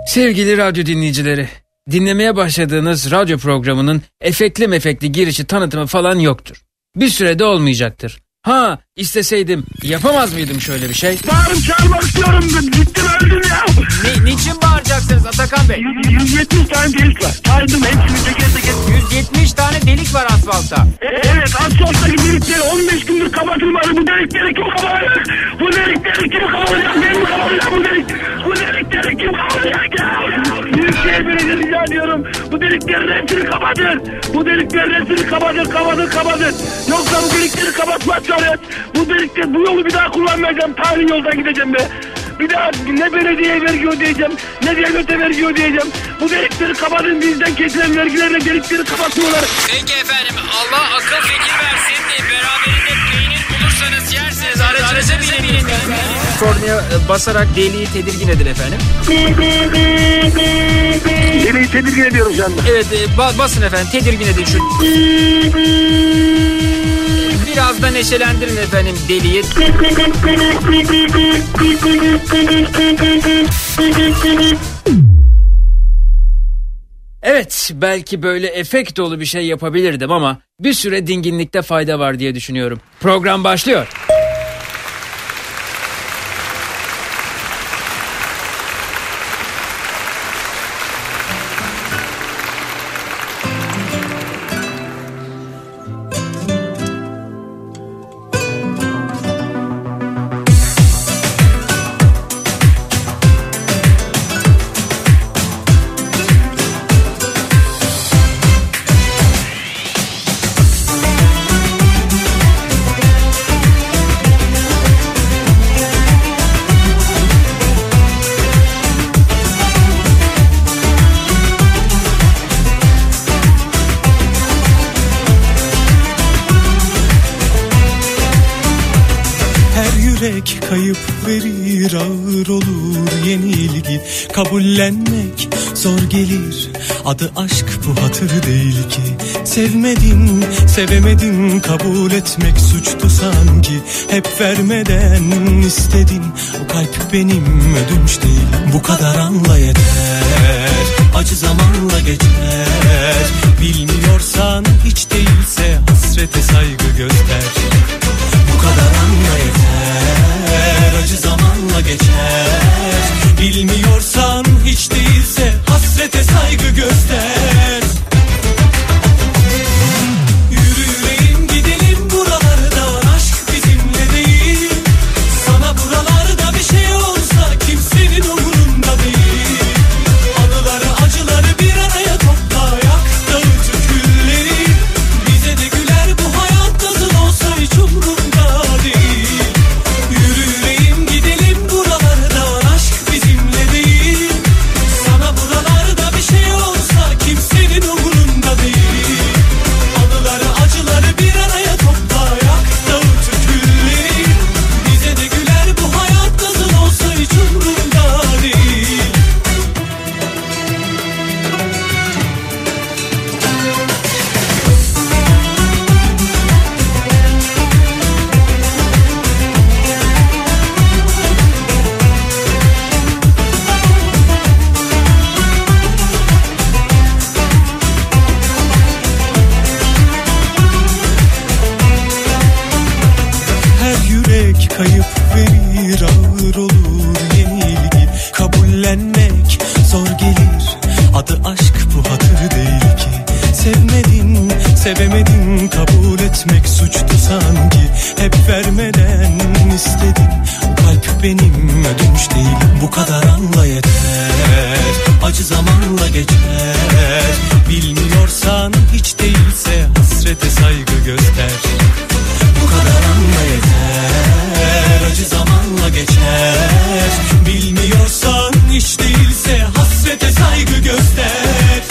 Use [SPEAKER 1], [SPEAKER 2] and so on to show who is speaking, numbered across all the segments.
[SPEAKER 1] Sevgili radyo dinleyicileri, dinlemeye başladığınız radyo programının efektli girişi tanıtımı falan yoktur. Bir sürede olmayacaktır. Ha, isteseydim yapamaz mıydım şöyle bir şey?
[SPEAKER 2] Bağırıp çağırmak istiyorum. Gittim öldüm ya.
[SPEAKER 3] Niçin bağıracaksınız Atakan Bey?
[SPEAKER 2] 170 tane delik var. Saydım hepsini teker teker.
[SPEAKER 3] 170 tane delik var asfaltta.
[SPEAKER 2] Evet, asfalttaki delikleri 15 gündür kapatılmadı. Bu delikleri kim kapatacak? Bu delikleri kim kapatacak? Ben mi kapatacağım bu delik? Bu delikleri kim kapatacak ya? Büyükşehir Belediyesi rica ediyorum. Bu deliklerin hepsini kapatın. Bu deliklerin hepsini kapatın. Yoksa bu delikleri kapatmazsanız bu delikleri, bu yolu bir daha kullanmayacağım. Tarihi yoldan gideceğim be. Bir daha ne belediyeye vergi ödeyeceğim, ne devlete vergi ödeyeceğim. Bu delikleri kapatın, bizden kesilen vergilerle delikleri kapatıyorlar.
[SPEAKER 3] Peki efendim, Allah akıl fikir versin. Beraberinde peynir bulursanız yersiniz. Aracınıza binin. Kornaya basarak deliği tedirgin edin efendim.
[SPEAKER 2] Deliği tedirgin ediyoruz şu anda.
[SPEAKER 3] Evet, basın efendim, tedirgin edin şu. Biraz da neşelendirin efendim deliği.
[SPEAKER 1] Evet, belki böyle efekt dolu bir şey yapabilirdim ama bir süre dinginlikte fayda var diye düşünüyorum. Program başlıyor.
[SPEAKER 4] Kayıp verir, ağır olur yenilgi. Kabullenmek zor gelir, adı aşk bu hatır değil ki. Sevmedim, sevemedim, kabul etmek suçtu sanki. Hep vermeden istedim, o kalp benim ödünç değil. Bu kadar anla yeter, acı zamanla geçer. Bilmiyorsan hiç değilse hasrete saygı göster. Bu kadar anla yeter, acı zamanla geçer. Bilmiyorsan hiç değilse hasrete saygı göster. Yürü yüreğim gidelim buralardan, aşk bizimle değil. Sana buralarda bir şey olsa kimsenin umurunda değil. Anıları acıları bir araya topla, yak dağıt külleri. Bize de güler bu hayat nasıl olsa hiç umurumda değil. Yürü yüreğim gidelim buralardan, aşk bizimle değil. Sana buralarda bir şey olsa kimsenin umurunda değil. Anıları acıları bir araya topla, yak dağıt külleri. Bize de güler bu hayat nasıl olsa hiç umurumda değil. Her yürek kayıp verir, ağır olur yenilgi. Kabullenmek zor gelir, adı aşk bu hatır değil ki. Sevmedim, sevemedim, kabul etmek suçtu sanki. Hep vermeden istedim, o kalp benim ödünç değil. Bu kadar anla yeter, acı zamanla geçer. Bilmiyorsan hiç değilse hasrete saygı göster. Bu kadar anla yeter, acı zamanla geçer. Bilmiyorsan hiç değilse hasrete saygı göster.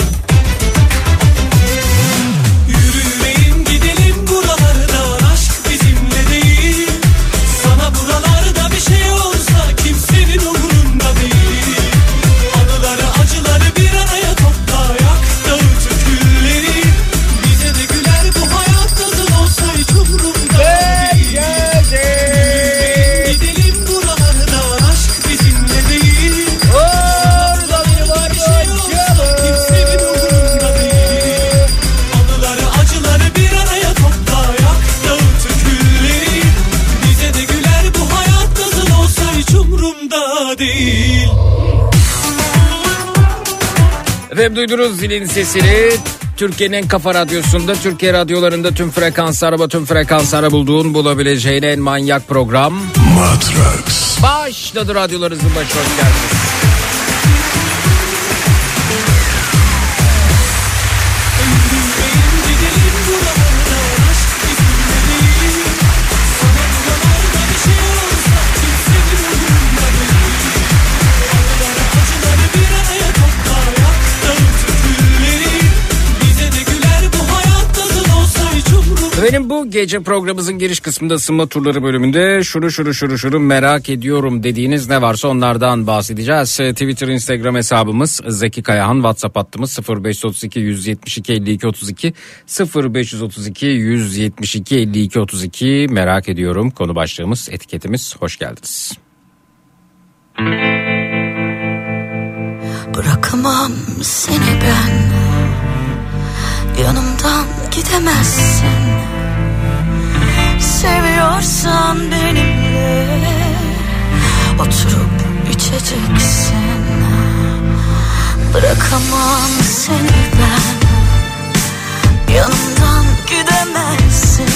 [SPEAKER 4] Yürü yüreğim gidelim buralardan, aşk bizimle değil. Sana buralarda bir şey olsa kimsenin umurunda değil. Anıları acıları bir araya topla, yak dağıt külleri. Bize de güler bu hayat nasıl olsa hiç umurumda değil. Gidelim buralardan, aşk bizimle değil. Sana buralarda
[SPEAKER 3] Ve duydunuz zilin sesini. Türkiye'nin en kafa radyosunda, Türkiye radyolarında tüm frekanslara bulduğun, bulabileceğin en manyak program
[SPEAKER 5] Matrax
[SPEAKER 3] başladı. Radyolarınızın başı, hoş geldiniz. Benim bu gece programımızın giriş kısmında, ısınma turları bölümünde şunu merak ediyorum dediğiniz ne varsa onlardan bahsedeceğiz. Twitter, Instagram hesabımız Zeki Kayahan, WhatsApp hattımız 0532 172 52 32 0532 172 52 32. Merak ediyorum konu başlığımız, etiketimiz. Hoş geldiniz.
[SPEAKER 6] Bırakamam seni ben, yanımdan gidemezsin. Seviyorsan benimle oturup içeceksin. Bırakamam seni ben, yanımdan gidemezsin.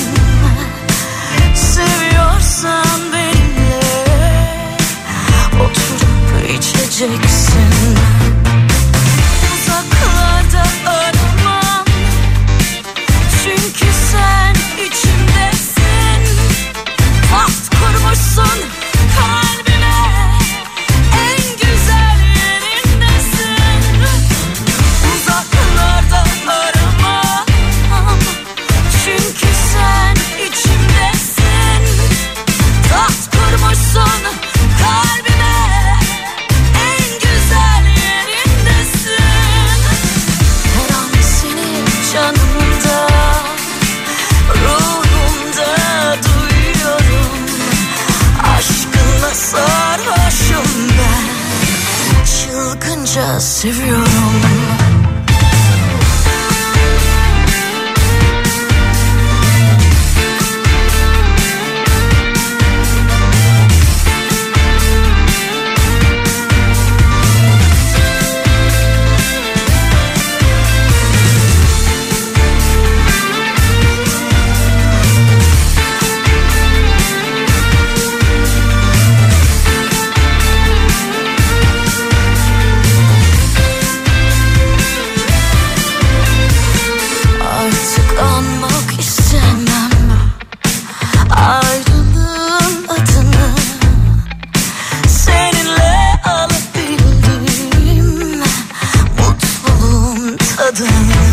[SPEAKER 6] Seviyorsan benimle oturup içeceksin. Uzaklarda aramam, çünkü sen içimdesin. Taht kurmuşsun kalbime, en güzel yerindesin. Uzaklarda aramam, çünkü sen içimdesin. Taht kurmuşsun kalbime, en güzel yerindesin. Her an seni canımda, ruhumda duyuyorum. Aşkınla sarhoşum ben, çılgınca seviyorum. Artık anmak istemem ayrılığın adını. Seninle alabildim mutluluğun tadını.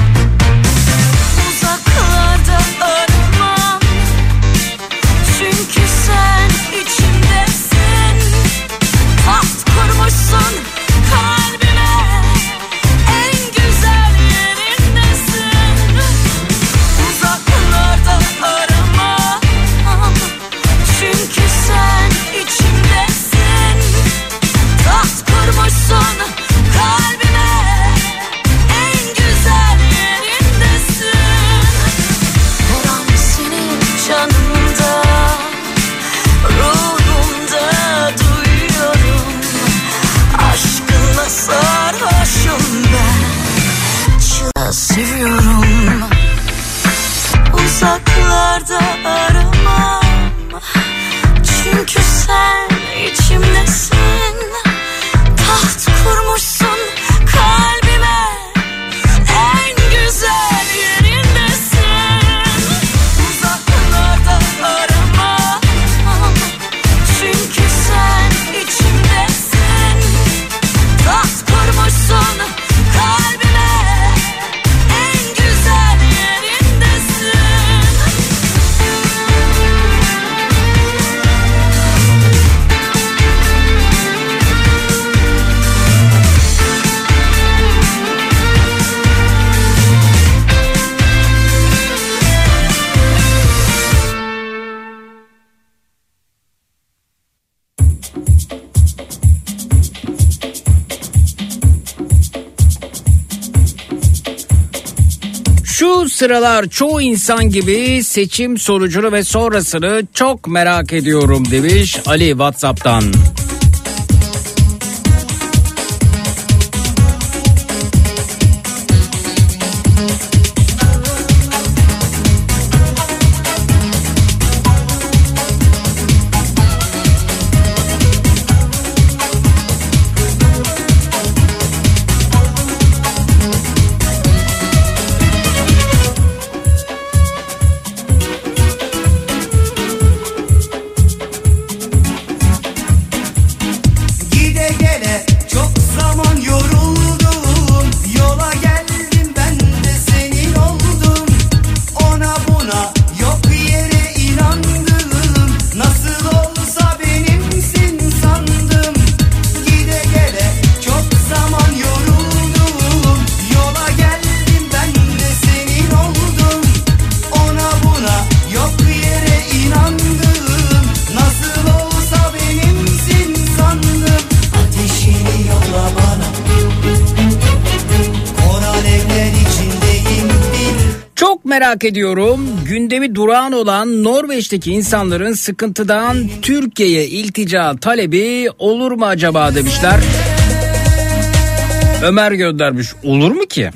[SPEAKER 6] Uzaklarda aramam, çünkü sen içimdesin. Taht kurmuşsun kalbime, en güzel yerindesin. Uzaklarda aramam, çünkü sen içimdesin. Taht kurmuşsun kalbime, en güzel yerindesin. Her an senin canımda, ruhumda duyuyorum. Aşkınla sarhoşum ben, çılgınca seviyorum. Uzaklarda aramam, çünkü sen içimdesin. Taht kurmuşsun kalbime, en güzel yerindesin. Uzaklarda aramam, çünkü sen içimdesin. Taht kurmuşsun kalbime, en güzel yerindesin.
[SPEAKER 3] Şu sıralar çoğu insan gibi seçim sonucunu ve sonrasını çok merak ediyorum demiş Ali WhatsApp'tan. merak ediyorum. Gündemi durağan olan Norveç'teki insanların sıkıntıdan Türkiye'ye iltica talebi olur mu acaba demişler. Ömer göndermiş. Olur mu ki?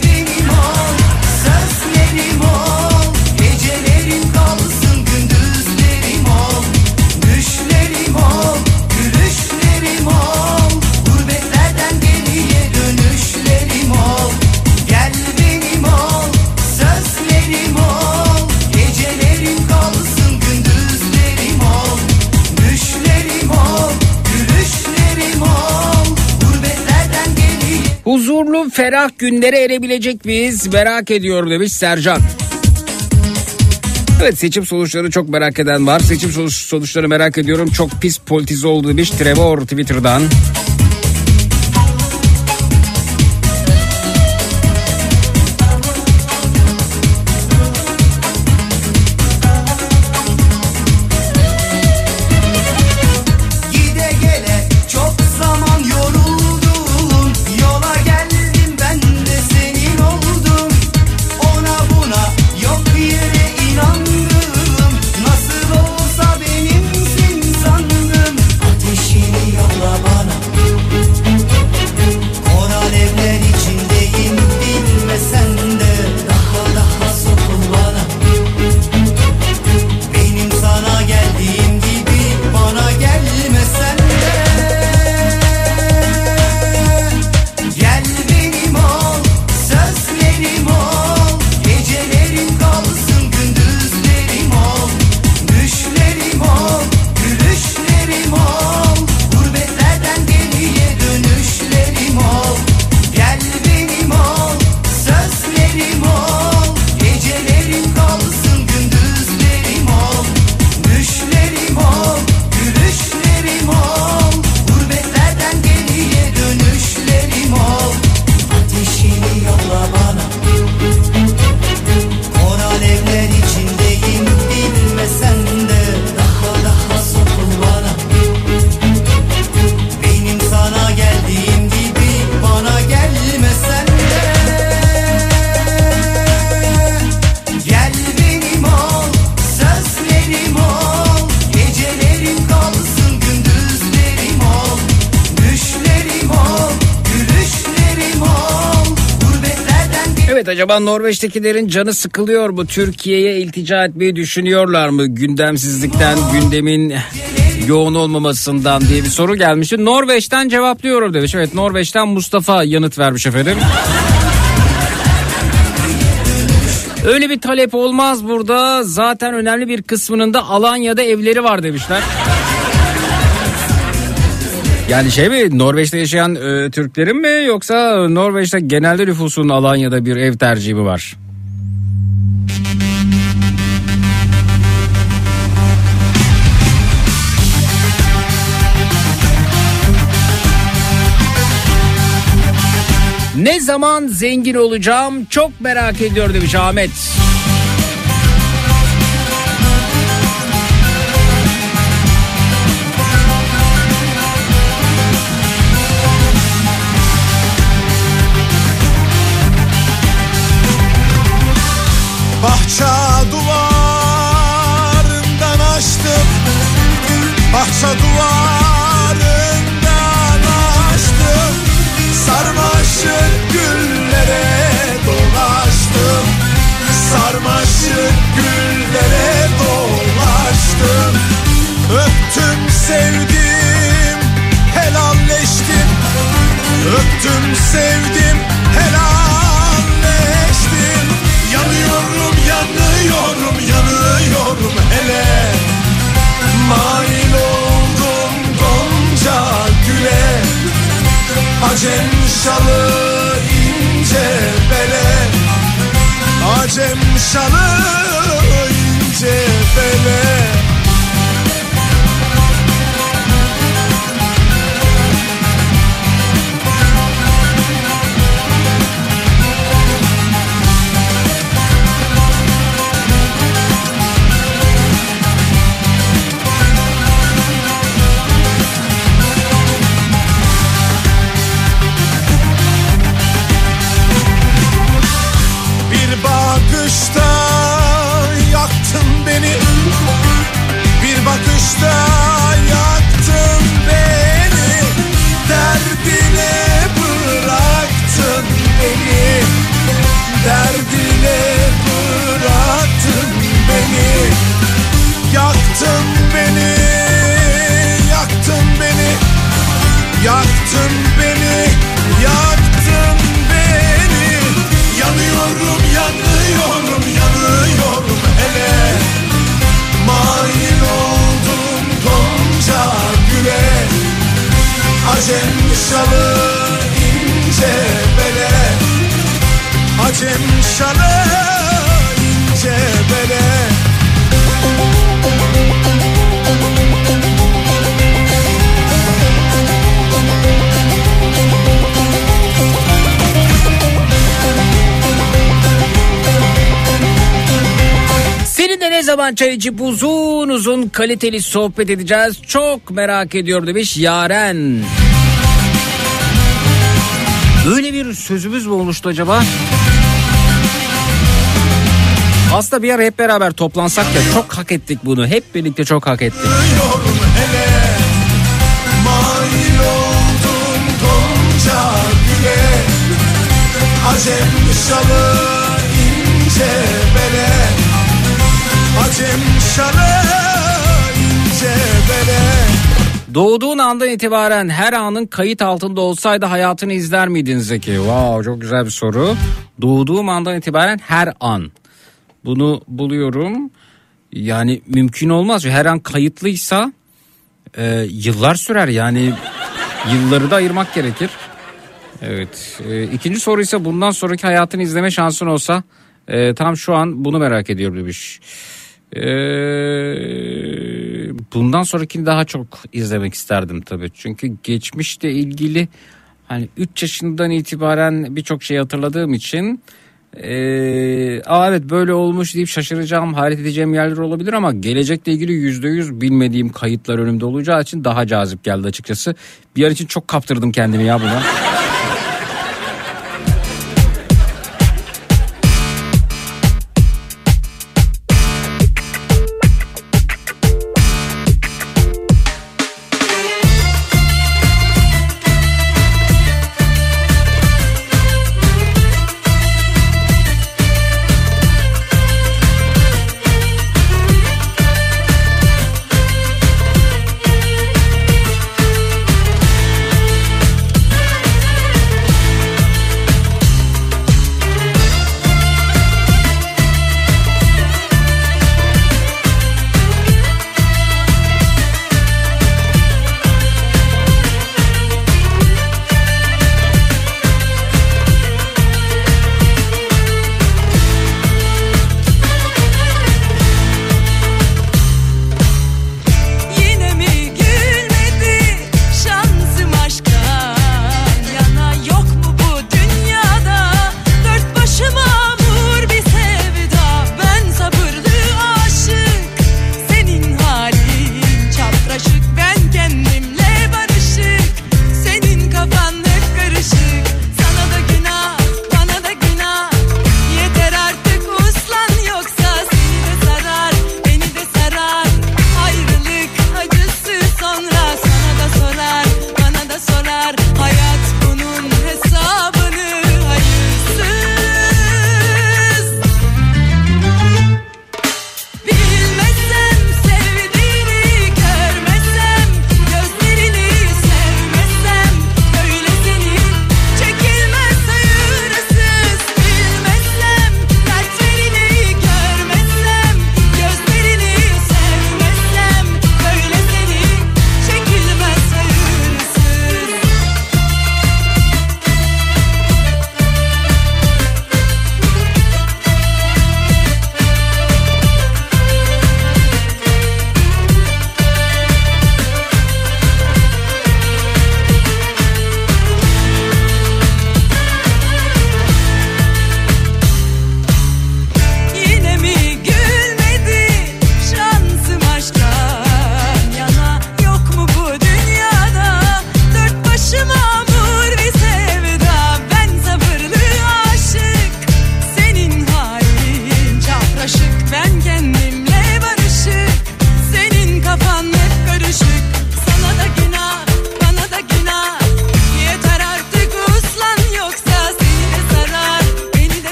[SPEAKER 3] Huzurlu, ferah günlere erebilecek miyiz? Merak ediyorum demiş Sercan. Evet, seçim sonuçları çok merak eden var. Seçim sonuçları merak ediyorum. Çok pis politize oldu demiş Trevor Twitter'dan. Acaba Norveç'tekilerin canı sıkılıyor mu? Türkiye'ye iltica etmeyi düşünüyorlar mı? Gündemsizlikten, gündemin yoğun olmamasından diye bir soru gelmişti. Norveç'ten cevaplıyorum demiş. Evet, Norveç'ten Mustafa yanıt vermiş efendim. Öyle bir talep olmaz burada. Zaten önemli bir kısmının da Alanya'da evleri var demişler. Yani mi, Norveç'te yaşayan Türklerin mi, yoksa Norveç'te genelde nüfusun Alanya'da bir ev tercihi mi var? Ne zaman zengin olacağım çok merak ediyor demiş Ahmet.
[SPEAKER 5] Bahçe duvarından açtım, bahçe duvarından açtım, sarmaşık güllere dolaştım, sarmaşık güllere dolaştım, öptüm sevdim, helalleştim, öptüm sevdim, helalleştim, yanıyorum, yanıyorum, yanıyorum hele, mail oldum gonca güle, acem şalı ince bele, acem şalı ince bele. Bakışta şalı ince bele.
[SPEAKER 3] Seninle ne zaman çay içip uzun uzun kaliteli sohbet edeceğiz? Çok merak ediyorum demiş Yaren. Böyle bir sözümüz mü oluştu acaba? Aslında bir ara hep beraber toplansak ya, çok hak ettik bunu. Hep birlikte çok hak ettik.
[SPEAKER 5] Yorum hele, mail oldum gonca güle. Acem şalı ince bele. Acem şalı ince bele.
[SPEAKER 3] Doğduğun andan itibaren her anın kayıt altında olsaydı hayatını izler miydin Zeki? Wow, çok güzel bir soru. Doğduğum andan itibaren her an. Bunu buluyorum. Yani mümkün olmaz. Her an kayıtlıysa yıllar sürer. Yani yılları da ayırmak gerekir. Evet. İkinci soru ise bundan sonraki hayatını izleme şansın olsa tam şu an bunu merak ediyorum demiş. Bundan sonrakini daha çok izlemek isterdim tabii. Çünkü geçmişle ilgili hani 3 yaşından itibaren birçok şey hatırladığım için evet böyle olmuş deyip şaşıracağım, hayret edeceğim yerler olabilir ama gelecekle ilgili %100 bilmediğim kayıtlar önümde olacağı için daha cazip geldi açıkçası. Bir yer için çok kaptırdım kendimi ya buna.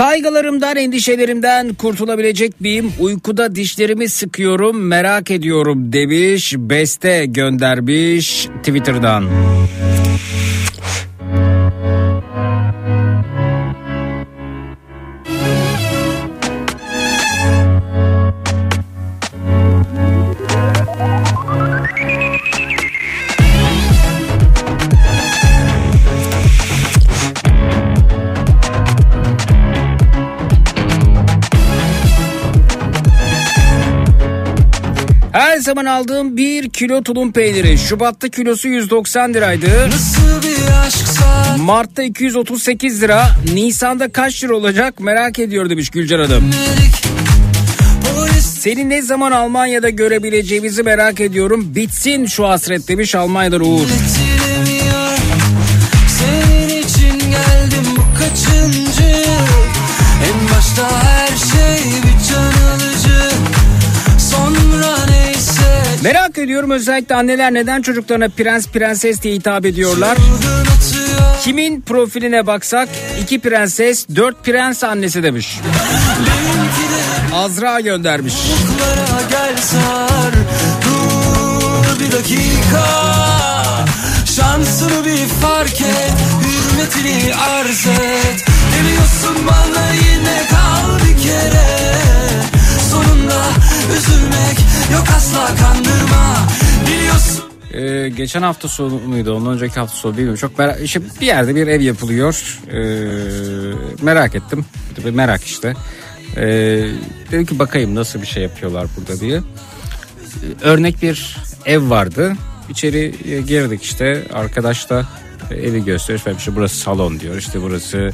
[SPEAKER 3] Kaygılarımdan, endişelerimden kurtulabilecek miyim? Uykuda dişlerimi sıkıyorum, merak ediyorum demiş. Beste göndermiş Twitter'dan. Her zaman aldığım 1 kilo tulum peyniri Şubat'ta kilosu 190 liraydı. Mart'ta 238 lira. Nisan'da kaç lira olacak merak ediyor demiş Gülcan Hanım. Seni ne zaman Almanya'da görebileceğimizi merak ediyorum. Bitsin şu hasret demiş Almanya'dan Uğur.
[SPEAKER 4] Senin için geldim bu kaçıncı? En başta her şey bir can alıcı. Sonra neyse.
[SPEAKER 3] Merak ediyorum özellikle anneler neden çocuklarına prens prenses diye hitap ediyorlar. Kimin profiline baksak 2 prenses 4 prens annesi demiş. Azra göndermiş.
[SPEAKER 4] Gel sar, dur bir dakika. Şansını bir fark et, hürmetini arz et. Demiyorsun bana yine kal bir kere. Sonunda üzülmek yok asla kandırma. Biliyorsun.
[SPEAKER 3] Geçen hafta sonu muydu? Ondan önceki hafta sonu bilmiyorum. Çok bir yerde bir ev yapılıyor. Merak ettim. Bir merak işte. Dedim ki bakayım nasıl bir şey yapıyorlar burada diye. Örnek bir ev vardı. İçeri girdik işte. Arkadaş da evi gösteriyor. İşte burası salon diyor. İşte burası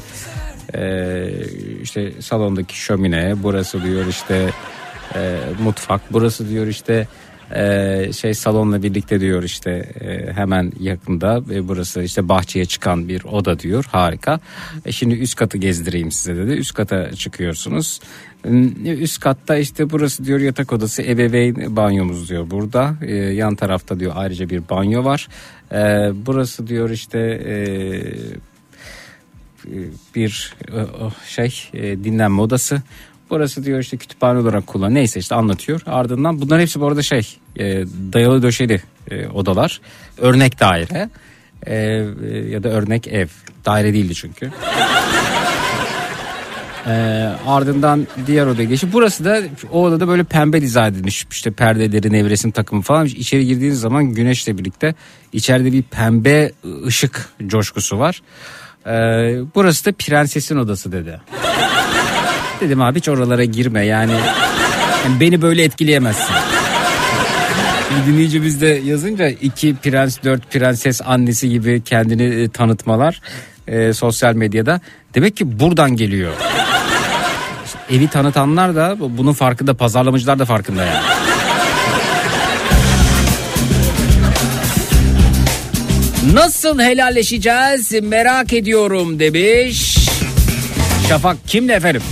[SPEAKER 3] işte salondaki şömine. Burası diyor işte mutfak. Burası diyor işte salonla birlikte diyor işte hemen yakında ve burası işte bahçeye çıkan bir oda diyor. Harika. Şimdi üst katı gezdireyim size dedi. Üst kata çıkıyorsunuz. Üst katta işte burası diyor yatak odası, ebeveyn banyomuz diyor burada. Yan tarafta diyor ayrıca bir banyo var. Burası diyor işte bir dinlenme odası. Burası diyor işte kütüphane olarak kullan. Neyse işte anlatıyor. Ardından bunların hepsi bu arada dayalı döşeli odalar. Örnek daire ya da örnek ev. Daire değildi çünkü. Ardından diğer odaya geçip burası da o odada böyle pembe dizayn edilmiş. İşte perdeleri, nevresim takımı falan. İçeri girdiğiniz zaman güneşle birlikte içeride bir pembe ışık coşkusu var. Burası da prensesin odası dedi. Dedim abi hiç oralara girme yani beni böyle etkileyemezsin. Bir dinleyicimiz de yazınca 2 prens 4 prenses annesi gibi kendini tanıtmalar sosyal medyada. Demek ki buradan geliyor. İşte evi tanıtanlar da bunun farkında, pazarlamacılar da farkında yani. Nasıl helalleşeceğiz merak ediyorum demiş. Şafak kimle efendim?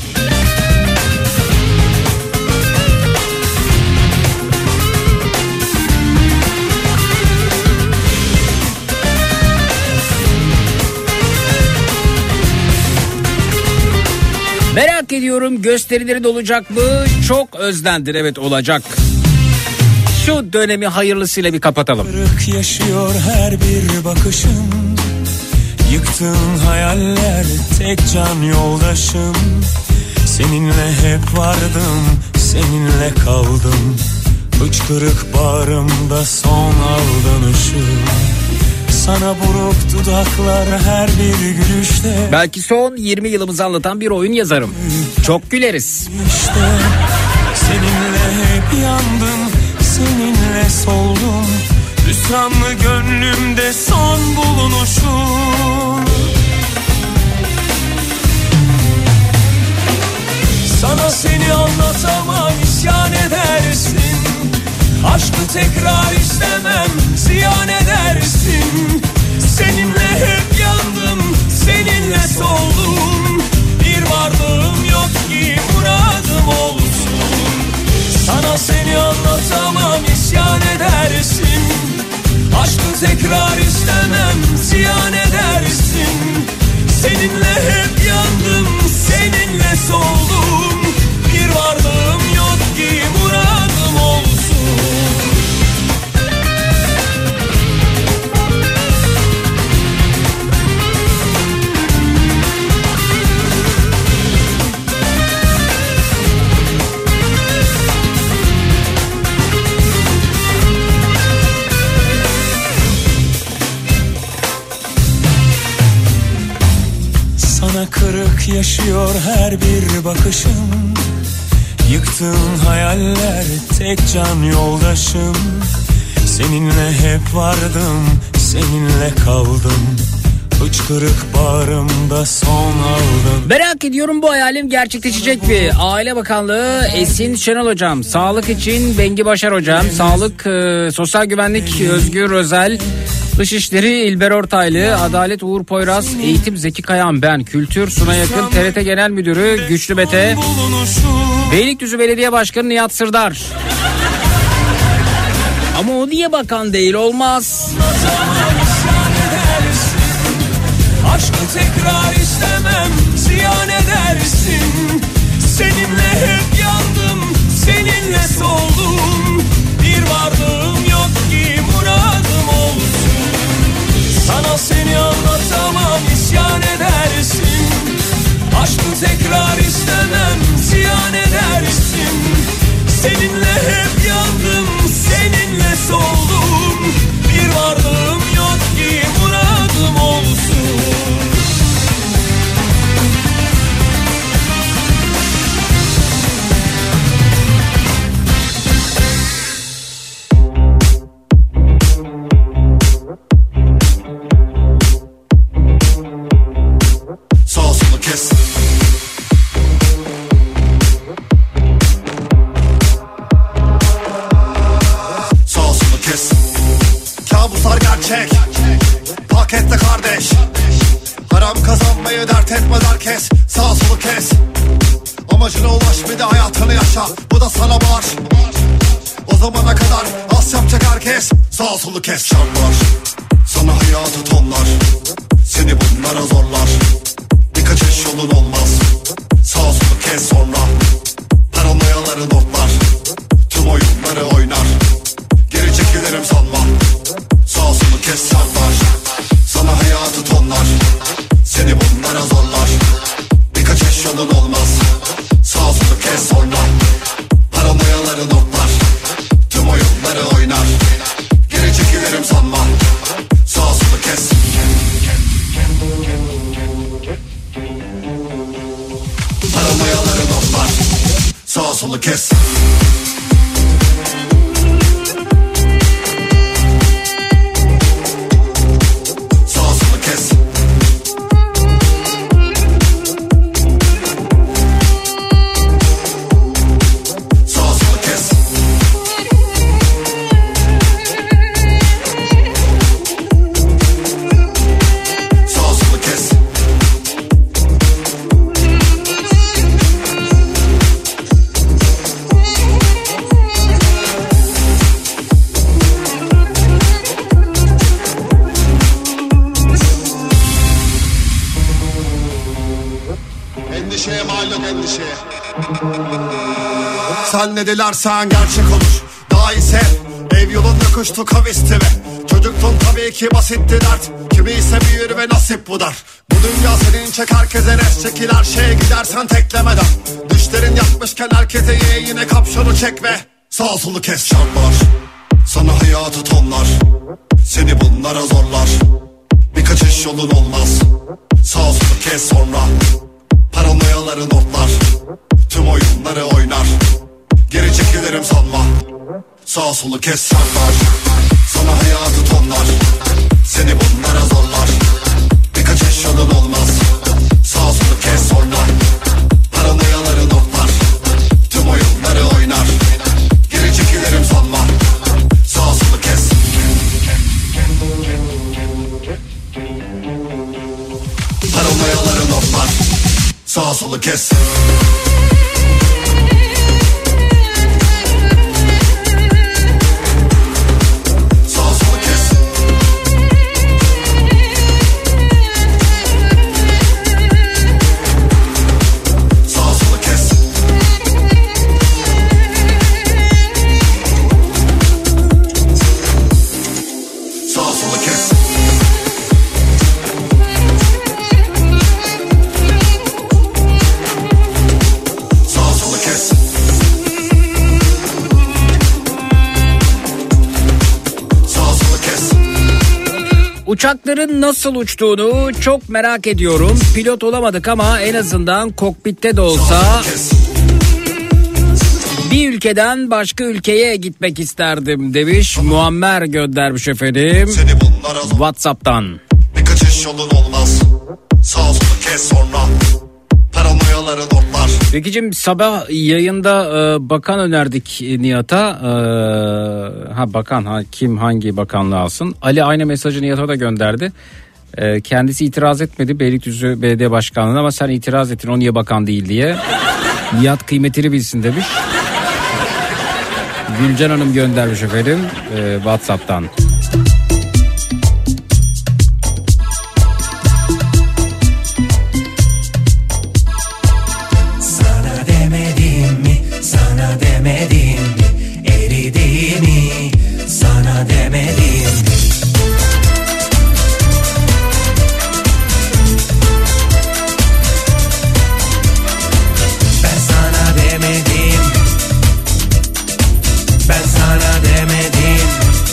[SPEAKER 3] Merak ediyorum gösterileri de olacak mı? Çok özlendir, evet olacak. Şu dönemi hayırlısıyla bir kapatalım.
[SPEAKER 4] Kırık yaşıyor her bir bakışın. Yıktığın hayaller tek can yoldaşım. Seninle hep vardım, seninle kaldım. Hıçkırık bağrımda son aldanışım. Sana buruk dudaklar her bir gülüşte.
[SPEAKER 3] Belki son 20 yılımızı anlatan bir oyun yazarım. Çok güleriz.
[SPEAKER 4] İşte seninle hep yandım, seninle soldum. Hüsranlı gönlümde son bulunuşum. Sana seni anlatamam, isyan edersin. Aşkı tekrar istemem, ziyan edersin. Seninle hep yandım, seninle soldum. Bir varlığım yok ki muradım olsun. Sana seni anlatamam, isyan edersin. Aşkı tekrar istemem, ziyan edersin. Seninle hep yandım, seninle soldum. Bir varlığım yok ki muradım olsun. Sana kırık yaşıyor her bir bakışım. Yıktığın hayaller tek can yoldaşım. Seninle hep vardım, seninle kaldım. Hıçkırık bağrımda son aldım.
[SPEAKER 3] Merak ediyorum, bu hayalim gerçekleşecek mi? Aile Bakanlığı Esin Şenol hocam, sağlık için Bengi Başar hocam, sağlık sosyal güvenlik Özgür Özel, Dışişleri İlber Ortaylı, Adalet Uğur Poyraz, Eğitim Zeki Kayan, ben Kültür Suna Yakın, TRT Genel Müdürü Güçlü Mete, Beylikdüzü Belediye Başkanı Nihat Sırdar. Ama o niye bakan değil, olmaz.
[SPEAKER 4] Aşkı tekrar istemem, ziyan edersin. Seninle hep yandım, seninle soldum. Bir varlığım yok ki muradım olsun. Sana seni anlatamam, isyan edersin. Aşkı tekrar istemem, ziyan edersin. Seninle hep yandım, seninle soldum. Bir varlığım yok ki muradım olsun.
[SPEAKER 5] Sağsını kes. Sağsını kes. Kabuslar gerçek. Pakette kardeş. Haram kazanmayı dert etmez herkes. Sağ solu kes. Amacına ulaş, bir de hayatını yaşa. Bu da sana bağış. O zamana kadar az yapacak herkes. Sağ solu kes. Şartlar sana hayatı tonlar. Seni bunlara zorlar. Birkaç eş yolun olmaz. Sağ solu kes sonra. Paranoyaları notlar. Tüm oyunları oynar. Geri çekilirim sanma. Sağ solu kes şartlar. Sana hayatı tonlar. Seni bunlara zorlar. Birkaç eş yolun olmaz. Sağ solu kes sonra. Paranoyaları notlar. Tüm oyunları oynar. Geri çekilirim sanma. Sağ solu kes. Paranoyaları notlar. Sağ solu kes. Sağ solu kes. Sağ solu kes. Sağ solu kes. Endişeye mal yok, endişeye. Sen ne dilersen gerçek olur. Daha iyi sev. Ev yolun yokuştu kavisti ve çocuktun tabii ki basitti dert. Kimi ise büyür ve nasip bu dar. Bu dünya senin, çek herkese res. Çekil her şeye gidersen teklemeden. Düşlerin yatmışken herkese ye, yine kapşonu çek ve sağ solu kes. Şartlar sana hayatı tonlar. Seni bunlara zorlar. Birkaç eş yolun olmaz. Sağ solu kes sonra. Paranoyaları notlar. Tüm oyunları oynar. Geri çekilirim sanma. Sağ solu kes şartlar. Sana hayatı tonlar. Seni bunlara zorlar. Birkaç eş yolun olmaz. Sağ solu kes sonra. Paranoyaları notlar. Tüm oyunları oynar. Geri çekilirim sanma. Sağ solu kes. Paranoyaları notlar. Sağ solu kes. Sağ
[SPEAKER 3] Uçakların nasıl uçtuğunu çok merak ediyorum. Pilot olamadık ama en azından kokpitte de olsa bir ülkeden başka ülkeye gitmek isterdim demiş. Muammer göndermiş efendim. WhatsApp'tan.
[SPEAKER 5] Bir kaçış yolun olmaz. Sağ solu kes sonra. Paranoyaları notlar.
[SPEAKER 3] Pekicim sabah yayında bakan önerdik Nihat'a. Bakan kim hangi bakanlığı alsın? Ali aynı mesajı Nihat'a da gönderdi. Kendisi itiraz etmedi Beylikdüzü Belediye Başkanlığı'na ama sen itiraz ettin o niye bakan değil diye. Nihat kıymetini bilsin demiş. Gülcan Hanım göndermiş efendim WhatsApp'tan.
[SPEAKER 4] Sana demedim mi, sana demedim mi, eridiğimi sana demedim mi? Ben sana demedim, ben sana demedim.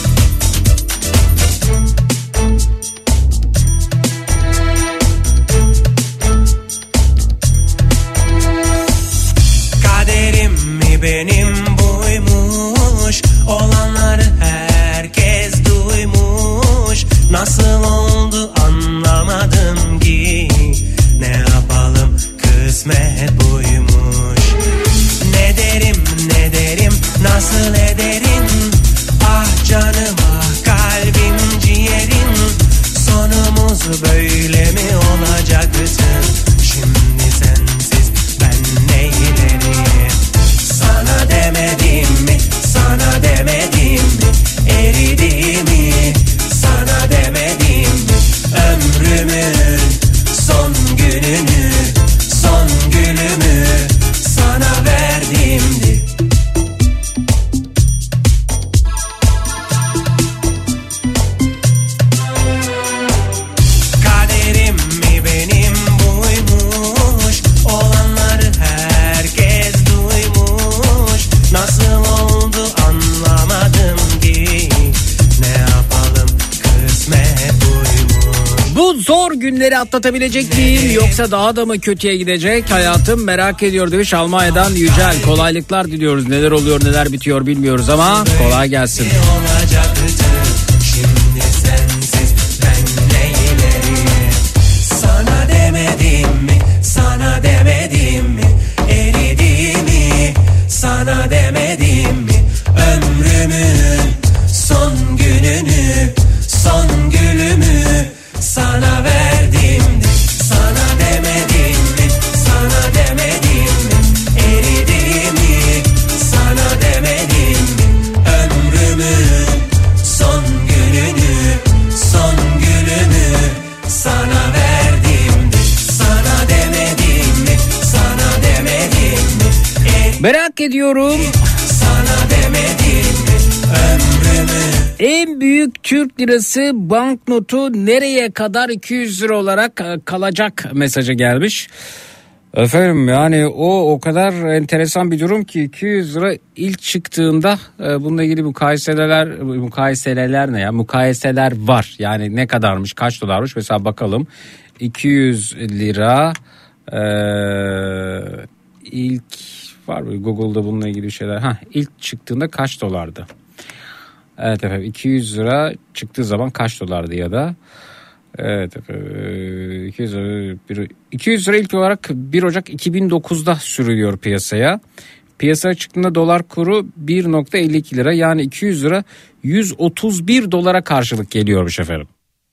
[SPEAKER 4] Kaderim mi benim buymuş, olanları herkes duymuş. Nasıl oldu anlamadım ki, ne yapalım kısmet buymuş. Ne derim ne derim nasıl ederim, ah canım ah kalbim ciğerim. Sonumuz böyle mi olacaktı, şimdi sensiz ben neylerim. Sana demedim mi, sana demedim mi, eridiğimi sana demedim mi? Ömrümün son gününü, son gülümü sana verdimdi. Kaderim mi benim buymuş, olanları herkes duymuş. Nasıl oldu anlamadım ki, ne yapalım kısmet buymuş.
[SPEAKER 3] Bu zor günleri atlatabilecek miyim yoksa daha da mı kötüye gidecek hayatım merak ediyor demiş Almanya'dan Yücel. Kolaylıklar diliyoruz, neler oluyor neler bitiyor bilmiyoruz ama kolay gelsin.
[SPEAKER 4] Olacaktı şimdi sensiz ben neylerim. Sana demedim mi, sana demedim mi, eridiğimi sana demedim mi? Ömrümün son gününü, son gülümü sana verdimdi. Sana demedim mi, sana demedim mi, eridiğimi sana demedim mi? Ömrümün son gününü, son gülümü sana verdimdi. Sana demedim mi, sana demedim mi,
[SPEAKER 3] Merak ediyorum.
[SPEAKER 4] sana demedim mi? Ömrümün
[SPEAKER 3] En büyük Türk lirası banknotu nereye kadar 200 lira olarak kalacak mesajı gelmiş. Efendim yani o kadar enteresan bir durum ki 200 lira ilk çıktığında bununla ilgili mukayeseler ne ya? Mukayeseler var. Yani ne kadarmış, kaç dolarmış mesela bakalım. 200 lira ilk var mı Google'da bununla ilgili şeyler? İlk çıktığında kaç dolardı? Evet efendim 200 lira çıktığı zaman kaç dolardı ya da evet efendim 200 lira ilk olarak 1 Ocak 2009'da sürülüyor piyasaya. Piyasaya çıktığında dolar kuru 1.52 lira yani 200 lira 131 dolara karşılık geliyormuş efendim.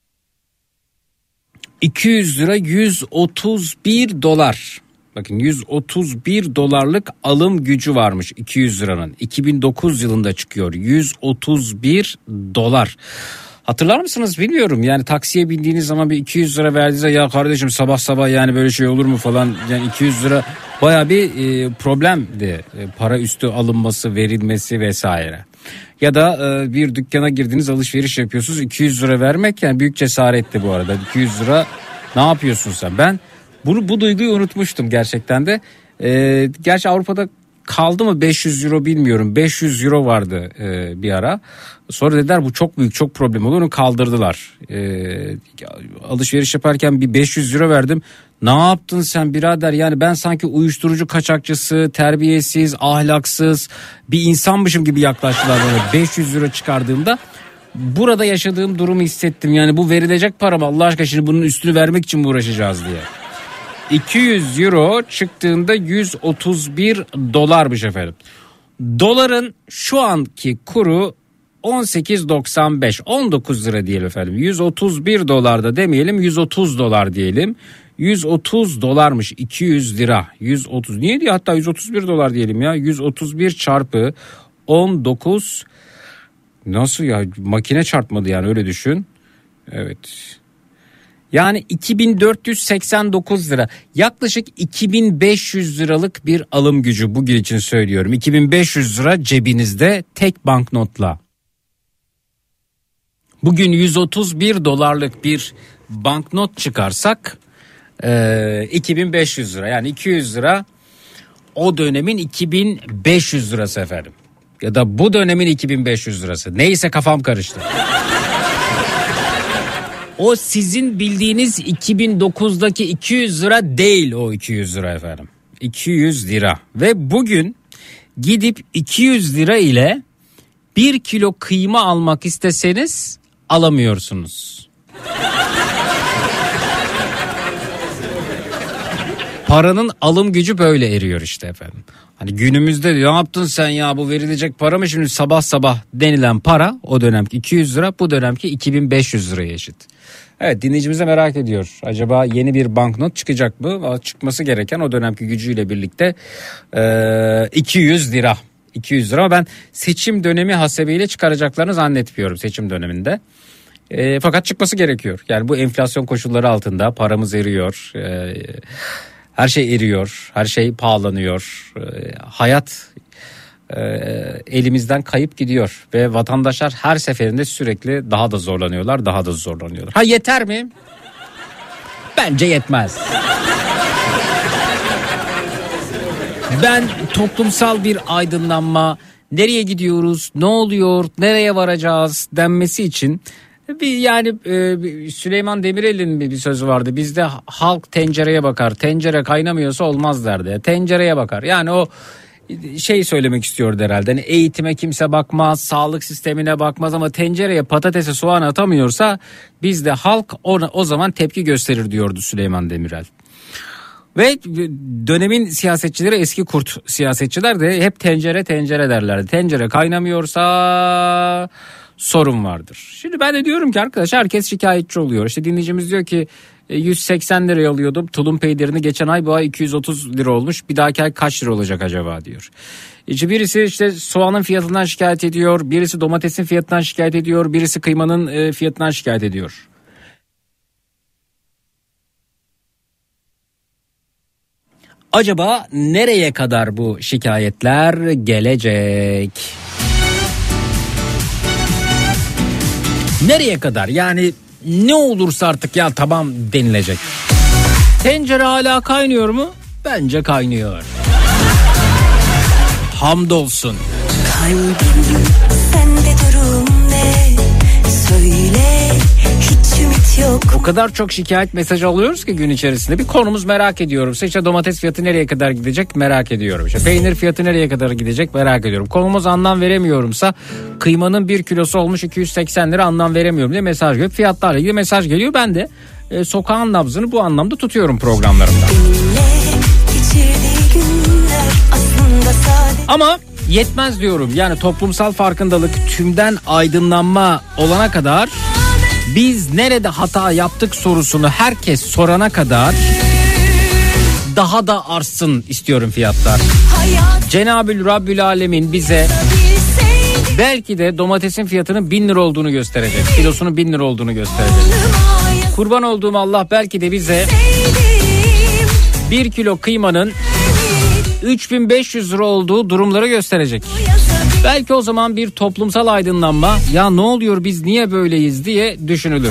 [SPEAKER 3] 200 lira 131 dolar. Bakın 131 dolarlık alım gücü varmış 200 liranın. 2009 yılında çıkıyor 131 dolar. Hatırlar mısınız bilmiyorum yani taksiye bindiğiniz zaman bir 200 lira verdiğinizde ya kardeşim sabah sabah yani böyle şey olur mu falan. Yani 200 lira baya bir problemdi para üstü alınması verilmesi vesaire. Ya da bir dükkana girdiniz alışveriş yapıyorsunuz 200 lira vermek yani büyük cesaretti bu arada 200 lira ne yapıyorsun sen ben. Bu duyguyu unutmuştum gerçekten de. Gerçi Avrupa'da kaldı mı 500 euro bilmiyorum. 500 euro vardı bir ara. Sonra dediler bu çok büyük, çok problem olur, onu kaldırdılar. Alışveriş yaparken bir 500 euro verdim. Ne yaptın sen birader? Yani ben sanki uyuşturucu kaçakçısı, terbiyesiz, ahlaksız bir insanmışım gibi yaklaştılar bana 500 euro çıkardığımda. Burada yaşadığım durumu hissettim. Yani bu verilecek para mı Allah aşkına, şimdi bunun üstünü vermek için mi uğraşacağız diye. 200 euro çıktığında 131 dolarmış efendim. Doların şu anki kuru 18.95, 19 lira diyelim efendim. 131 dolarda demeyelim, 130 dolar diyelim. 130 dolarmış 200 lira. 130 niye diyor, hatta 131 dolar diyelim ya. 131 çarpı 19, nasıl ya, makine çarpmadı yani, öyle düşün. Evet. Yani 2489 lira, yaklaşık 2500 liralık bir alım gücü bugün için söylüyorum. 2500 lira cebinizde tek banknotla. Bugün 131 dolarlık bir banknot çıkarsak 2500 lira, yani 200 lira o dönemin 2500 lirası efendim. Ya da bu dönemin 2500 lirası. Neyse, kafam karıştı. O sizin bildiğiniz 2009'daki 200 lira değil, o 200 lira efendim. 200 lira. Ve bugün gidip 200 lira ile 1 kilo kıyma almak isteseniz alamıyorsunuz. Paranın alım gücü böyle eriyor işte efendim. Hani günümüzde ne yaptın sen ya, bu verilecek para mı şimdi, sabah sabah denilen para o dönemki 200 lira, bu dönemki 2500 liraya eşit. Evet, dinleyicimiz de merak ediyor. Acaba yeni bir banknot çıkacak mı? Çıkması gereken o dönemki gücüyle birlikte 200 lira. 200 lira, ama ben seçim dönemi hasebiyle çıkaracaklarını zannetmiyorum seçim döneminde. Fakat çıkması gerekiyor. Yani bu enflasyon koşulları altında paramız eriyor. Her şey eriyor. Her şey pahalanıyor. Hayat elimizden kayıp gidiyor. Ve vatandaşlar her seferinde sürekli daha da zorlanıyorlar. Daha da zorlanıyorlar. Ha, yeter mi? Bence yetmez. Ben toplumsal bir aydınlanma, nereye gidiyoruz, ne oluyor, nereye varacağız denmesi için yani Süleyman Demirel'in bir sözü vardı. Bizde halk tencereye bakar, tencere kaynamıyorsa olmaz derdi. Tencereye bakar. Yani o şey söylemek istiyordu herhalde. Yani eğitime kimse bakmaz, sağlık sistemine bakmaz, ama tencereye patatese soğan atamıyorsa bizde halk o zaman tepki gösterir diyordu Süleyman Demirel. Ve dönemin siyasetçileri, eski kurt siyasetçiler de hep tencere derlerdi. Tencere kaynamıyorsa sorun vardır. Şimdi ben de diyorum ki arkadaş, herkes şikayetçi oluyor. İşte dinleyicimiz diyor ki 180 liraya alıyordum tulum peynirini, geçen ay bu ay 230 lira olmuş, bir dahaki ay kaç lira olacak acaba diyor. Birisi işte soğanın fiyatından şikayet ediyor, birisi domatesin fiyatından şikayet ediyor, birisi kıymanın fiyatından şikayet ediyor. Acaba nereye kadar bu şikayetler gelecek? Nereye kadar? Yani ne olursa artık ya tamam denilecek. Tencere hala kaynıyor mu? Bence kaynıyor. Hamdolsun.
[SPEAKER 6] Kalbim sende durum ne? Söyle, hiç ümit yok.
[SPEAKER 3] O kadar çok şikayet mesajı alıyoruz ki gün içerisinde. Bir konumuz merak ediyorum. İşte domates fiyatı nereye kadar gidecek merak ediyorum. İşte peynir fiyatı nereye kadar gidecek merak ediyorum. Konumuz anlam veremiyorumsa kıymanın 1 kilosu olmuş 280 lira, anlam veremiyorum diye mesaj geliyor. Fiyatlarla ilgili mesaj geliyor. Ben de sokağın nabzını bu anlamda tutuyorum programlarımda. Ama yetmez diyorum. Yani toplumsal farkındalık, tümden aydınlanma olana kadar, biz nerede hata yaptık sorusunu herkes sorana kadar daha da artsın istiyorum fiyatlar. Cenab-ı Rabbül Alemin bize belki de domatesin fiyatının 1000 lira olduğunu gösterecek. Kilosunun 1000 lira olduğunu gösterecek. Kurban olduğum Allah belki de bize 1 kilo kıymanın 3500 lira olduğu durumları gösterecek. Belki o zaman bir toplumsal aydınlanma, ya ne oluyor biz niye böyleyiz diye düşünülür.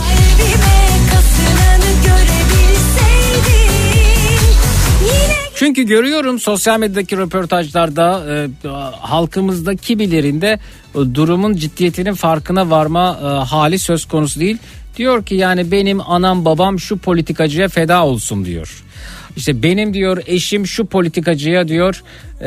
[SPEAKER 3] Çünkü görüyorum sosyal medyadaki röportajlarda halkımızda kimilerinde durumun ciddiyetinin farkına varma hali söz konusu değil. Diyor ki yani benim anam babam şu politikacıya feda olsun diyor. İşte benim diyor eşim şu politikacıya diyor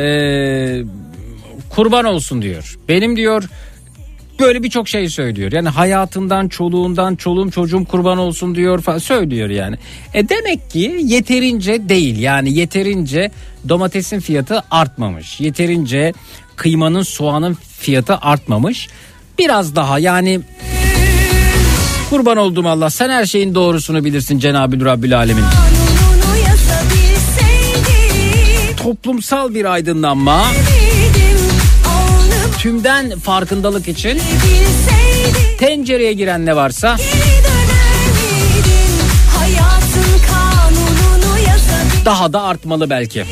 [SPEAKER 3] kurban olsun diyor. Benim diyor böyle birçok şey söylüyor. Yani hayatından, çoluğundan, çoluğum çocuğum kurban olsun diyor falan söylüyor yani. Demek ki yeterince değil. Yani yeterince domatesin fiyatı artmamış. Yeterince kıymanın, soğanın fiyatı artmamış. Biraz daha yani kurban olduğum Allah sen her şeyin doğrusunu bilirsin Cenab-ı Rabbül Alemin. Toplumsal bir aydınlanma, tümden farkındalık için tencereye giren ne varsa daha da artmalı belki.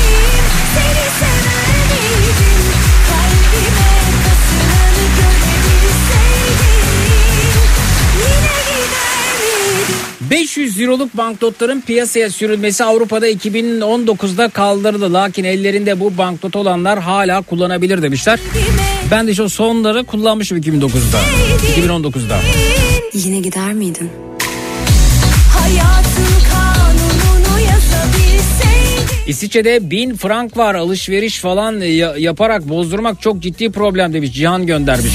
[SPEAKER 3] €500 banknotların piyasaya sürülmesi Avrupa'da 2019'da kaldırıldı. Lakin ellerinde bu banknot olanlar hala kullanabilir demişler. Ben de şu sonları kullanmışım 2019'da.
[SPEAKER 6] Yine gider miydin? Hayatın kanununu yazabilseydin.
[SPEAKER 3] İsviçre'de 1000 frank var, alışveriş falan yaparak bozdurmak çok ciddi problem demiş. Cihan göndermiş.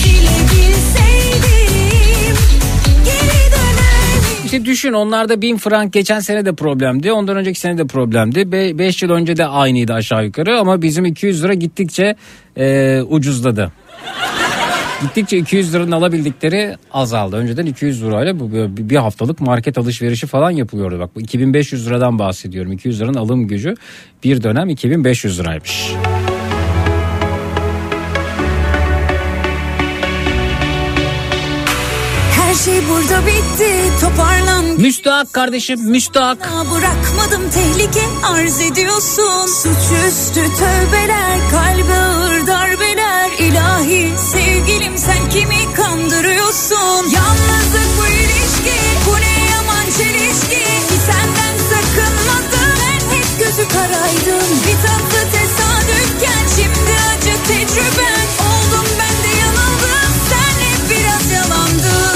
[SPEAKER 3] İşte düşün, onlarda 1000 frank geçen sene de problemdi. Ondan önceki sene de problemdi. 5 yıl önce de aynıydı aşağı yukarı. Ama bizim 200 lira gittikçe ucuzladı. Gittikçe 200 liranın alabildikleri azaldı. Önceden 200 lirayla bir haftalık market alışverişi falan yapılıyordu. Bak bu 2500 liradan bahsediyorum. 200 liranın alım gücü bir dönem 2500 liraymış.
[SPEAKER 6] Her şey burada bitti, toparlan.
[SPEAKER 3] Müstahak kardeşim, müstahak.
[SPEAKER 6] Bırakmadım, tehlike arz ediyorsun. Suçüstü tövbeler, kalbe ağır darbeler. İlahi sevgilim sen kimi kandırıyorsun? Yalnızlık bu ilişki, bu ne yaman çelişki. Ki senden sakınmadım, ben hep gözü karaydım. Bir tatlı tesadüfken şimdi acı tecrüben. Oldum ben de yanıldım, sen hep biraz yalandın.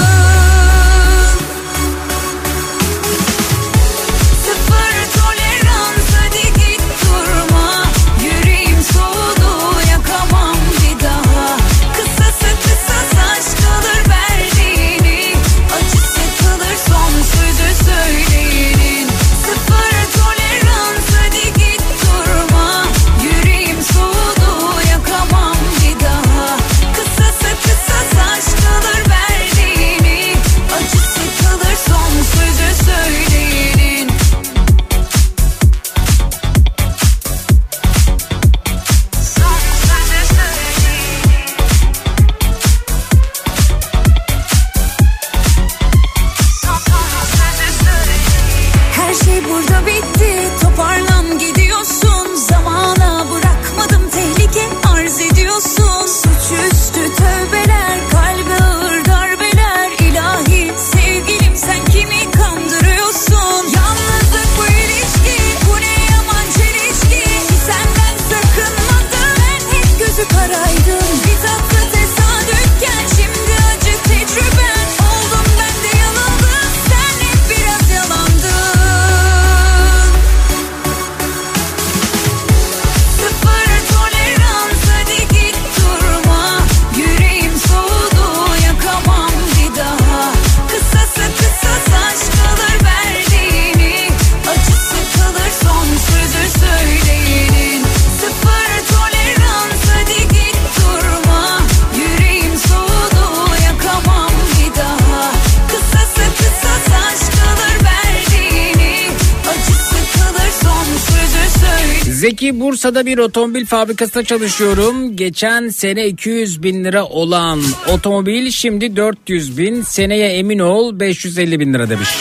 [SPEAKER 3] Zeki, Bursa'da bir otomobil fabrikasında çalışıyorum. Geçen sene 200 bin lira olan otomobil şimdi 400 bin. Seneye emin ol 550 bin lira demiş.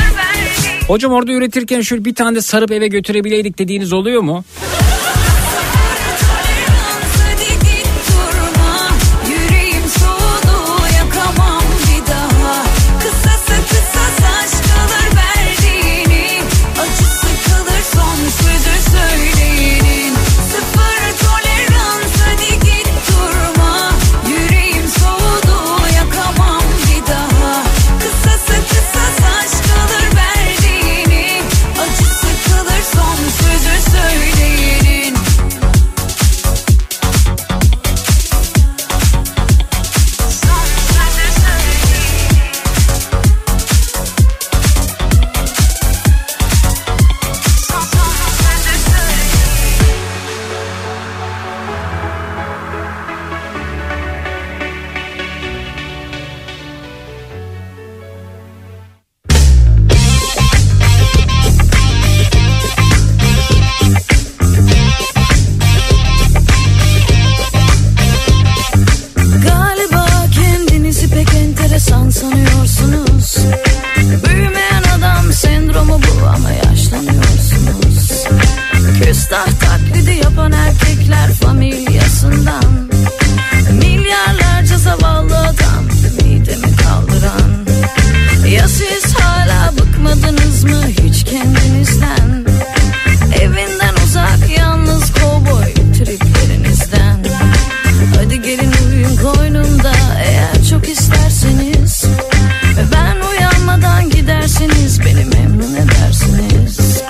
[SPEAKER 3] Hocam orada üretirken şöyle bir tane de sarıp eve götürebileydik dediğiniz oluyor mu?
[SPEAKER 6] Acısı kalır son sözü söyle. Superstar taklidi yapan erkekler familyasından. Milyarlarca zavallı adam midemi kaldıran. Ya siz hala bıkmadınız mı hiç kendinizden? Evinden uzak yalnız kovboy triplerinizden. Hadi gelin uyuyun koynumda eğer çok isterseniz. Ve ben uyanmadan giderseniz beni memnun edersiniz.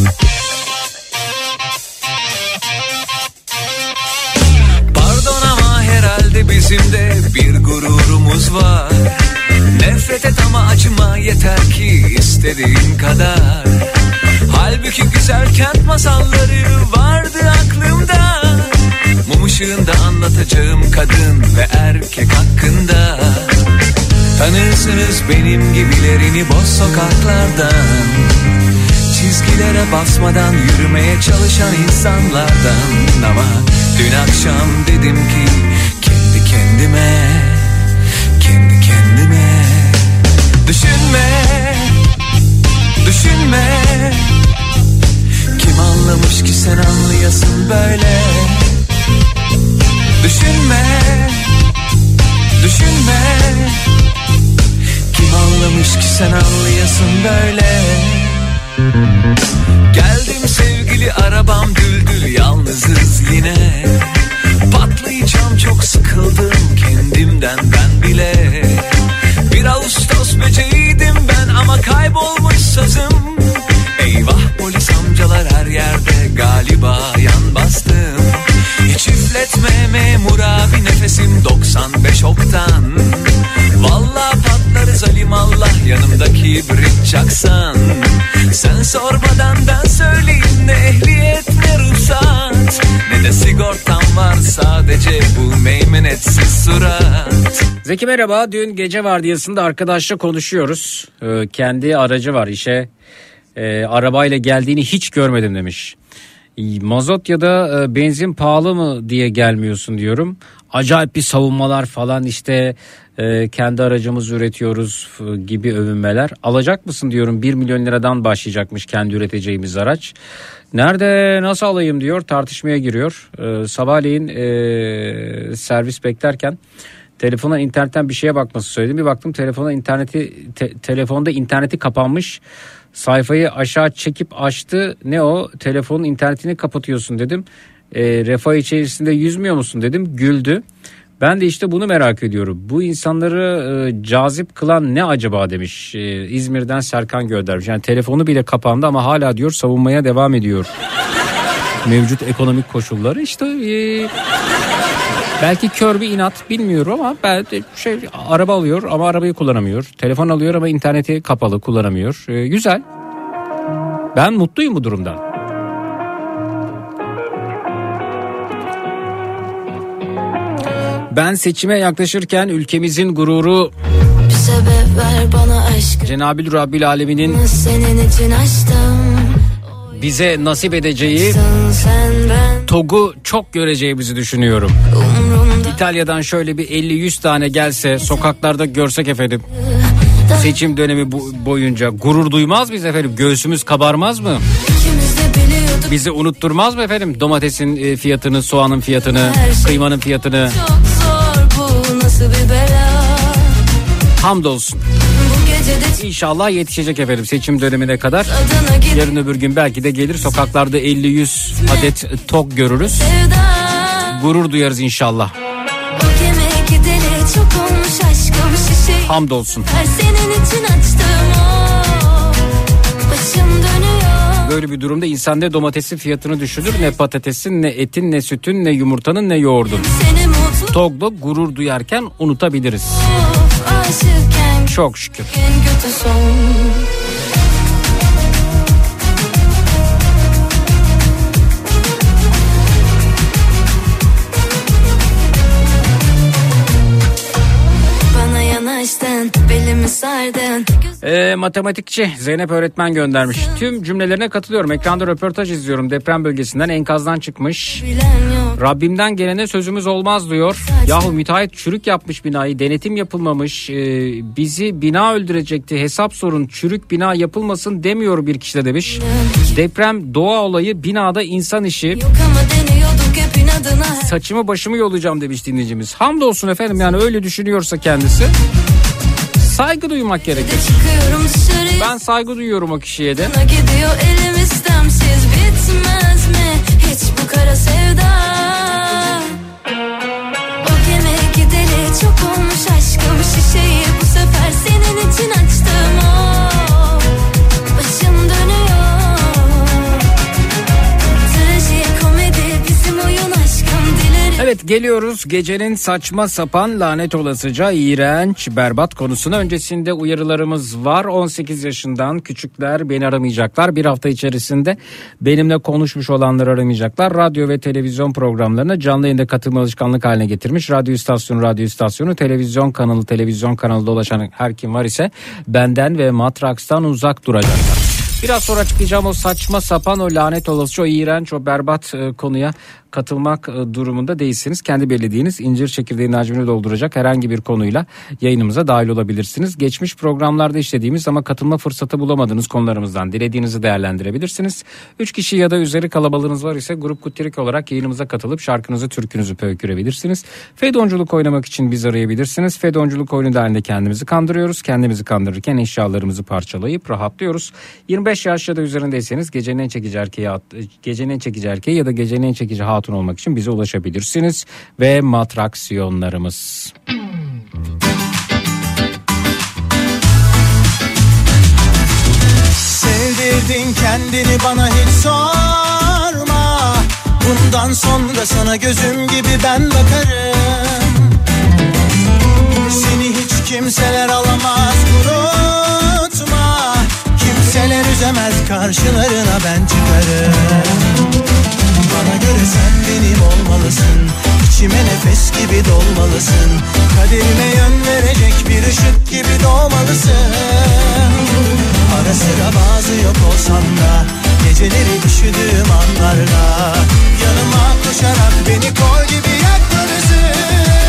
[SPEAKER 4] Pardon ama herhalde bizim de bir gururumuz var. Nefret et ama acıma yeter ki istediğin kadar. Halbuki güzel kent masalları vardı aklımda. Mum ışığında anlatacağım kadın ve erkek hakkında. Tanırsınız benim gibilerini boş sokaklardan. Çizgilere basmadan yürümeye çalışan insanlardan. Ama dün akşam dedim ki kendi kendime, kendi kendime. Düşünme, düşünme. Kim anlamış ki sen anlayasın böyle. Düşünme, düşünme. Kim anlamış ki sen anlayasın böyle. Geldim sevgili arabam düldül yalnızız yine. Patlayacağım çok sıkıldım kendimden ben bile. Bir Ağustos böceğiydim ben ama kaybolmuş sazım. Eyvah polis amcalar her yerde galiba yan bastım. Hiç üfletme memur abi nefesim 95 oktan. Vallahi patlarız alimallah yanımda kibrit çaksan. Sen sormadan ben söyleyeyim ne ehliyet ne ruhsat. Ne de sigortam var sadece bu meymenetsiz surat.
[SPEAKER 3] Zeki merhaba, dün gece vardiyasında arkadaşla konuşuyoruz. Kendi aracı var işe. Arabayla geldiğini hiç görmedim demiş. Mazot ya da benzin pahalı mı diye gelmiyorsun diyorum. Acayip bir savunmalar falan işte kendi aracımızı üretiyoruz gibi övünmeler. Alacak mısın diyorum, 1 milyon liradan başlayacakmış kendi üreteceğimiz araç. Nerede nasıl alayım diyor, tartışmaya giriyor. Sabahleyin servis beklerken telefona internetten bir şeye bakması söyledim. Bir baktım telefonda interneti kapanmış. Sayfayı aşağı çekip açtı. Ne o? Telefonun internetini kapatıyorsun dedim. Refah içerisinde yüzmüyor musun dedim. Güldü. Ben de işte bunu merak ediyorum. Bu insanları cazip kılan ne acaba demiş. İzmir'den Serkan göndermiş. Yani telefonu bile kapandı ama hala diyor savunmaya devam ediyor. Mevcut ekonomik koşulları işte belki kör bir inat bilmiyorum ama belki araba alıyor ama arabayı kullanamıyor. Telefon alıyor ama interneti kapalı kullanamıyor. Güzel. Ben mutluyum bu durumdan. Ben seçime yaklaşırken ülkemizin gururu
[SPEAKER 6] Bir sebep ver bana aşkı.
[SPEAKER 3] Cenab-ı Rabbil Alemin'in
[SPEAKER 6] Senin için açtım.
[SPEAKER 3] bize nasip edeceği
[SPEAKER 6] Sen ben
[SPEAKER 3] TOG'u çok göreceğimizi düşünüyorum.
[SPEAKER 6] umrumda.
[SPEAKER 3] İtalya'dan şöyle bir 50-100 tane gelse sokaklarda görsek efendim. Seçim dönemi boyunca gurur duymaz mıyız efendim? Göğsümüz kabarmaz mı?
[SPEAKER 6] İkimiz de biliyorduk.
[SPEAKER 3] Bizi unutturmaz mı efendim? Domatesin fiyatını, soğanın fiyatını, kıymanın fiyatını.
[SPEAKER 6] Çok zor bu nasıl bir bela.
[SPEAKER 3] Hamdolsun.
[SPEAKER 6] Bu gecede
[SPEAKER 3] İnşallah yetişecek efendim seçim dönemine kadar.
[SPEAKER 6] adına gidip
[SPEAKER 3] Yarın öbür gün belki de gelir sokaklarda 50-100 adet TOG görürüz.
[SPEAKER 6] sevda.
[SPEAKER 3] Gurur duyarız inşallah.
[SPEAKER 6] O gemi gideli çok olmuş aşkım şişeyi.
[SPEAKER 3] Hamdolsun.
[SPEAKER 6] Her senin için açtım o. Başım dönüyor.
[SPEAKER 3] Böyle bir durumda insan ne domatesin fiyatını düşürür, ne patatesin, ne etin, ne sütün, ne yumurtanın, ne yoğurdun.
[SPEAKER 6] Seni mutlu
[SPEAKER 3] TOG'da gurur duyarken unutabiliriz.
[SPEAKER 6] aşıkken
[SPEAKER 3] Çok şükür.
[SPEAKER 6] en kötü son. Bana yanaştın, belimi gösterdin.
[SPEAKER 3] Matematikçi Zeynep öğretmen göndermiş. Tüm cümlelerine katılıyorum. Ekranda röportaj izliyorum. Deprem bölgesinden enkazdan çıkmış. Rabbimden gelene sözümüz olmaz diyor. Yahu müteahhit çürük yapmış binayı. Denetim yapılmamış. Bizi bina öldürecekti. Hesap sorun. Çürük bina yapılmasın demiyor bir kişi de demiş. Deprem doğa olayı, binada insan işi. Saçımı başımı yolacağım demiş dinleyicimiz. Hamdolsun efendim, yani öyle düşünüyorsa kendisi. Saygı duymak gerekir. Ben saygı duyuyorum o kişiye de.
[SPEAKER 6] Gidiyor elim istemsiz, bitmez mi hiç bu kara sevda? O gemi gideli çok olmuş aşkım, şişeyi bu sefer senin için açtım. Oh, başım dönüyor. Trajikomedi bizim oyun aşkım, dilerim.
[SPEAKER 3] Evet, geliyoruz gecenin saçma sapan, lanet olasıca, iğrenç, berbat konusuna. Öncesinde uyarılarımız var. 18 yaşından küçükler beni aramayacaklar. Bir hafta içerisinde benimle konuşmuş olanları aramayacaklar. Radyo ve televizyon programlarına canlı yayında katılma alışkanlık haline getirmiş. Radyo istasyonu, televizyon kanalı dolaşan her kim var ise benden ve Matraks'tan uzak duracaklar. Biraz sonra açıklayacağım o saçma sapan, o lanet olası, o iğrenç, o berbat konuya katılmak durumunda değilsiniz. Kendi belirlediğiniz incir çekirdeğinin hacmini dolduracak herhangi bir konuyla yayınımıza dahil olabilirsiniz. Geçmiş programlarda işlediğimiz ama katılma fırsatı bulamadığınız konularımızdan dilediğinizi değerlendirebilirsiniz. 3 kişi ya da üzeri kalabalığınız var ise grup kutirik olarak yayınımıza katılıp şarkınızı, türkünüzü pöykürebilirsiniz. Fedonculuk oynamak için bizi arayabilirsiniz. Fedonculuk oyunu halinde kendimizi kandırıyoruz. Kendimizi kandırırken eşyalarımızı parçalayıp rahatlıyoruz. 25 yaş ya da üzerindeyseniz gecenin en çekici erkeği ya da gecenin en çekici hatun olmak için bize ulaşabilirsiniz. Ve matraksiyonlarımız.
[SPEAKER 7] Sevdirdin kendini, bana hiç sorma. Bundan sonra sana gözüm gibi ben bakarım. Seni hiç kimseler alamaz, unutma. Kimseler üzemez, karşılarına ben çıkarım. Bana göre sen benim olmalısın. İçime nefes gibi dolmalısın. Kaderime yön verecek bir ışık gibi doğmalısın. Ara sıra bazı yok olsam da, geceleri üşüdüğüm anlarda yanıma koşarak beni kol gibi yakmalısın.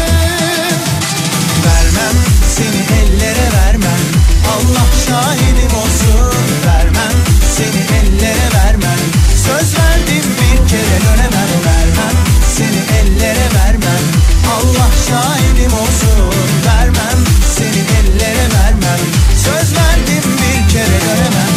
[SPEAKER 7] Vermem seni ellere, vermem. Allah şahidim olsun. Vermem seni ellere, vermem. Söz verdim, bir kere dönemem. Vermem seni ellere, vermem. Allah şahidim olsun. Vermem seni ellere, vermem. Söz verdim, bir kere dönemem.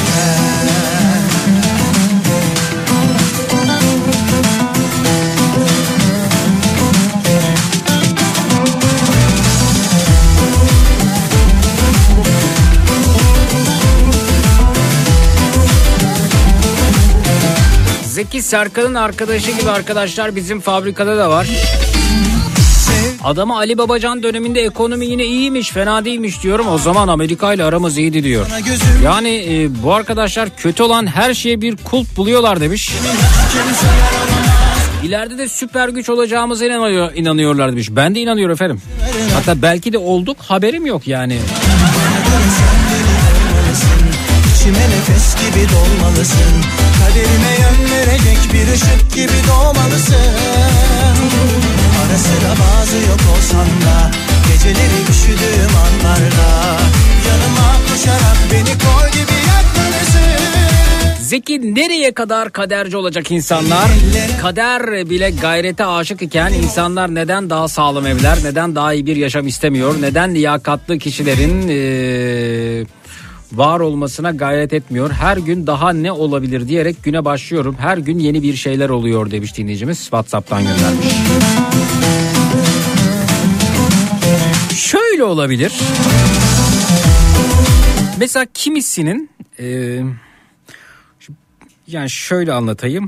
[SPEAKER 3] Zeki Serkan'ın arkadaşı gibi arkadaşlar bizim fabrikada da var. Adama Ali Babacan döneminde ekonomi yine iyiymiş, fena değilmiş diyorum. O zaman Amerika ile aramız iyiydi diyor. Yani bu arkadaşlar kötü olan her şeye bir kulp buluyorlar demiş. İleride de süper güç olacağımıza inanıyorlar demiş. Ben de inanıyorum efendim. Hatta belki de olduk, haberim yok yani.
[SPEAKER 7] İçime nefes gibi dolmalısın. Kaderime yön verecek bir ışık gibi doğmalısın. Ara sıra bazı yok olsam da, geceleri üşüdüğüm anlarda yanıma koşarak beni kol gibi yakmalısın.
[SPEAKER 3] Zeki, nereye kadar kaderci olacak insanlar? Kader bile gayrete aşık iken insanlar neden daha sağlam evler, neden daha iyi bir yaşam istemiyor? Neden liyakatlı kişilerin var olmasına gayret etmiyor? Her gün daha ne olabilir diyerek güne başlıyorum. Her gün yeni bir şeyler oluyor demiş dinleyicimiz. WhatsApp'tan göndermiş. Şöyle olabilir. Mesela kimisinin yani şöyle anlatayım.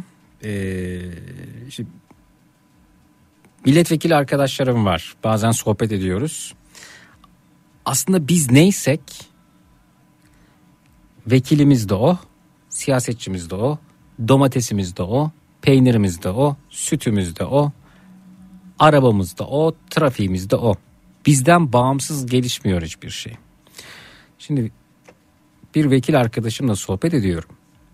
[SPEAKER 3] Milletvekili arkadaşlarım var. Bazen sohbet ediyoruz. Aslında biz neysek vekilimiz de o, siyasetçimiz de o, domatesimiz de o, peynirimiz de o, sütümüz de o, arabamız da o, trafiğimiz de o. Bizden bağımsız gelişmiyor hiçbir şey. Şimdi bir vekil arkadaşımla sohbet ediyorum.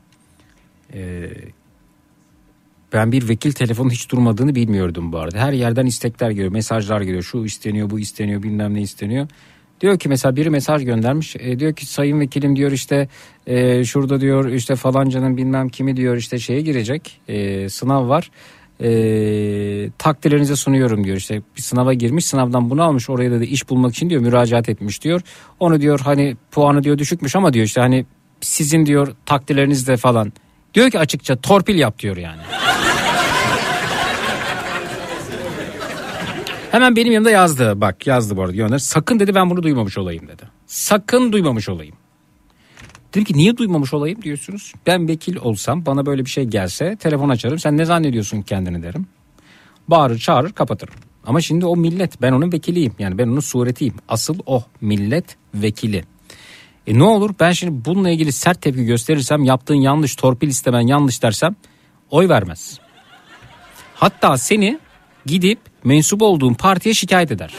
[SPEAKER 3] Ben bir vekil telefonun hiç durmadığını bilmiyordum bu arada. Her yerden istekler geliyor, mesajlar geliyor. Şu isteniyor, bu isteniyor, bilmem ne isteniyor. Diyor ki mesela biri mesaj göndermiş. Diyor ki sayın vekilim diyor işte şurada diyor işte falancanın bilmem kimi diyor işte şeye girecek. Sınav var. Takdirlerinize sunuyorum diyor. İşte bir sınava girmiş, sınavdan bunu almış, oraya da iş bulmak için diyor müracaat etmiş diyor. Onu diyor hani puanı diyor düşükmüş ama diyor işte hani sizin diyor takdirlerinizde falan. Diyor ki açıkça torpil yap diyor yani. Hemen benim yanımda yazdı. Bak yazdı bu arada gönder. Sakın dedi ben bunu duymamış olayım dedi. Sakın duymamış olayım. Dedim ki niye duymamış olayım diyorsunuz. Ben vekil olsam bana böyle bir şey gelse telefon açarım. Sen ne zannediyorsun kendini derim. Bağırır çağırır kapatırım. Ama şimdi o millet, ben onun vekiliyim. Yani ben onun suretiyim. Asıl o millet vekili. Ne olur ben şimdi bununla ilgili sert tepki gösterirsem, yaptığın yanlış, torpil istemen yanlış dersem oy vermez. Hatta seni gidip mensup olduğun partiye şikayet eder.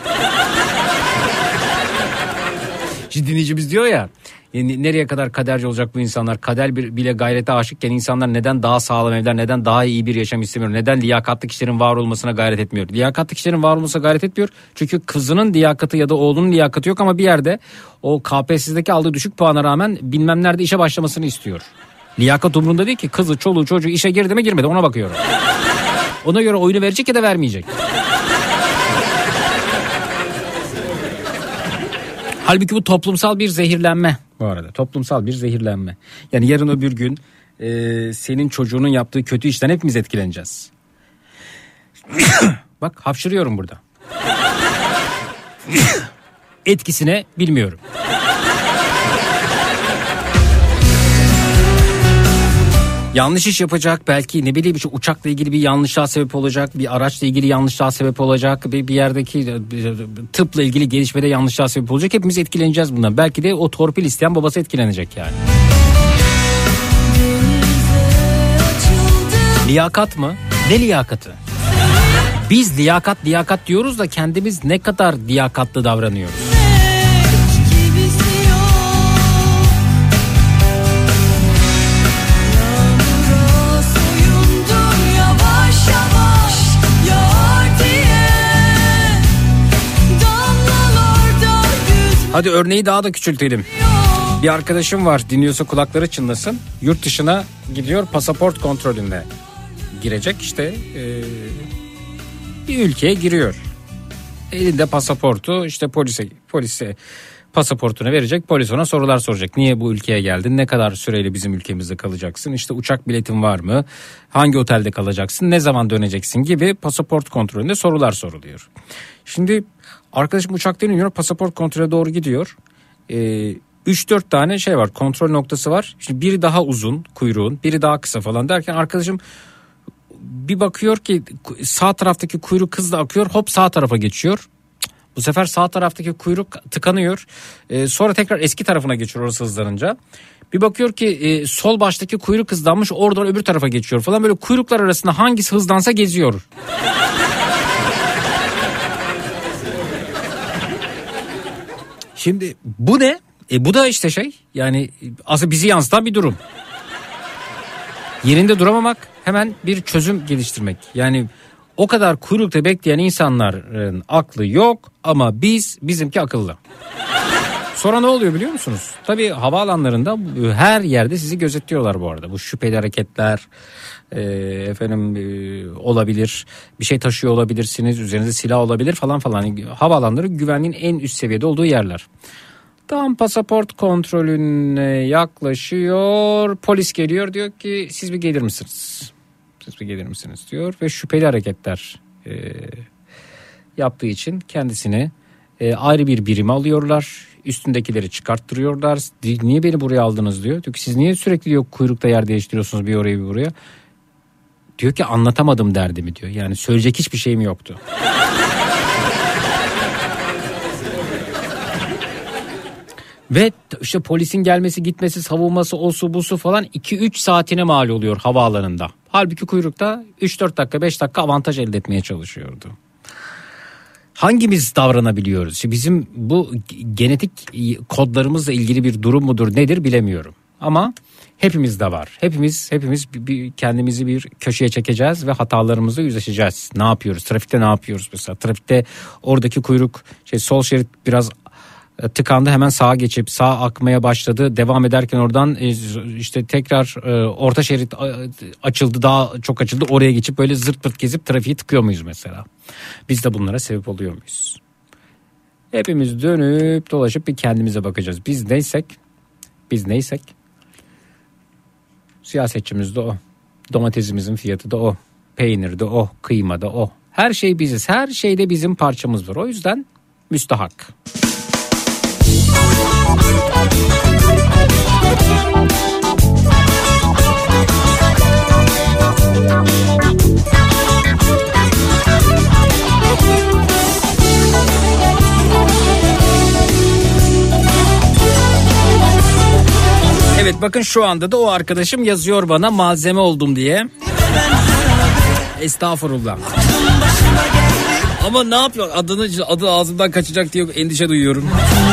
[SPEAKER 3] Şimdi dinleyicimiz diyor ya, nereye kadar kaderci olacak bu insanlar? Kader bile gayrete aşıkken insanlar neden daha sağlam evler, neden daha iyi bir yaşam istemiyor? Neden liyakatlı kişilerin var olmasına gayret etmiyor? Liyakatlı kişilerin var olmasına gayret etmiyor. Çünkü kızının liyakatı ya da oğlunun liyakatı yok ama bir yerde o KPSS'deki aldığı düşük puana rağmen bilmem nerede işe başlamasını istiyor. Liyakat umurunda değil ki, kızı, çoluğu, çocuğu işe girdi mi girmedi ona bakıyor. Ona göre oyunu verecek ya da vermeyecek. Halbuki bu toplumsal bir zehirlenme bu arada. Toplumsal bir zehirlenme. Yani yarın öbür gün senin çocuğunun yaptığı kötü işten hepimiz etkileneceğiz. Bak hapşırıyorum burada. Etkisine bilmiyorum. Yanlış iş yapacak, belki ne bileyim işte uçakla ilgili bir yanlışlığa sebep olacak, bir araçla ilgili yanlışlığa sebep olacak, bir yerdeki tıpla ilgili gelişmede yanlışlığa sebep olacak. Hepimiz etkileneceğiz bundan. Belki de o torpil isteyen babası etkilenecek yani. Liyakat mı? Ne liyakatı? Biz liyakat diyoruz da kendimiz ne kadar liyakatlı davranıyoruz? Hadi örneği daha da küçültelim. Bir arkadaşım var, dinliyorsa kulakları çınlasın. Yurt dışına gidiyor, pasaport kontrolünde girecek işte bir ülkeye giriyor. Elinde pasaportu işte polise pasaportunu verecek. Polis ona sorular soracak. Niye bu ülkeye geldin? Ne kadar süreyle bizim ülkemizde kalacaksın? İşte uçak biletin var mı? Hangi otelde kalacaksın? Ne zaman döneceksin gibi pasaport kontrolünde sorular soruluyor. Şimdi arkadaşım uçaktan iniyor, pasaport kontrole doğru gidiyor. 3-4 tane şey var, kontrol noktası var. Şimdi biri daha uzun kuyruğun, biri daha kısa falan derken arkadaşım bir bakıyor ki sağ taraftaki kuyruk hızla akıyor, hop sağ tarafa geçiyor. Bu sefer sağ taraftaki kuyruk tıkanıyor. Sonra tekrar eski tarafına geçiyor orası hızlanınca. Bir bakıyor ki sol baştaki kuyruk hızlanmış, oradan öbür tarafa geçiyor falan. Böyle kuyruklar arasında hangisi hızlansa geziyor. Şimdi bu ne? Bu da işte şey, yani aslında bizi yansıtan bir durum. Yerinde duramamak, hemen bir çözüm geliştirmek. Yani o kadar kuyrukta bekleyen insanların aklı yok ama bizimki akıllı. Sonra ne oluyor biliyor musunuz? Tabii havaalanlarında her yerde sizi gözetliyorlar bu arada. Bu şüpheli hareketler olabilir. Bir şey taşıyor olabilirsiniz. Üzerinizde silah olabilir falan falan. Havaalanları güvenliğin en üst seviyede olduğu yerler. Tam pasaport kontrolüne yaklaşıyor. Polis geliyor, diyor ki siz bir gelir misiniz? Siz bir gelir misiniz diyor ve şüpheli hareketler yaptığı için kendisini ayrı bir birime alıyorlar. Üstündekileri çıkarttırıyorlar. Niye beni buraya aldınız diyor. Diyor ki siz niye sürekli diyor kuyrukta yer değiştiriyorsunuz bir oraya bir buraya. Diyor ki anlatamadım derdimi diyor. Yani söyleyecek hiçbir şeyim yoktu. Ve işte polisin gelmesi gitmesi savunması osu busu falan 2-3 saatine mal oluyor havaalanında. Halbuki kuyrukta 3-4 dakika 5 dakika avantaj elde etmeye çalışıyordu. hangimiz davranabiliyoruz? Şimdi bizim bu genetik kodlarımızla ilgili bir durum mudur nedir bilemiyorum. Ama hepimizde var. Hepimiz kendimizi bir köşeye çekeceğiz ve hatalarımızla yüzleşeceğiz. Ne yapıyoruz? Trafikte ne yapıyoruz mesela? Trafikte oradaki kuyruk sol şerit biraz tıkandı, hemen sağa geçip sağ akmaya başladı. Devam ederken oradan işte tekrar orta şerit açıldı, daha çok açıldı. Oraya geçip böyle zırt pırt gezip trafiği tıkıyor muyuz mesela? Biz de bunlara sebep oluyor muyuz? Hepimiz dönüp dolaşıp bir kendimize bakacağız. Biz neysek siyasetçimiz de o. Domatesimizin fiyatı da o. Peynir de o. Kıyma da o. Her şey biziz. Her şeyde bizim parçamız var. O yüzden müstahak. Evet, bakın şu anda da o arkadaşım yazıyor bana malzeme oldum diye. Estağfurullah. Ama ne yapıyor? Adı ağzımdan kaçacak diye endişe duyuyorum.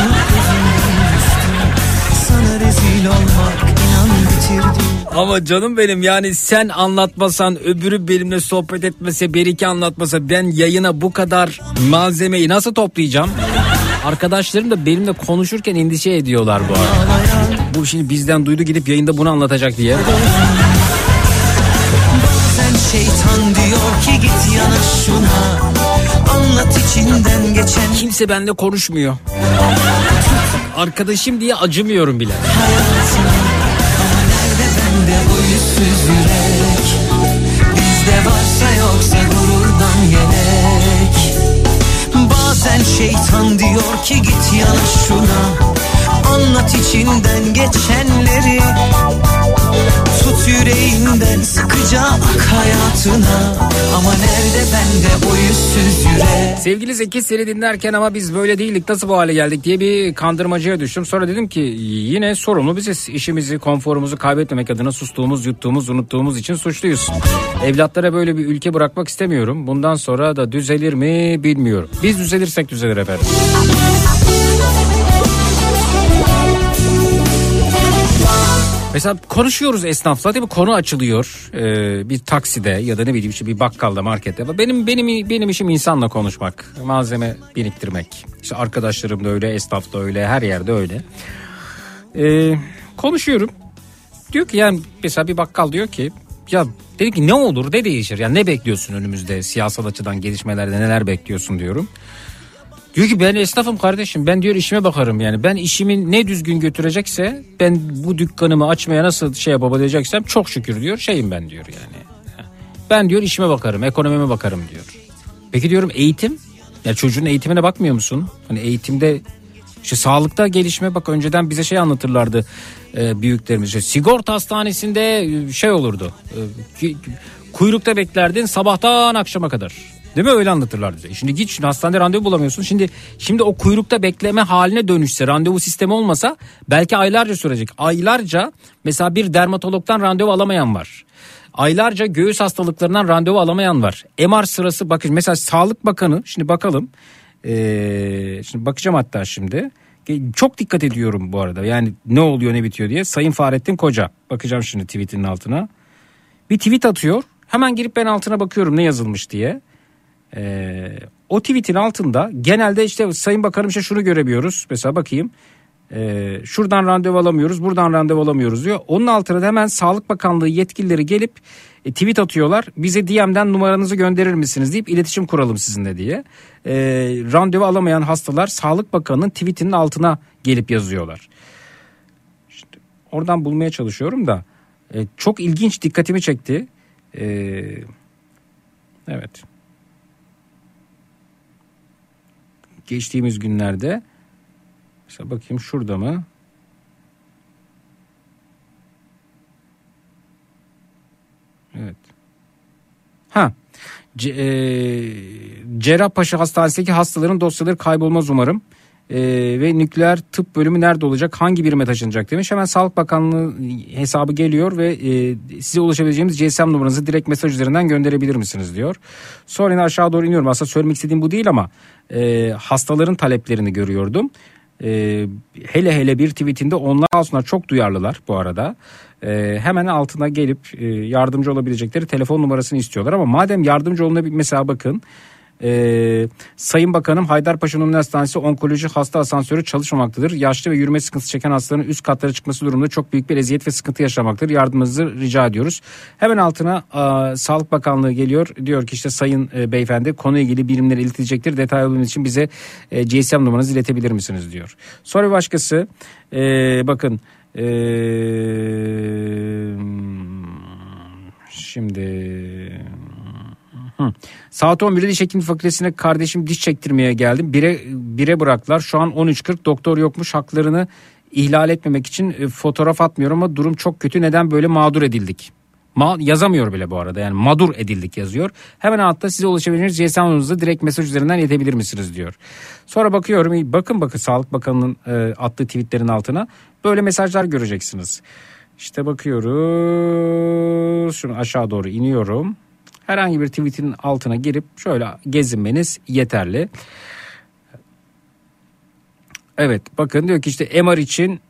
[SPEAKER 7] Sana rezil olmak inan bitirdi.
[SPEAKER 3] Ama canım benim, yani sen anlatmasan, öbürü benimle sohbet etmese, Beriki anlatmasa ben yayına bu kadar malzemeyi nasıl toplayacağım? Arkadaşlarım da benimle konuşurken endişe ediyorlar bu arada. Bu şimdi bizden duydu, gidip yayında bunu anlatacak diye.
[SPEAKER 7] Bazen şeytan diyor ki git yana şuna, anlat içinden geçen.
[SPEAKER 3] Kimse benimle konuşmuyor. Arkadaşım diye acımıyorum bile.
[SPEAKER 7] Hayatım ama nerede bende o yüzsüz yürek? Bizde varsa yoksa gururdan yelek. Bazen şeytan diyor ki git yana şuna, anlat içinden geçenleri. Tut yüreğinden sıkıca ak hayatına, ama nerede bende o yüzsüz yürek?
[SPEAKER 3] Sevgili Zeki, seni dinlerken ama biz böyle değildik, nasıl bu hale geldik diye bir kandırmacaya düştüm. Sonra dedim ki yine sorumlu biziz. İşimizi, konforumuzu kaybetmemek adına sustuğumuz, yuttuğumuz, unuttuğumuz için suçluyuz. Evlatlara böyle bir ülke bırakmak istemiyorum. Bundan sonra da düzelir mi bilmiyorum. Biz düzelirsek düzelir efendim. Mesela konuşuyoruz esnafla, değil mi? Konu açılıyor bir takside ya da ne bileyim işte bir bakkalda, markette. Benim işim insanla konuşmak, malzeme biriktirmek. İşte arkadaşlarım da öyle, esnaf da öyle, her yerde öyle. Konuşuyorum. Diyor ki, yani mesela bir bakkal diyor ki, ya dedim ki ne olur, ne değişir? Yani ne bekliyorsun önümüzde siyasal açıdan gelişmelerde, neler bekliyorsun diyorum. Diyor ki ben esnafım kardeşim, ben diyor işime bakarım, yani ben işimi ne düzgün götürecekse, ben bu dükkanımı açmaya nasıl yapabileceksem çok şükür diyor şeyim ben diyor yani. Ben diyor işime bakarım, ekonomime bakarım diyor. Peki diyorum eğitim? Ya çocuğun eğitimine bakmıyor musun? Hani eğitimde işte sağlıkta gelişme, bak önceden bize anlatırlardı büyüklerimiz. İşte sigorta hastanesinde olurdu. Kuyrukta beklerdin sabahtan akşama kadar. Değil mi? Öyle anlatırlar bize. Şimdi git, şimdi hastanede randevu bulamıyorsun. Şimdi o kuyrukta bekleme haline dönüşse, randevu sistemi olmasa belki aylarca sürecek. Aylarca mesela bir dermatologdan randevu alamayan var. Aylarca göğüs hastalıklarından randevu alamayan var. MR sırası, bakın mesela Sağlık Bakanı, şimdi bakalım. Şimdi bakacağım hatta şimdi. Çok dikkat ediyorum bu arada. Yani ne oluyor ne bitiyor diye. Sayın Fahrettin Koca. Bakacağım şimdi tweetinin altına. Bir tweet atıyor. Hemen girip ben altına bakıyorum ne yazılmış diye. O tweetin altında genelde işte Sayın Bakanım işte şunu görebiliyoruz. Mesela bakayım. Şuradan randevu alamıyoruz, buradan randevu alamıyoruz diyor. Onun altına da hemen Sağlık Bakanlığı yetkilileri gelip tweet atıyorlar. Bize DM'den numaranızı gönderir misiniz deyip iletişim kuralım sizinle diye. Randevu alamayan hastalar Sağlık Bakanı'nın tweetinin altına gelip yazıyorlar. İşte oradan bulmaya çalışıyorum da çok ilginç, dikkatimi çekti. Evet. Geçtiğimiz günlerde mesela bakayım şurada mı? Evet. Cerrahpaşa Hastanesi'ndeki hastaların dosyaları kaybolmaz umarım. Ve nükleer tıp bölümü nerede olacak, hangi birime taşınacak demiş. Hemen Sağlık Bakanlığı hesabı geliyor ve size ulaşabileceğimiz GSM numaranızı direkt mesaj üzerinden gönderebilir misiniz diyor. Sonra yine aşağı doğru iniyorum. Aslında söylemek istediğim bu değil ama hastaların taleplerini görüyordum. Hele bir tweetinde onlar aslında çok duyarlılar bu arada. Hemen altına gelip yardımcı olabilecekleri telefon numarasını istiyorlar. Ama madem yardımcı olunabilir, mesela bakın. Sayın Bakanım, Haydarpaşa Numune Hastanesi onkoloji hasta asansörü çalışmamaktadır. Yaşlı ve yürüme sıkıntısı çeken hastaların üst katlara çıkması durumunda çok büyük bir eziyet ve sıkıntı yaşamaktadır. Yardımınızı rica ediyoruz. Hemen altına Sağlık Bakanlığı geliyor. Diyor ki işte sayın beyefendi, konuyla ilgili birimlere iletilecektir. Detaylı bilgi için bize GSM numaranızı iletebilir misiniz diyor. Sonra bir başkası bakın şimdi... Saat 11'de diş hekimliği fakültesine kardeşim diş çektirmeye geldim. Bire bıraktılar. Şu an 13.40, doktor yokmuş. Haklarını ihlal etmemek için fotoğraf atmıyorum ama durum çok kötü. Neden böyle mağdur edildik? Yazamıyor bile bu arada, yani mağdur edildik yazıyor. Hemen altta size ulaşabileceğiniz GSM numaranızı direkt mesaj üzerinden iletebilir misiniz diyor. Sonra bakıyorum, bakın Sağlık Bakanı'nın attığı tweetlerin altına böyle mesajlar göreceksiniz. İşte bakıyoruz, şunu aşağı doğru iniyorum. Herhangi bir tweetin altına girip şöyle gezinmeniz yeterli. Evet, bakın diyor ki işte MR için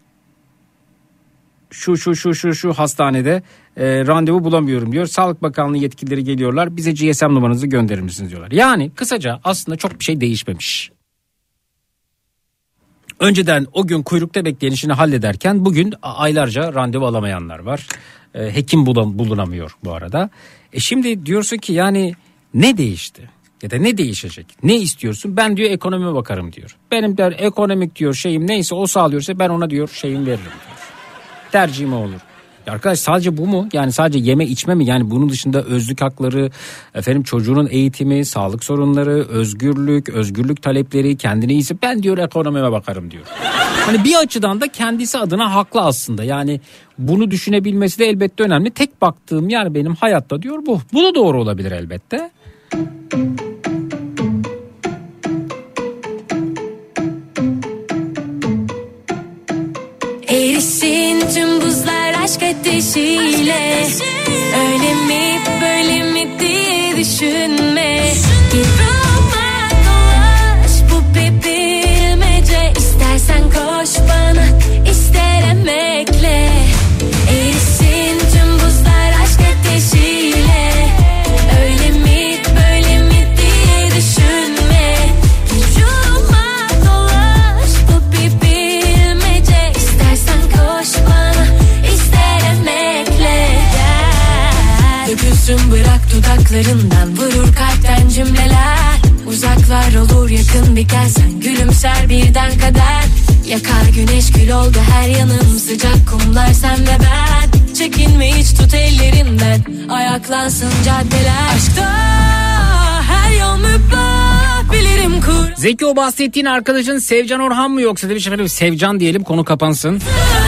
[SPEAKER 3] şu hastanede randevu bulamıyorum diyor. Sağlık Bakanlığı yetkilileri geliyorlar. Bize GSM numaranızı gönderir misiniz diyorlar. Yani kısaca aslında çok bir şey değişmemiş. Önceden o gün kuyrukta bekleyen işini hallederken bugün aylarca randevu alamayanlar var. Hekim bulunamıyor bu arada. Şimdi diyorsun ki yani ne değişti? Ya da ne değişecek? Ne istiyorsun? Ben diyor ekonomime bakarım diyor. Benim der ekonomik diyor şeyim neyse o sağlıyorsa ben ona diyor şeyim veririm diyor. Tercihim olur. Ya arkadaş, sadece bu mu? Yani sadece yeme içme mi? Yani bunun dışında özlük hakları, çocuğunun eğitimi, sağlık sorunları, özgürlük talepleri, kendine iyisi, ben diyor ekonomime bakarım diyor. Hani bir açıdan da kendisi adına haklı aslında. Yani bunu düşünebilmesi de elbette önemli. Tek baktığım yer benim hayatta diyor bu. Bu da doğru olabilir elbette.
[SPEAKER 8] Erisin tüm buzlar aşk ateşiyle. Öyle mi böyle mi diye düşünme. Gir ruhuma dolaş bu bir bilmece. İstersen koş bana, ister emekle. Erisin tüm buzlar aşk ateşiyle. Öyle mi böyle mi diye düşünme. Gir ruhuma dolaş bu bir bilmece. İstersen koş bana, ister emekle. Dökülsün bırak dudaklarından, vurur kalpten cümleler. Uzaklar olur yakın bir gelsen, gülümser birden kader. Yakar güneş kül oldu her yanım, sıcak kumlar sen ve ben. Çekinme hiç tut ellerimden, ayaklansın caddeler. Aşkta her yol mübah, bilirim kur.
[SPEAKER 3] Zeki, o bahsettiğin arkadaşın Sevcan Orhan mı yoksa demiş efendim, Sevcan diyelim konu kapansın.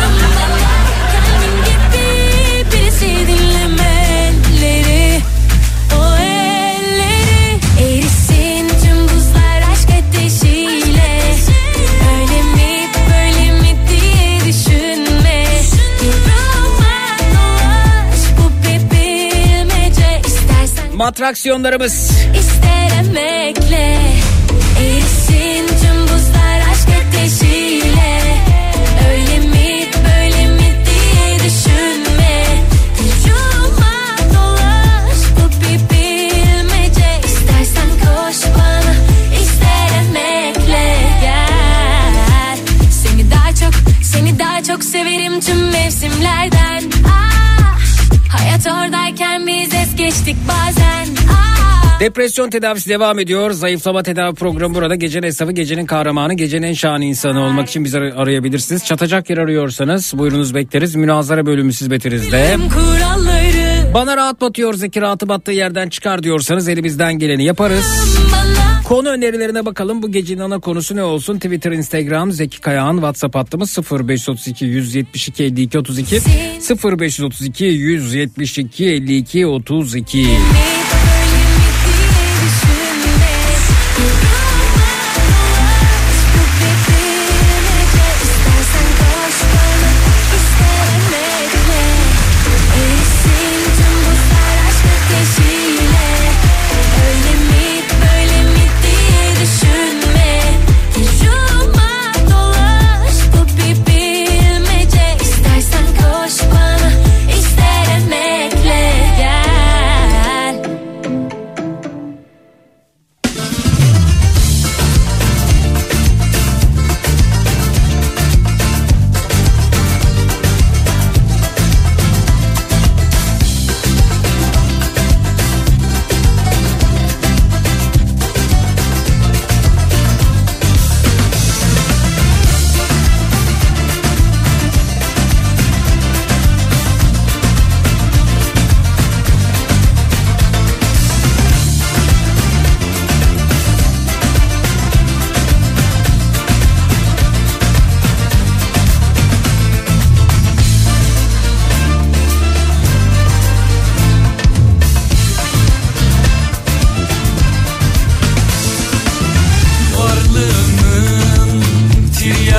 [SPEAKER 3] Atraksiyonlarımız.
[SPEAKER 8] İster emekle, erisin tüm buzlar aşk ateşiyle. Öyle mi böyle mi diye düşünme. Ruhuma dolaş bu bir bilmece. İstersen koş bana, ister emekle. Gel seni daha çok severim tüm mevsimlerden. Hayat oradayken biz es geçtik bazen.
[SPEAKER 3] Depresyon tedavisi devam ediyor. Zayıflama tedavi programı burada. Gecenin esnafı, gecenin kahramanı, gecenin en şahane insanı olmak için bizi arayabilirsiniz. Çatacak yer arıyorsanız buyurunuz, bekleriz. Münazara bölümü hizmetinizde. Bana rahat batıyor, Zeki rahatı battığı yerden çıkar diyorsanız elimizden geleni yaparız. Konu önerilerine bakalım. Bu gecenin ana konusu ne olsun? Twitter, Instagram, Zeki Kayağan, WhatsApp hattımız 0532 172 52 32 0532 172 52 32.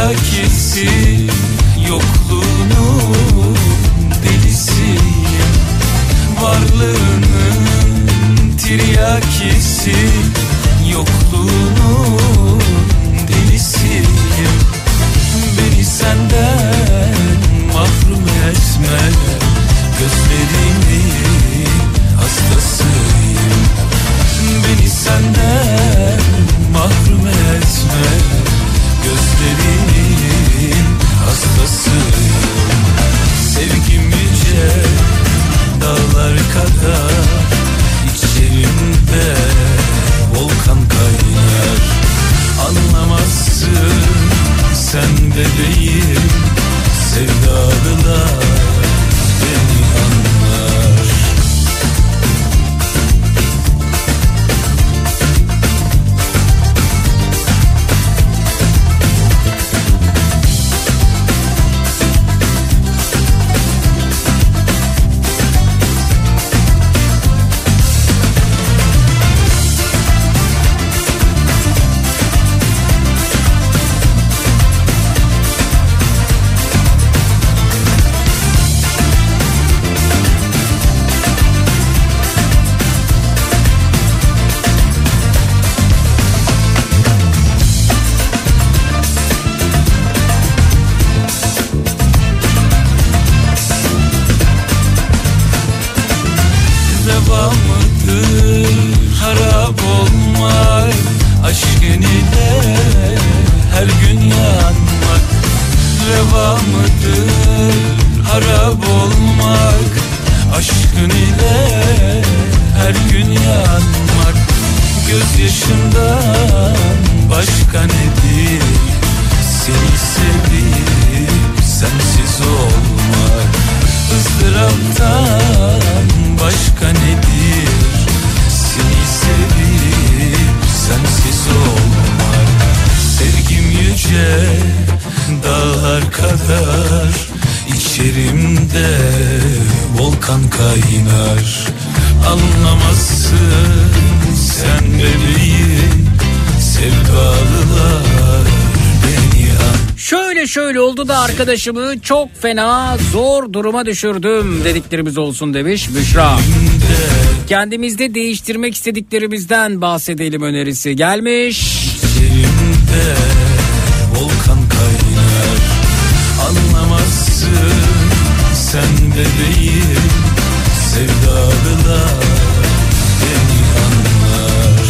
[SPEAKER 4] tiryakisi, yokluğunun delisiyim. Varlığının tiryakisi, yokluğunun delisiyim. Beni senden mahrum etme, gözlerimin hastasıyım. Beni senden mahrum etme, gözlerimin hastasıyım. Sevgim yüce dağlar kadar, içerimde volkan kaynar. Anlamazsın sen bebeğim, sevdalılar beni anlar. Harap olmak, aşkın ile her gün yanmak. Reva mıdır harap olmak, aşkın ile her gün yanmak. Gözyaşımdan başka nedir, seni sevip sensiz olmak. Izdıraptan başka nedir, seni sevip sensiz olmak. Sevgim yüce dağlar kadar, içerimde volkan kaynar. Anlamazsın sen bebeğim, sevdalılar beni an.
[SPEAKER 3] Şöyle oldu da arkadaşımı çok fena zor duruma düşürdüm dediklerimiz olsun demiş Büşra. Kendimizde değiştirmek istediklerimizden bahsedelim önerisi gelmiş.
[SPEAKER 4] İçerimde volkan kaynar. Anlamazsın sen bebeğim, sevdalılar beni anlar.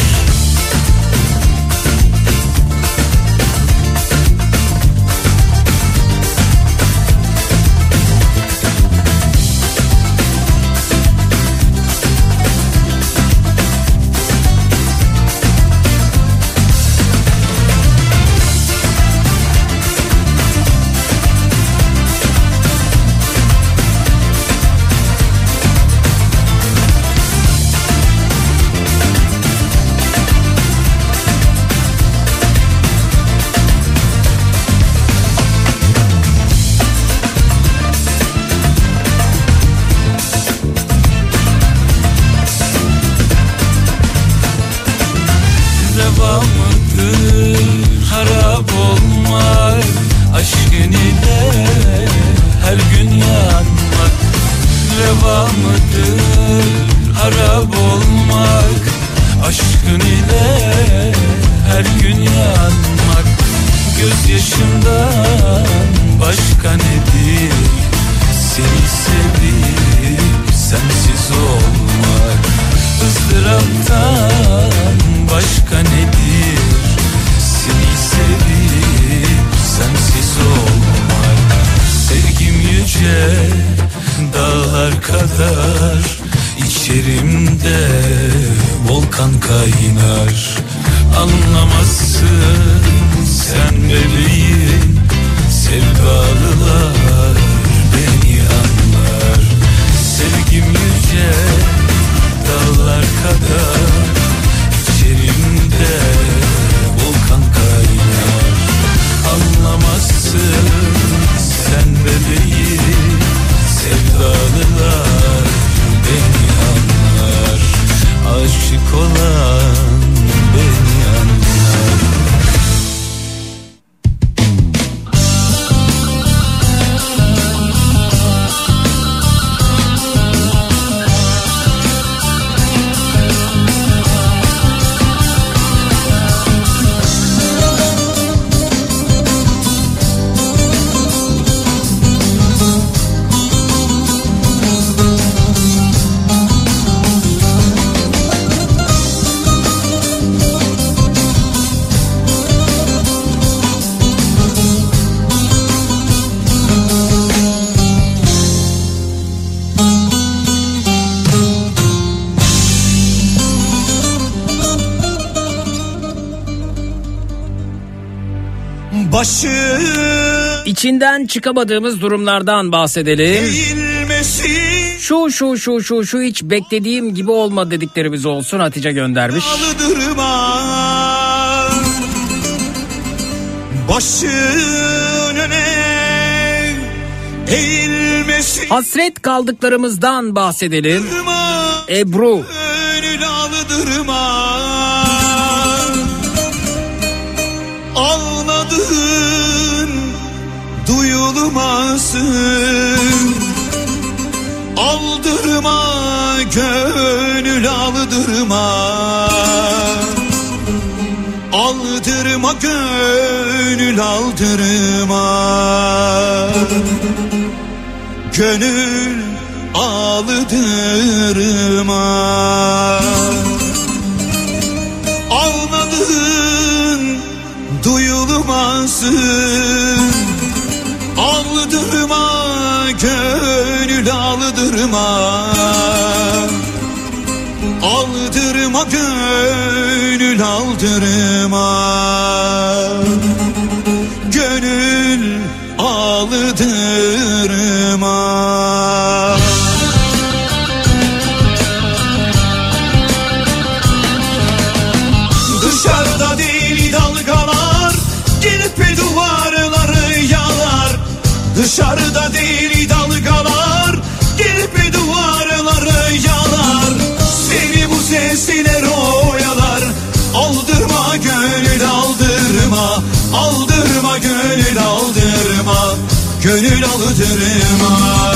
[SPEAKER 4] Harap olmak, aşkın ile her gün yanmak. Reva mıdır harap olmak, aşkın ile her gün yanmak. Gözyaşımdan başka nedir, seni sevip sensiz olmak. Izdıraptan başka nedir, seni sevip sensiz olmak. Sevgim yüce dağlar kadar, içerimde volkan kaynar. Anlamazsın sen bebeğim, sevdalılar beni anlar. Sevgim yüce dağlar kadar, içerimde volkan kaynar. Anlamazsın sen bebeğim, sevdalılar beni anlar. Aşık olan beni anlar.
[SPEAKER 5] Başın
[SPEAKER 3] İçinden çıkamadığımız durumlardan bahsedelim.
[SPEAKER 5] eğilmesin
[SPEAKER 3] Şu hiç beklediğim gibi olmadı dediklerimiz olsun. Hatice göndermiş.
[SPEAKER 5] aldırma. Başın öne eğilmesin
[SPEAKER 3] Hasret kaldıklarımızdan bahsedelim. Ebru.
[SPEAKER 5] gönül aldırma. Ağladığın duyulmasın. Aldırma gönül aldırma. Aldırma gönül aldırma. Gönül aldırma. Ağladığın duyulmasın. Aldırma gönül aldırma. Aldırma gönül aldırma. Gönül aldırma. Dışarıda deli dalgalar gelip duvarları yalar. Dışarıda deli dalgalar gelip duvarları yalar. Seni bu sesler oyalar. Aldırma gönül aldırma. Aldırma gönül aldırma. Gönül aldırma.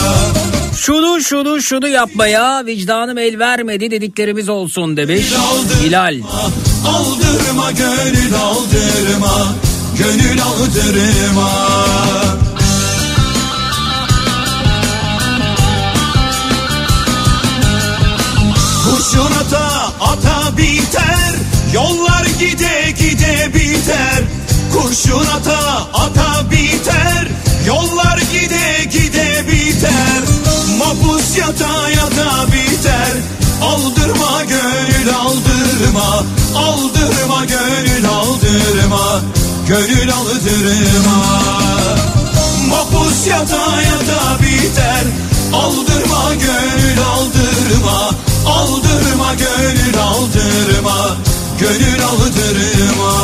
[SPEAKER 3] Şunu yapmaya vicdanım el vermedi dediklerimiz olsun demiş Hilal.
[SPEAKER 5] Aldırma gönül aldırma. Gönül aldırma. Kurşun ata biter. Yollar gide biter. Kurşun ata biter. Yollar gide biter. Mapus yata biter. Aldırma gönül aldırma. Aldırma gönül aldırma. Gönül aldırma. Mapus yata biter. Aldırma gönül aldırma. Aldırma gönül aldırma. Gönül aldırma.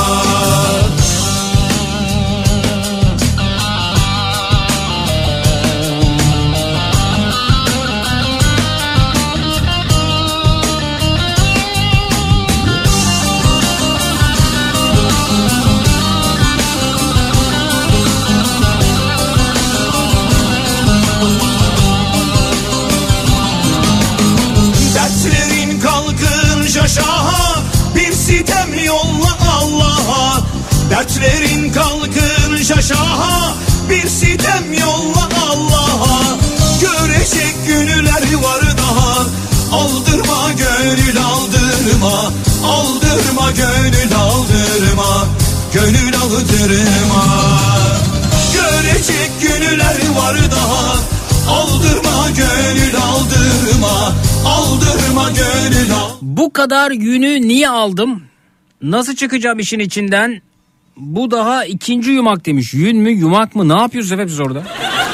[SPEAKER 5] Dertlerin kalkınca şaha, bir sitem yolla Allah'a. Dertlerin kalkınca şaha, bir sitem yolla Allah'a. Görecek günler var daha. Aldırma gönül aldırma. Aldırma gönül aldırma. Gönül aldırma. Görecek günler var daha. Aldırma gönül aldırma. Aldırma gönül aldırma.
[SPEAKER 3] Bu kadar yünü niye aldım? Nasıl çıkacağım işin içinden? Bu daha ikinci yumak demiş. Yün mü yumak mı? Ne yapıyoruz hep biz orada?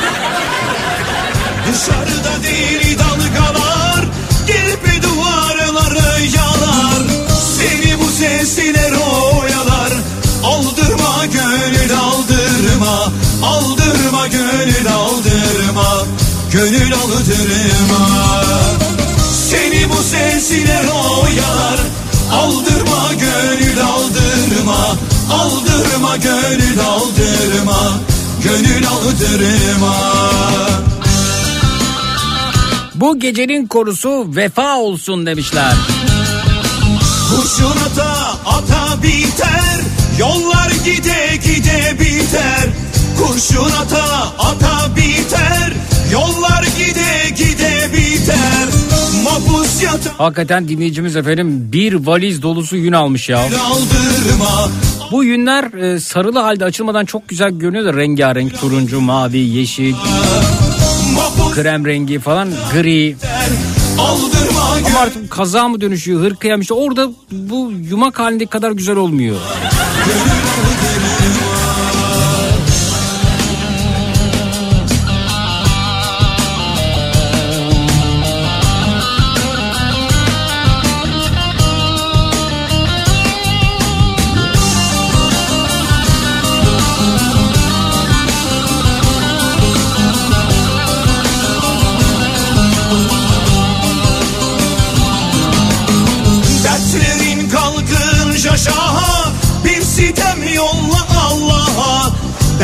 [SPEAKER 5] Dışarıda deli dalgalar gelip duvarları yalar. Seni bu sesler oyalar. Aldırma gönül aldırma. Aldırma gönül aldırma. Gönül aldırma. Seni bu sesler oyalar. Aldırma gönül aldırma. Aldırma gönül aldırma. Gönül aldırma.
[SPEAKER 3] Bu gecenin konusu vefa olsun demişler.
[SPEAKER 5] Kurşun ata biter. Yollar gide biter. Kurşun ata biter. Yollar gide biter. Mapus yata
[SPEAKER 3] Hakikaten dinleyicimiz efendim bir valiz dolusu yün almış ya.
[SPEAKER 5] aldırma.
[SPEAKER 3] Bu yünler sarılı halde açılmadan çok güzel görünüyor da rengarenk, turuncu, mavi, yeşil,
[SPEAKER 5] Mapus
[SPEAKER 3] krem rengi falan, gri.
[SPEAKER 5] aldırma.
[SPEAKER 3] Ama artık kazağa mı dönüşüyor, hırkaya mı, işte orada bu yumak halindeki kadar güzel olmuyor.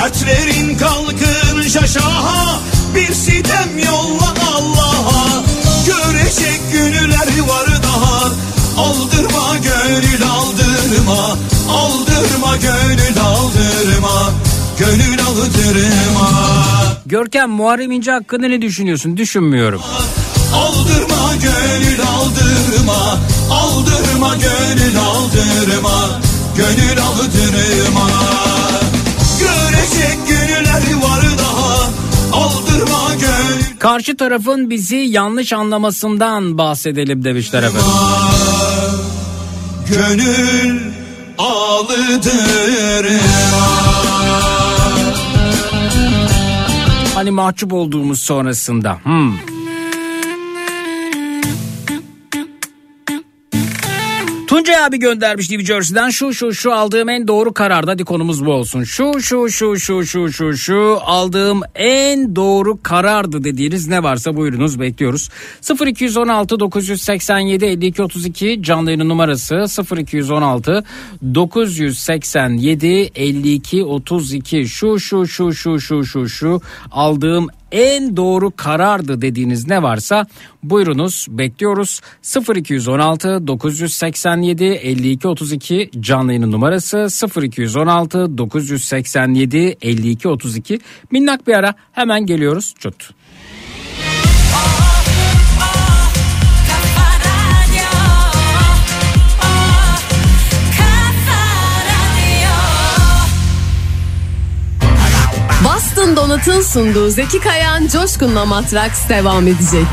[SPEAKER 7] Dertlerin kalkın şaşaha, bir sitem yolla Allah'a. Görecek günler var daha, aldırma gönül aldırma. Aldırma gönül aldırma, gönül aldırma.
[SPEAKER 3] Görkem, Muharrem İnce hakkında ne düşünüyorsun? Düşünmüyorum.
[SPEAKER 7] Aldırma gönül aldırma, aldırma gönül aldırma, gönül aldırma. Görecek günler var daha, aldırma gönül.
[SPEAKER 3] Karşı tarafın bizi yanlış anlamasından bahsedelim demişler efendim.
[SPEAKER 7] Gönül aldırma.
[SPEAKER 3] Hani mahcup olduğumuz sonrasında. Tuncay abi göndermiş New Jersey'den, şu aldığım en doğru karar. Hadi konumuz bu olsun. Şu aldığım en doğru karardı dediğiniz ne varsa buyurunuz, bekliyoruz. 0216 987 52 32 canlı yayın numarası 0216 987 52 32. Şu aldığım en doğru karardı dediğiniz ne varsa buyurunuz, bekliyoruz. 0216 987 52 32 canlı yayın numarası 0216 987 52 32. Minnak bir ara, hemen geliyoruz. Çut.
[SPEAKER 9] Boston Donut'un sunduğu Zeki Kayan Coşkun'la Matraks devam edecek.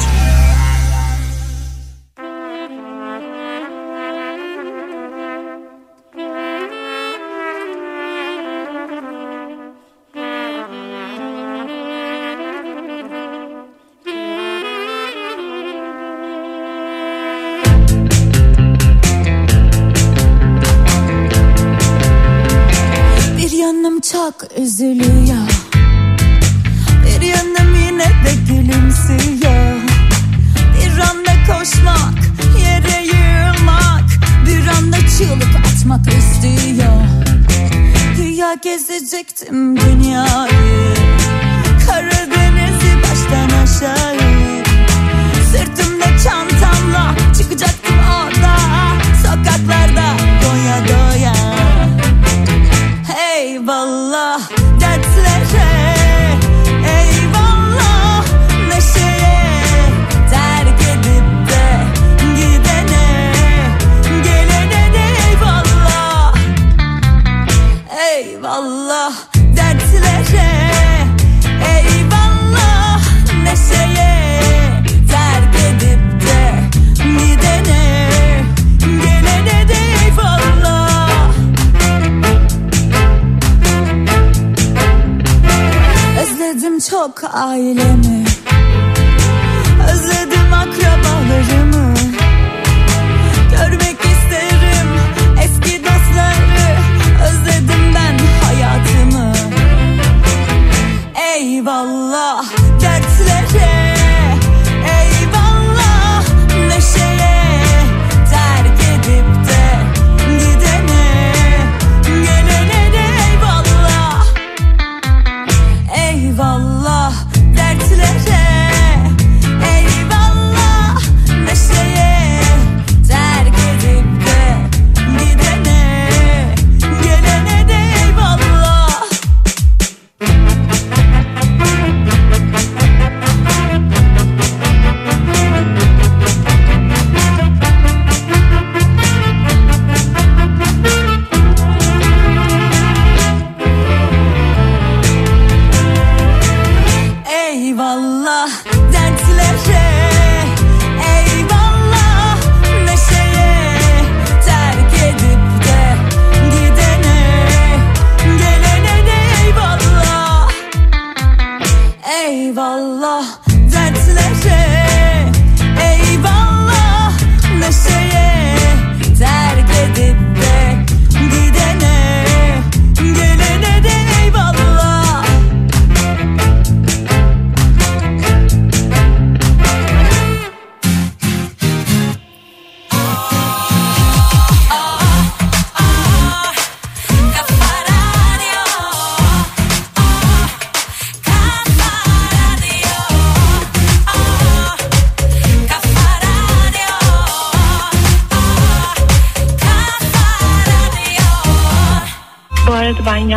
[SPEAKER 6] Bir yanım çok üzülüyor, bir yanım yine de gülümsüyor. Bir anda koşmak, yere yığılmak, bir anda çığlık atmak istiyor. Güya gezecektim dünyayı, Karadeniz'i baştan aşağı. Sırtımda çantamla çıkacaktım orada, sokaklarda doya doya. Eyvallah dertlere, eyvallah neşeye, terk edip de gidene, gelene de eyvallah. Eyvallah dertlere, eyvallah neşeye, terk edip de gidene, gelene de eyvallah. Özledim çok ailemi, özledim akrabalarımı. Görmek isterim eski dostları, özledim ben hayatımı. Eyvallah dertlere, eyvallah neşeye, terk edip de gidene, gelene de eyvallah. Eyvallah dertlere, eyvallah neşeye, terk edip de gidene, gelene de eyvallah. Eyvallah dertlere, eyvallah neşeye, terk edip de gidene, gelene de eyvallah. Eyvallah dertlere, eyvallah neşeye, terk edip de gidene, gelene de eyvallah.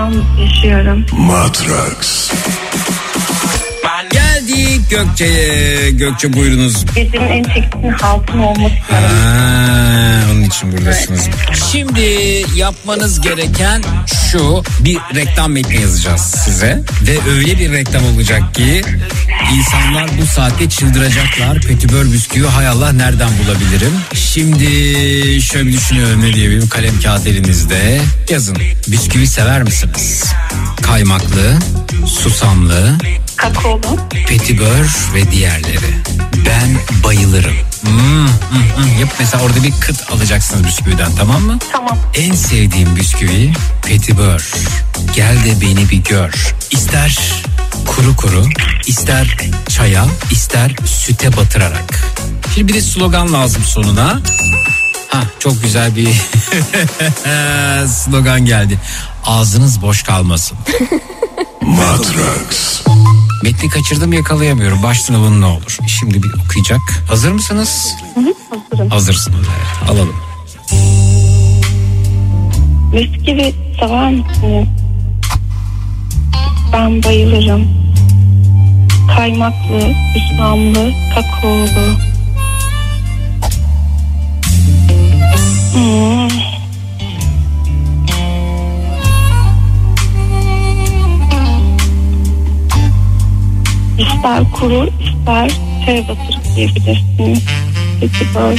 [SPEAKER 10] yalnız yaşıyorum.
[SPEAKER 5] Matrax.
[SPEAKER 3] Geldik Gökçe'ye. Gökçe buyurunuz.
[SPEAKER 10] Gecenin en çektiğinin halkın olması.
[SPEAKER 3] Onun için buradasınız. Şimdi yapmanız gereken şu: bir reklam metni yazacağız size ve öyle bir reklam olacak ki insanlar bu saatte çıldıracaklar. Petibör bisküvi hay Allah nereden bulabilirim? Şimdi şöyle bir düşünüyorum, ne diyebilirim? Kalem kağıt elinizde. Yazın. Bisküvi sever misiniz? Kaymaklı, susamlı,
[SPEAKER 10] Kakaolu.
[SPEAKER 3] petibör ve diğerleri. Ben bayılırım. Yap mesela, orada bir kıt alacaksınız bisküviden, tamam mı?
[SPEAKER 10] Tamam.
[SPEAKER 3] En sevdiğim bisküvi petibör. Gel de beni bir gör. İster kuru kuru, ister çaya, ister süte batırarak. Şimdi bir de slogan lazım sonuna. Çok güzel bir slogan geldi. Ağzınız boş kalmasın.
[SPEAKER 5] Matrax.
[SPEAKER 3] Metni kaçırdım, yakalayamıyorum. Baştan alın ne olur. Şimdi bir okuyacak. Hazır mısınız?
[SPEAKER 10] Hazırım.
[SPEAKER 3] Hazırsınız, evet. Alalım.
[SPEAKER 10] Bisküvi sever misiniz? Ben bayılırım. Kaymaklı, susamlı, kakaolu. İster kuru, ister çaya batırıp yiyebilirsiniz. Petibör.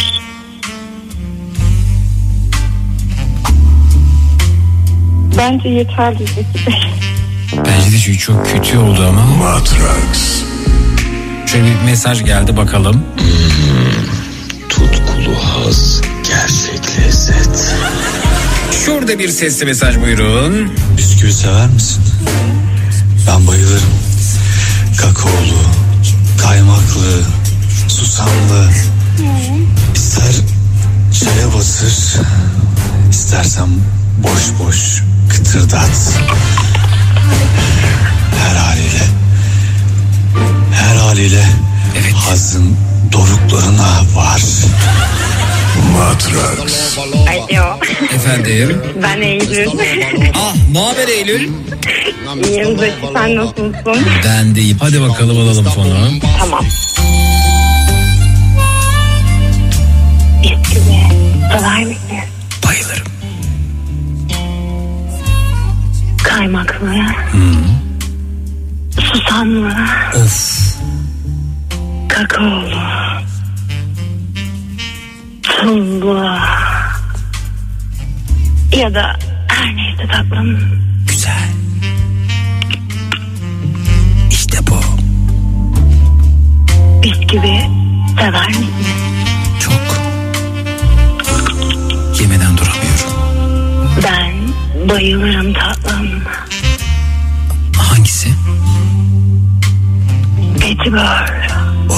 [SPEAKER 10] Bence yeterli Zeki Bey.
[SPEAKER 3] Bence de çünkü çok kötü oldu ama.
[SPEAKER 5] Matrax.
[SPEAKER 3] Şöyle bir mesaj geldi, bakalım.
[SPEAKER 11] Tutkulu haz, gerçek lezzet.
[SPEAKER 3] Şurada bir sesli mesaj, buyurun.
[SPEAKER 11] Bisküvi sever misin? Ben bayılırım. Kakaolu, kaymaklı, susamlı. İster çaya batır, istersen boş boş kıtırdat. Her haliyle
[SPEAKER 3] evet.
[SPEAKER 11] Hazın doruklarına var.
[SPEAKER 5] Matrax.
[SPEAKER 10] Alo.
[SPEAKER 3] Efendim?
[SPEAKER 10] Ben Eylül.
[SPEAKER 3] Ne haber Eylül?
[SPEAKER 10] İyiyim Zeki, sen nasılsın?
[SPEAKER 3] Ben de iyiyim. Hadi bakalım, alalım fonu.
[SPEAKER 10] Tamam. Bisküvi sever misin?
[SPEAKER 3] Bayılırım.
[SPEAKER 10] Kaymaklı. Susamlı.
[SPEAKER 3] Of.
[SPEAKER 10] Kakaolu. Tuzlu. Ya da her neyse tatlım.
[SPEAKER 3] Güzel. İşte bu.
[SPEAKER 10] Bisküvi sever misin?
[SPEAKER 3] Çok. Yemeden duramıyorum.
[SPEAKER 10] Ben bayılırım tatlım.
[SPEAKER 3] Hangisi?
[SPEAKER 10] Petibör.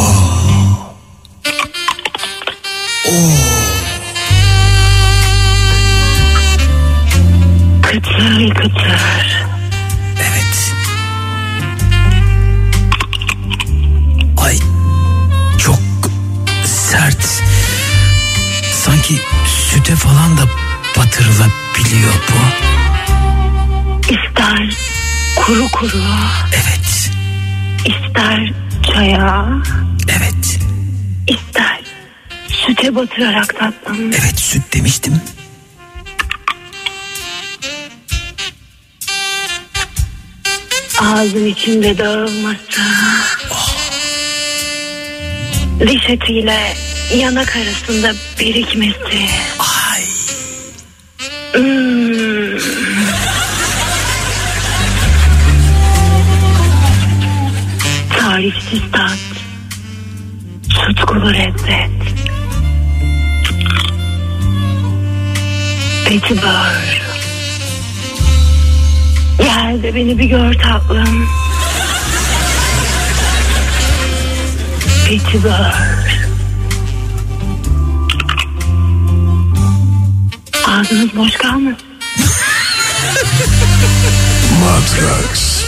[SPEAKER 10] Kıtır kıtır.
[SPEAKER 3] Evet. Ay, çok sert. Sanki süte falan da batırılabiliyor bu.
[SPEAKER 10] İster kuru kuru.
[SPEAKER 3] Evet.
[SPEAKER 10] İster çaya.
[SPEAKER 3] Evet.
[SPEAKER 10] İster süte batırarak tatlım.
[SPEAKER 3] Evet, süt demiştim.
[SPEAKER 10] Ağzın içinde dağılması. Diş etiyle yanak arasında birikmesi.
[SPEAKER 3] Ay.
[SPEAKER 10] Tarifsiz tat. Tutkulu lezzet. Petibör. Gel de beni bir gör tatlım. Petibör. Ağzınız boş kalmasın.
[SPEAKER 5] Matrax.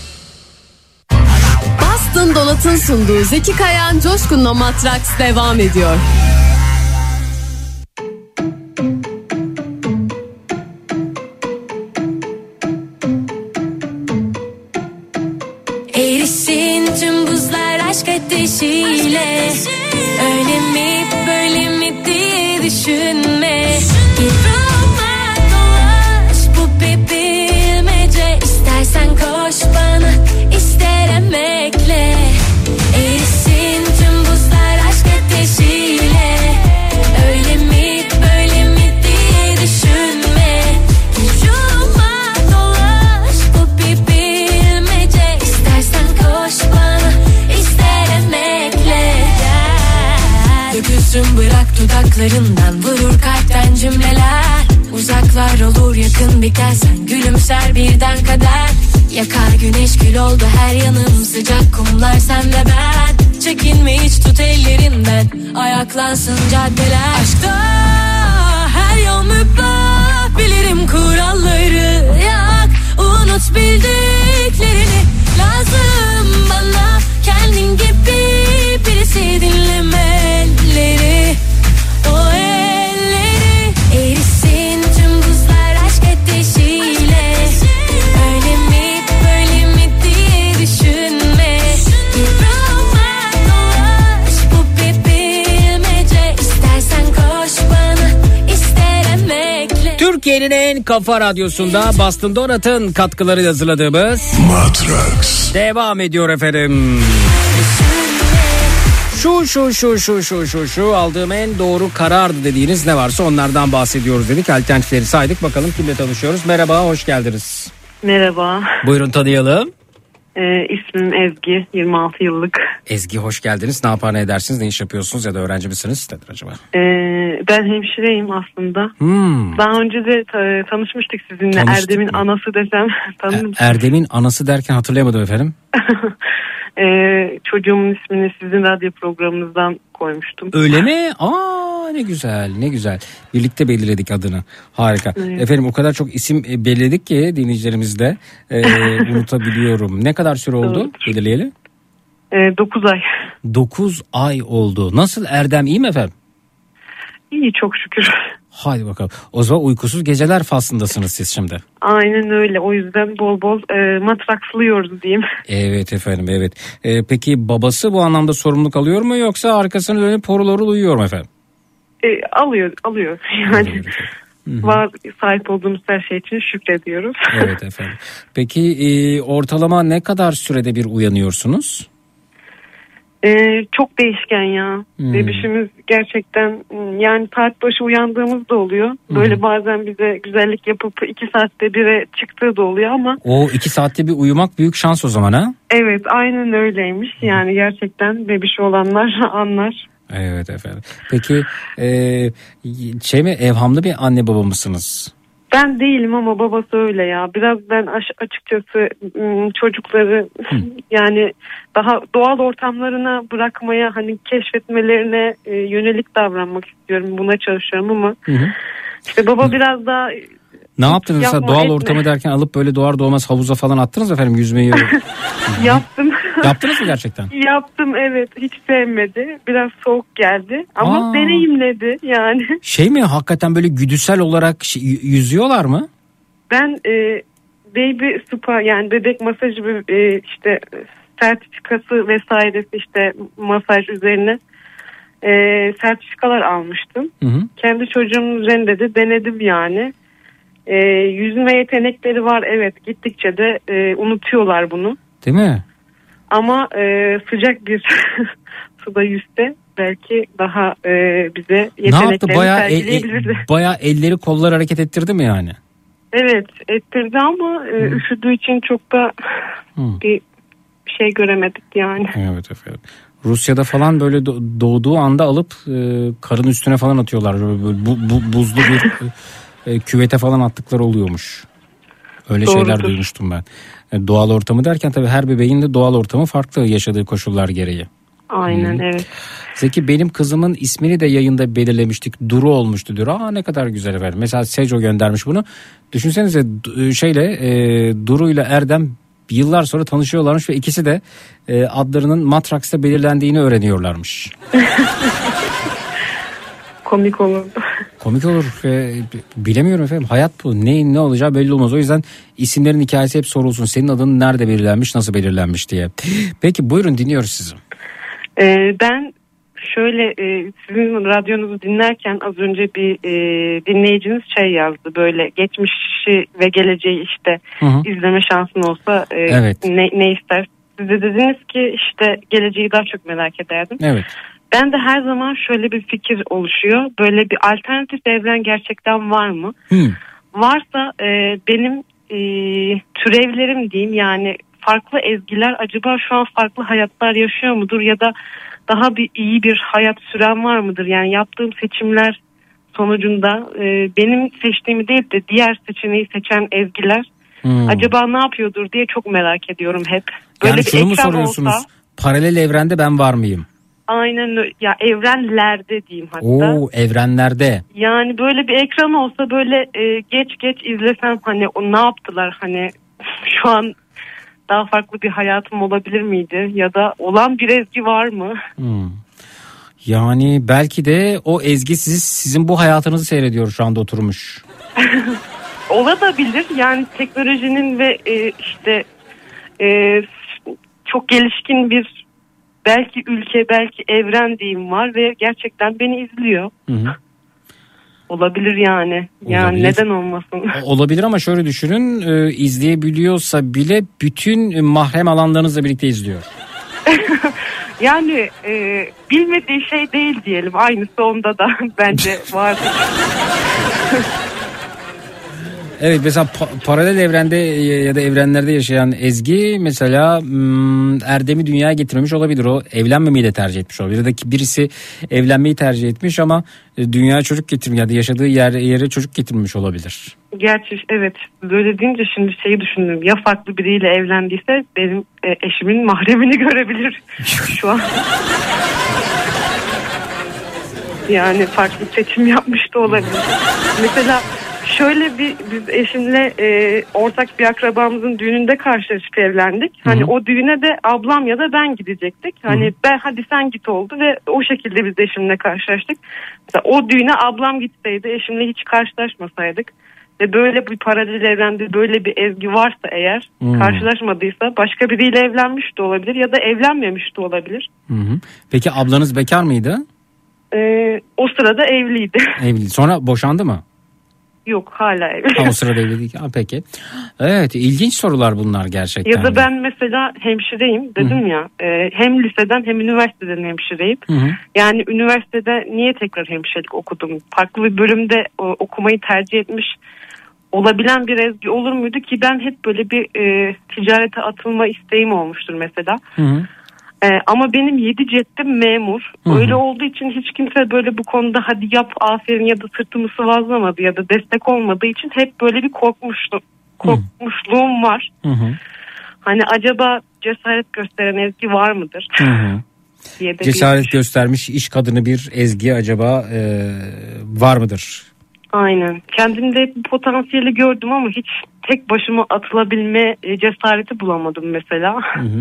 [SPEAKER 9] Boston Donat'ın sunduğu Zeki Kayan Coşkun'la Matraks devam ediyor.
[SPEAKER 8] Erisin tüm buzlar aşk ateşiyle. Öyle mi böyle mi diye düşünme. Gir ruhuma dolaş, bu bir bilmece. İstersen koş bana, ister emekle. Erisin tüm buzlar aşk ateşiyle. Öyle mi böyle mi diye düşünme. Gir ruhuma dolaş, bu bir bilmece. İstersen koş bana, ister emekle. Dökülsün bırak dudaklarından, vurur kalpten cümleler. Uzaklar olur yakın biter, sen gülümser birden kader. Yakar güneş kül oldu her yanım, sıcak kumlar sen ve ben. Çekinme hiç tut ellerimden, ayaklansın caddeler. Aşkta her yol mübah, bilirim kuralları. Yak unut bildiklerini, lazım bana kendin gibi birisi. Dinleme elleri, o elleri. Erisin tüm buzlar aşk ateşiyle. Öyle mi böyle mi diye düşünme. Bir roman dolaş, bu bir bilmece. İstersen koş bana, ister emekle.
[SPEAKER 3] Türkiye'nin en kafa radyosunda Boston Donut'ın katkıları hazırladığımız
[SPEAKER 12] Matrax
[SPEAKER 3] devam ediyor efendim. Şu aldığım en doğru karardı dediğiniz ne varsa onlardan bahsediyoruz dedik. Alternatifleri saydık, bakalım kimle tanışıyoruz. Merhaba, hoş geldiniz.
[SPEAKER 10] Merhaba.
[SPEAKER 3] Buyurun tanıyalım.
[SPEAKER 10] İsmim Ezgi, 26 yıllık.
[SPEAKER 3] Ezgi, hoş geldiniz. Ne yapar ne edersiniz, ne iş yapıyorsunuz ya da öğrenci misiniz? Nedir acaba?
[SPEAKER 10] Ben hemşireyim aslında. Daha önce de tanışmıştık sizinle.
[SPEAKER 3] Tanıştık
[SPEAKER 10] Erdem'in
[SPEAKER 3] mı?
[SPEAKER 10] anası desem tanır mısınız?
[SPEAKER 3] Erdem'in anası derken hatırlayamadım efendim.
[SPEAKER 10] Çocuğumun ismini sizin radyo programınızdan koymuştum.
[SPEAKER 3] Öyle mi? Aa, ne güzel, ne güzel. Birlikte belirledik adını. Harika.
[SPEAKER 10] Evet.
[SPEAKER 3] Efendim o kadar çok isim belirledik ki dinleyicilerimizde unutabiliyorum. Ne kadar süre oldu belirleyeli?
[SPEAKER 10] 9 ay.
[SPEAKER 3] 9 ay oldu. Nasıl, Erdem iyi mi efendim?
[SPEAKER 10] İyi, çok şükür.
[SPEAKER 3] Hadi bakalım. O zaman uykusuz geceler faslındasınız siz şimdi.
[SPEAKER 10] Aynen öyle. O yüzden bol bol matrakslıyoruz diyeyim.
[SPEAKER 3] Evet efendim, evet. Peki babası bu anlamda sorumluluk alıyor mu, yoksa arkasını dönüp horul uyuyor mu efendim?
[SPEAKER 10] Alıyor. Yani var, sahip olduğumuz her şey için şükrediyoruz.
[SPEAKER 3] Evet efendim. Peki ortalama ne kadar sürede bir uyanıyorsunuz?
[SPEAKER 10] Çok değişken ya. Bebişimiz gerçekten, yani saat başı uyandığımız da oluyor. Böyle bazen bize güzellik yapıp 2 saatte 1'e çıktığı da oluyor ama.
[SPEAKER 3] O 2 saatte bir uyumak büyük şans o zaman ha?
[SPEAKER 10] Evet, aynen öyleymiş. Yani gerçekten bebişi olanlar anlar.
[SPEAKER 3] Evet efendim. Peki evhamlı bir anne baba mısınız?
[SPEAKER 10] Ben değilim ama babası öyle ya. Biraz ben açıkçası çocukları yani daha doğal ortamlarına bırakmaya, hani keşfetmelerine yönelik davranmak istiyorum. Buna çalışıyorum ama işte baba biraz daha.
[SPEAKER 3] Ne yaptınız mesela doğal ortamı derken, alıp böyle doğar doğmaz havuza falan attınız efendim yüzmeyi?
[SPEAKER 10] Yaptım.
[SPEAKER 3] Yaptınız mı gerçekten?
[SPEAKER 10] Yaptım, evet, hiç sevmedi. Biraz soğuk geldi ama deneyimledi yani.
[SPEAKER 3] Şey mi, hakikaten böyle güdüsel olarak yüzüyorlar mı?
[SPEAKER 10] Ben baby spa, yani bebek masajı işte sertifikası vesairesi, işte masaj üzerine sertifikalar almıştım. Kendi çocuğumun üzerinde de denedim yani. Yüzme yetenekleri var, evet, gittikçe de unutuyorlar bunu.
[SPEAKER 3] Değil mi?
[SPEAKER 10] Ama sıcak bir suda yüzse belki daha bize yeteneklerini sergileyebilirdi.
[SPEAKER 3] Bayağı elleri kollar hareket ettirdi mi yani?
[SPEAKER 10] Evet, ettirdi ama üşüdüğü için çok da bir şey göremedik yani.
[SPEAKER 3] Evet efendim. Rusya'da falan böyle doğduğu anda alıp karın üstüne falan atıyorlar. Böyle buzlu bir küvete falan attıkları oluyormuş. Öyle
[SPEAKER 10] Doğrudur.
[SPEAKER 3] şeyler duymuştum ben. Doğal ortamı derken tabii her bebeğin de doğal ortamı farklı, yaşadığı koşullar gereği.
[SPEAKER 10] Aynen, evet.
[SPEAKER 3] Zeki, benim kızımın ismini de yayında belirlemiştik. Duru olmuştu diyor. Aa, ne kadar güzel efendim. Mesela Seco göndermiş bunu. Düşünsenize Duru ile Erdem yıllar sonra tanışıyorlarmış ve ikisi de adlarının Matrax'ta belirlendiğini öğreniyorlarmış.
[SPEAKER 10] Komik olurdu.
[SPEAKER 3] komik olur. Bilemiyorum efendim. Hayat bu. Neyin ne olacağı belli olmaz. O yüzden isimlerin hikayesi hep sorulsun. Senin adın nerede belirlenmiş, nasıl belirlenmiş diye. Peki buyurun, dinliyoruz sizi.
[SPEAKER 10] Ben şöyle sizin radyonuzu dinlerken az önce bir dinleyiciniz şey yazdı. Böyle geçmişi ve geleceği işte izleme şansın olsa
[SPEAKER 3] evet.
[SPEAKER 10] ne ister? Siz de dediniz ki işte geleceği daha çok merak ederdim.
[SPEAKER 3] Evet.
[SPEAKER 10] Ben de her zaman şöyle bir fikir oluşuyor. Böyle bir alternatif evren gerçekten var mı? Varsa benim türevlerim diyeyim, yani farklı ezgiler acaba şu an farklı hayatlar yaşıyor mudur ya da daha iyi bir hayat süren var mıdır? Yani yaptığım seçimler sonucunda benim seçtiğimi değil de diğer seçeneği seçen ezgiler acaba ne yapıyordur diye çok merak ediyorum hep. Böyle
[SPEAKER 3] yani şunu mu soruyorsunuz?
[SPEAKER 10] Olsa,
[SPEAKER 3] paralel evrende ben var mıyım?
[SPEAKER 10] Aynen öyle. Ya evrenlerde diyeyim hatta.
[SPEAKER 3] Oo, evrenlerde.
[SPEAKER 10] Yani böyle bir ekran olsa böyle geç izlesem hani o ne yaptılar, hani şu an daha farklı bir hayatım olabilir miydi ya da olan bir ezgi var mı?
[SPEAKER 3] Yani belki de o ezgi sizin bu hayatınızı seyrediyor şu anda oturmuş.
[SPEAKER 10] Olabilir. Yani teknolojinin ve işte çok gelişkin bir belki ülke, belki evren diyeyim var ve gerçekten beni izliyor. Olabilir yani. Yani olabilir. Neden olmasın?
[SPEAKER 3] Olabilir ama şöyle düşünün, izleyebiliyorsa bile bütün mahrem alanlarınızla birlikte izliyor.
[SPEAKER 10] Yani bilmediği şey değil diyelim. Aynısı onda da bence vardır.
[SPEAKER 3] Evet, mesela paralel evrende ya da evrenlerde yaşayan Ezgi mesela Erdem'i dünyaya getirmemiş olabilir. O evlenmemeyi de tercih etmiş olabilir. Ya da birisi evlenmeyi tercih etmiş ama dünyaya çocuk getirmiş ya da yaşadığı yere çocuk getirmemiş olabilir.
[SPEAKER 10] Gerçi evet, böyle deyince şimdi şeyi düşündüm. Ya farklı biriyle evlendiyse benim eşimin mahremini görebilir şu an. Yani farklı seçim yapmış da olabilir. Mesela şöyle biz eşimle ortak bir akrabamızın düğününde karşılaşıp evlendik. Hani o düğüne de ablam ya da ben gidecektik. Hani ben hadi sen git oldu ve o şekilde biz eşimle karşılaştık. Mesela o düğüne ablam gitseydi, eşimle hiç karşılaşmasaydık ve böyle bir paralel evrende böyle bir ezgi varsa eğer karşılaşmadıysa başka biriyle evlenmiş de olabilir ya da evlenmemiş de olabilir.
[SPEAKER 3] Peki ablanız bekar mıydı?
[SPEAKER 10] O sırada evliydi.
[SPEAKER 3] Evli. Sonra boşandı mı?
[SPEAKER 10] Yok, hala evli.
[SPEAKER 3] O sırada evli değil. Peki. Evet, ilginç sorular bunlar gerçekten.
[SPEAKER 10] Ya da ben mesela hemşireyim dedim ya. Hem liseden hem üniversiteden hemşireyim. Yani üniversitede niye tekrar hemşirelik okudum? Farklı bir bölümde okumayı tercih etmiş olabilen bir ezgi olur muydu ki ben hep böyle bir ticarete atılma isteğim olmuştur mesela. Ama benim 7 ceddim memur. Öyle olduğu için hiç kimse böyle bu konuda hadi yap aferin ya da sırtımı sıvazlamadı ya da destek olmadığı için hep böyle bir korkmuşluğum var. Hani acaba cesaret gösteren ezgi var mıdır? Diye de
[SPEAKER 3] cesaret göstermiş iş kadını bir ezgi acaba var mıdır?
[SPEAKER 10] Aynen. Kendimde potansiyeli gördüm ama hiç tek başıma atılabilme cesareti bulamadım mesela.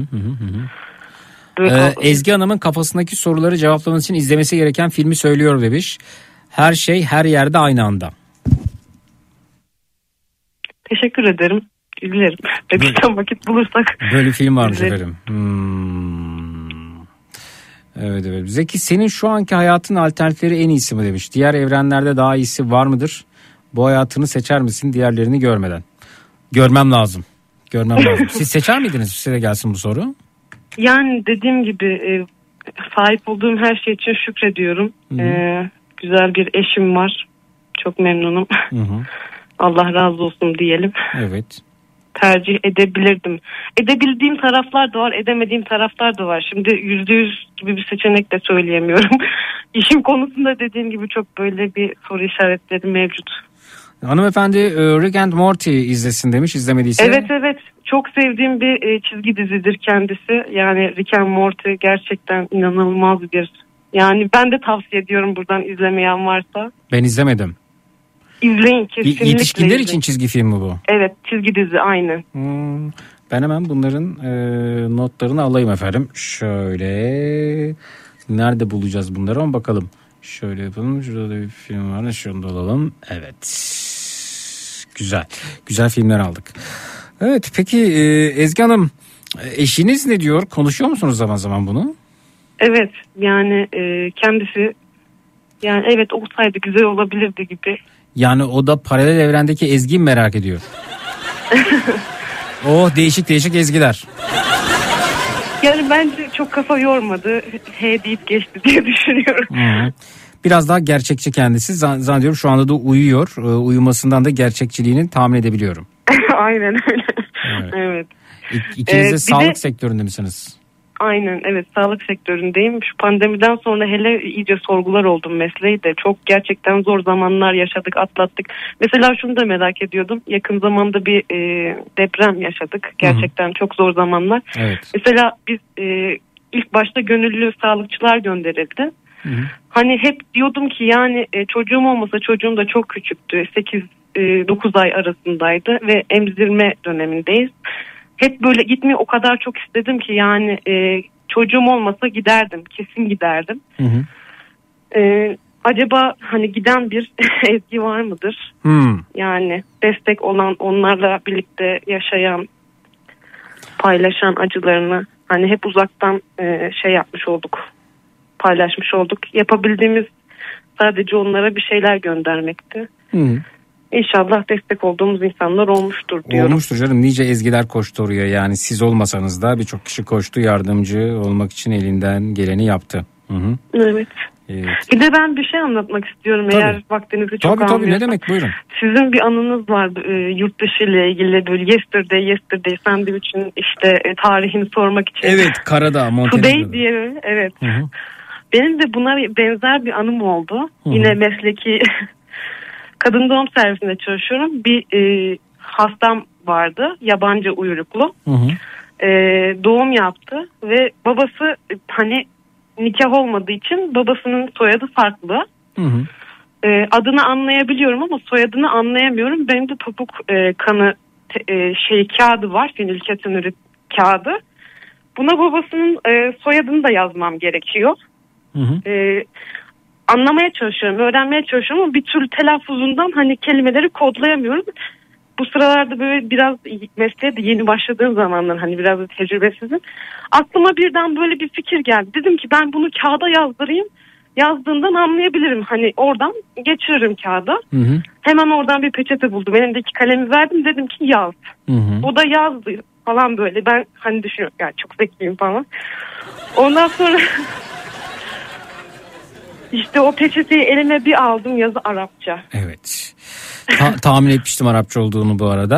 [SPEAKER 3] Ezgi Hanım'ın kafasındaki soruları cevaplaması için izlemesi gereken filmi söylüyor demiş. Her şey her yerde aynı anda.
[SPEAKER 10] Teşekkür ederim. İzlerim. Bizden vakit bulursak.
[SPEAKER 3] Böyle film varmış efendim. Evet. Zeki, senin şu anki hayatın alternatifleri en iyisi mi demiş. Diğer evrenlerde daha iyisi var mıdır? Bu hayatını seçer misin diğerlerini görmeden? Görmem lazım. Siz seçer miydiniz? Size de gelsin bu soru.
[SPEAKER 10] Yani dediğim gibi sahip olduğum her şey için şükrediyorum. Güzel bir eşim var. Çok memnunum. Allah razı olsun diyelim.
[SPEAKER 3] Evet.
[SPEAKER 10] Tercih edebilirdim. Edebildiğim taraflar da var, edemediğim taraflar da var. Şimdi %100 gibi bir seçenek de söyleyemiyorum. İşim konusunda dediğim gibi çok böyle bir soru işaretleri mevcut.
[SPEAKER 3] Hanımefendi Rick and Morty izlesin demiş, izlemediyse.
[SPEAKER 10] Evet. Çok sevdiğim bir çizgi dizidir kendisi. Yani Rick and Morty gerçekten inanılmaz bir. Yani ben de tavsiye ediyorum buradan, izlemeyen varsa.
[SPEAKER 3] Ben izlemedim.
[SPEAKER 10] İzleyin, kesinlikle.
[SPEAKER 3] Yetişkinler
[SPEAKER 10] izleyin.
[SPEAKER 3] için çizgi film mi bu?
[SPEAKER 10] Evet, çizgi dizi aynen.
[SPEAKER 3] Ben hemen bunların notlarını alayım efendim. Şöyle nerede bulacağız bunları, ama bakalım. Şöyle yapalım. Şurada da bir film var. Şunu da alalım. Evet. Güzel. Güzel filmler aldık. Evet, peki Ezgi Hanım, eşiniz ne diyor? Konuşuyor musunuz zaman zaman bunu?
[SPEAKER 10] Evet, yani kendisi, yani evet olsaydı güzel olabilirdi gibi.
[SPEAKER 3] Yani o da paralel evrendeki Ezgi'yi merak ediyor. Oh, değişik değişik Ezgiler.
[SPEAKER 10] Yani bence çok kafa yormadı. He deyip geçti diye düşünüyorum.
[SPEAKER 3] Hı-hı. Biraz daha gerçekçi kendisi. Zannediyorum şu anda da uyuyor. Uyumasından da gerçekçiliğini tahmin edebiliyorum.
[SPEAKER 10] Aynen öyle. Evet.
[SPEAKER 3] İkiniz de sağlık sektöründe misiniz?
[SPEAKER 10] Aynen, evet, sağlık sektöründeyim. Şu pandemiden sonra hele iyice sorgular oldum mesleği de. Çok gerçekten zor zamanlar yaşadık, atlattık. Mesela şunu da merak ediyordum. Yakın zamanda bir deprem yaşadık. Gerçekten çok zor zamanlar. Evet. Mesela biz ilk başta gönüllü sağlıkçılar gönderildi. Hı-hı. Hani hep diyordum ki yani çocuğum olmasa, çocuğum da çok küçüktü. 8-9 ay arasındaydı ve emzirme dönemindeyiz. Hep böyle gitmeyi o kadar çok istedim ki yani çocuğum olmasa giderdim. Kesin giderdim. Hı hı. Acaba hani giden bir Ezgi var mıdır? Yani destek olan, onlarla birlikte yaşayan, paylaşan acılarını hani hep uzaktan şey yapmış olduk. Paylaşmış olduk. Yapabildiğimiz sadece onlara bir şeyler göndermekti. Hı. İnşallah destek olduğumuz insanlar olmuştur diyorum.
[SPEAKER 3] Olmuştur canım. Nice Ezgiler koştu oraya. Yani siz olmasanız da birçok kişi koştu. Yardımcı olmak için elinden geleni yaptı. Hı-hı.
[SPEAKER 10] Evet. Bir de ben bir şey anlatmak istiyorum. Tabii. Eğer vaktinizi çok almıyorsam.
[SPEAKER 3] Tabii, ne demek, buyurun.
[SPEAKER 10] Sizin bir anınız var yurt dışı ile ilgili, böyle yesterday sandviçin işte tarihini sormak için.
[SPEAKER 3] Evet, Karadağ, Montenegro'da.
[SPEAKER 10] Today diye, evet. Hı-hı. Benim de buna benzer bir anım oldu. Hı-hı. Yine mesleki kadın doğum servisinde çalışıyorum. Bir hastam vardı, yabancı uyruklu. Doğum yaptı ve babası hani nikah olmadığı için babasının soyadı farklı. Adını anlayabiliyorum ama soyadını anlayamıyorum. Benim de topuk kanı kağıdı var, fenilketonuri kağıdı. Buna babasının soyadını da yazmam gerekiyor. Anlamaya çalışıyorum, öğrenmeye çalışıyorum ama bir türlü telaffuzundan hani kelimeleri kodlayamıyorum. Bu sıralarda böyle biraz mesleğe de yeni başladığım zamanlar, hani biraz da tecrübesizim. Aklıma birden böyle bir fikir geldi. Dedim ki ben bunu kağıda yazdırayım. Yazdığından anlayabilirim. Hani oradan geçiririm kağıda. Hı-hı. Hemen oradan bir peçete buldum. Elimdeki kalemi verdim, dedim ki yaz. Hı-hı. O da yazdı falan böyle. Ben hani düşünüyorum yani çok zekiyim falan. Ondan sonra İşte o peçeteyi elime bir aldım, yazı Arapça.
[SPEAKER 3] Evet. Tahmin etmiştim Arapça olduğunu bu arada.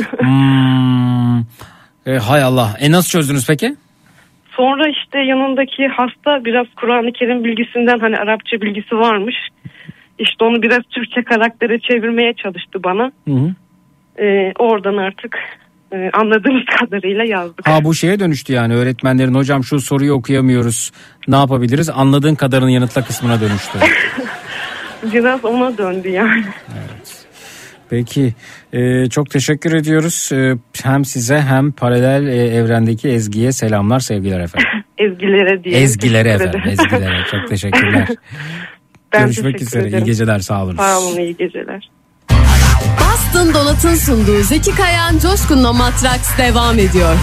[SPEAKER 3] Hay Allah. Nasıl çözdünüz peki?
[SPEAKER 10] Sonra işte yanındaki hasta biraz Kur'an-ı Kerim bilgisinden, hani Arapça bilgisi varmış. İşte onu biraz Türkçe karaktere çevirmeye çalıştı bana. Oradan artık anladığımız kadarıyla yazdık.
[SPEAKER 3] Bu şeye dönüştü yani, öğretmenlerin hocam şu soruyu okuyamıyoruz, ne yapabiliriz, anladığın kadarını yanıtla kısmına dönüştü.
[SPEAKER 10] Biraz ona döndü yani.
[SPEAKER 3] Evet. Peki çok teşekkür ediyoruz. Hem size hem paralel evrendeki Ezgi'ye selamlar, sevgiler efendim.
[SPEAKER 10] Ezgilere diye.
[SPEAKER 3] Ezgilere efendim, Ezgilere. Çok teşekkürler. Görüşmek üzere. İyi geceler, sağ olun.
[SPEAKER 10] Sağ olun, iyi geceler.
[SPEAKER 9] Boston Donat'ın sunduğu Zeki Kayan Coşkun'la Matraks devam ediyor.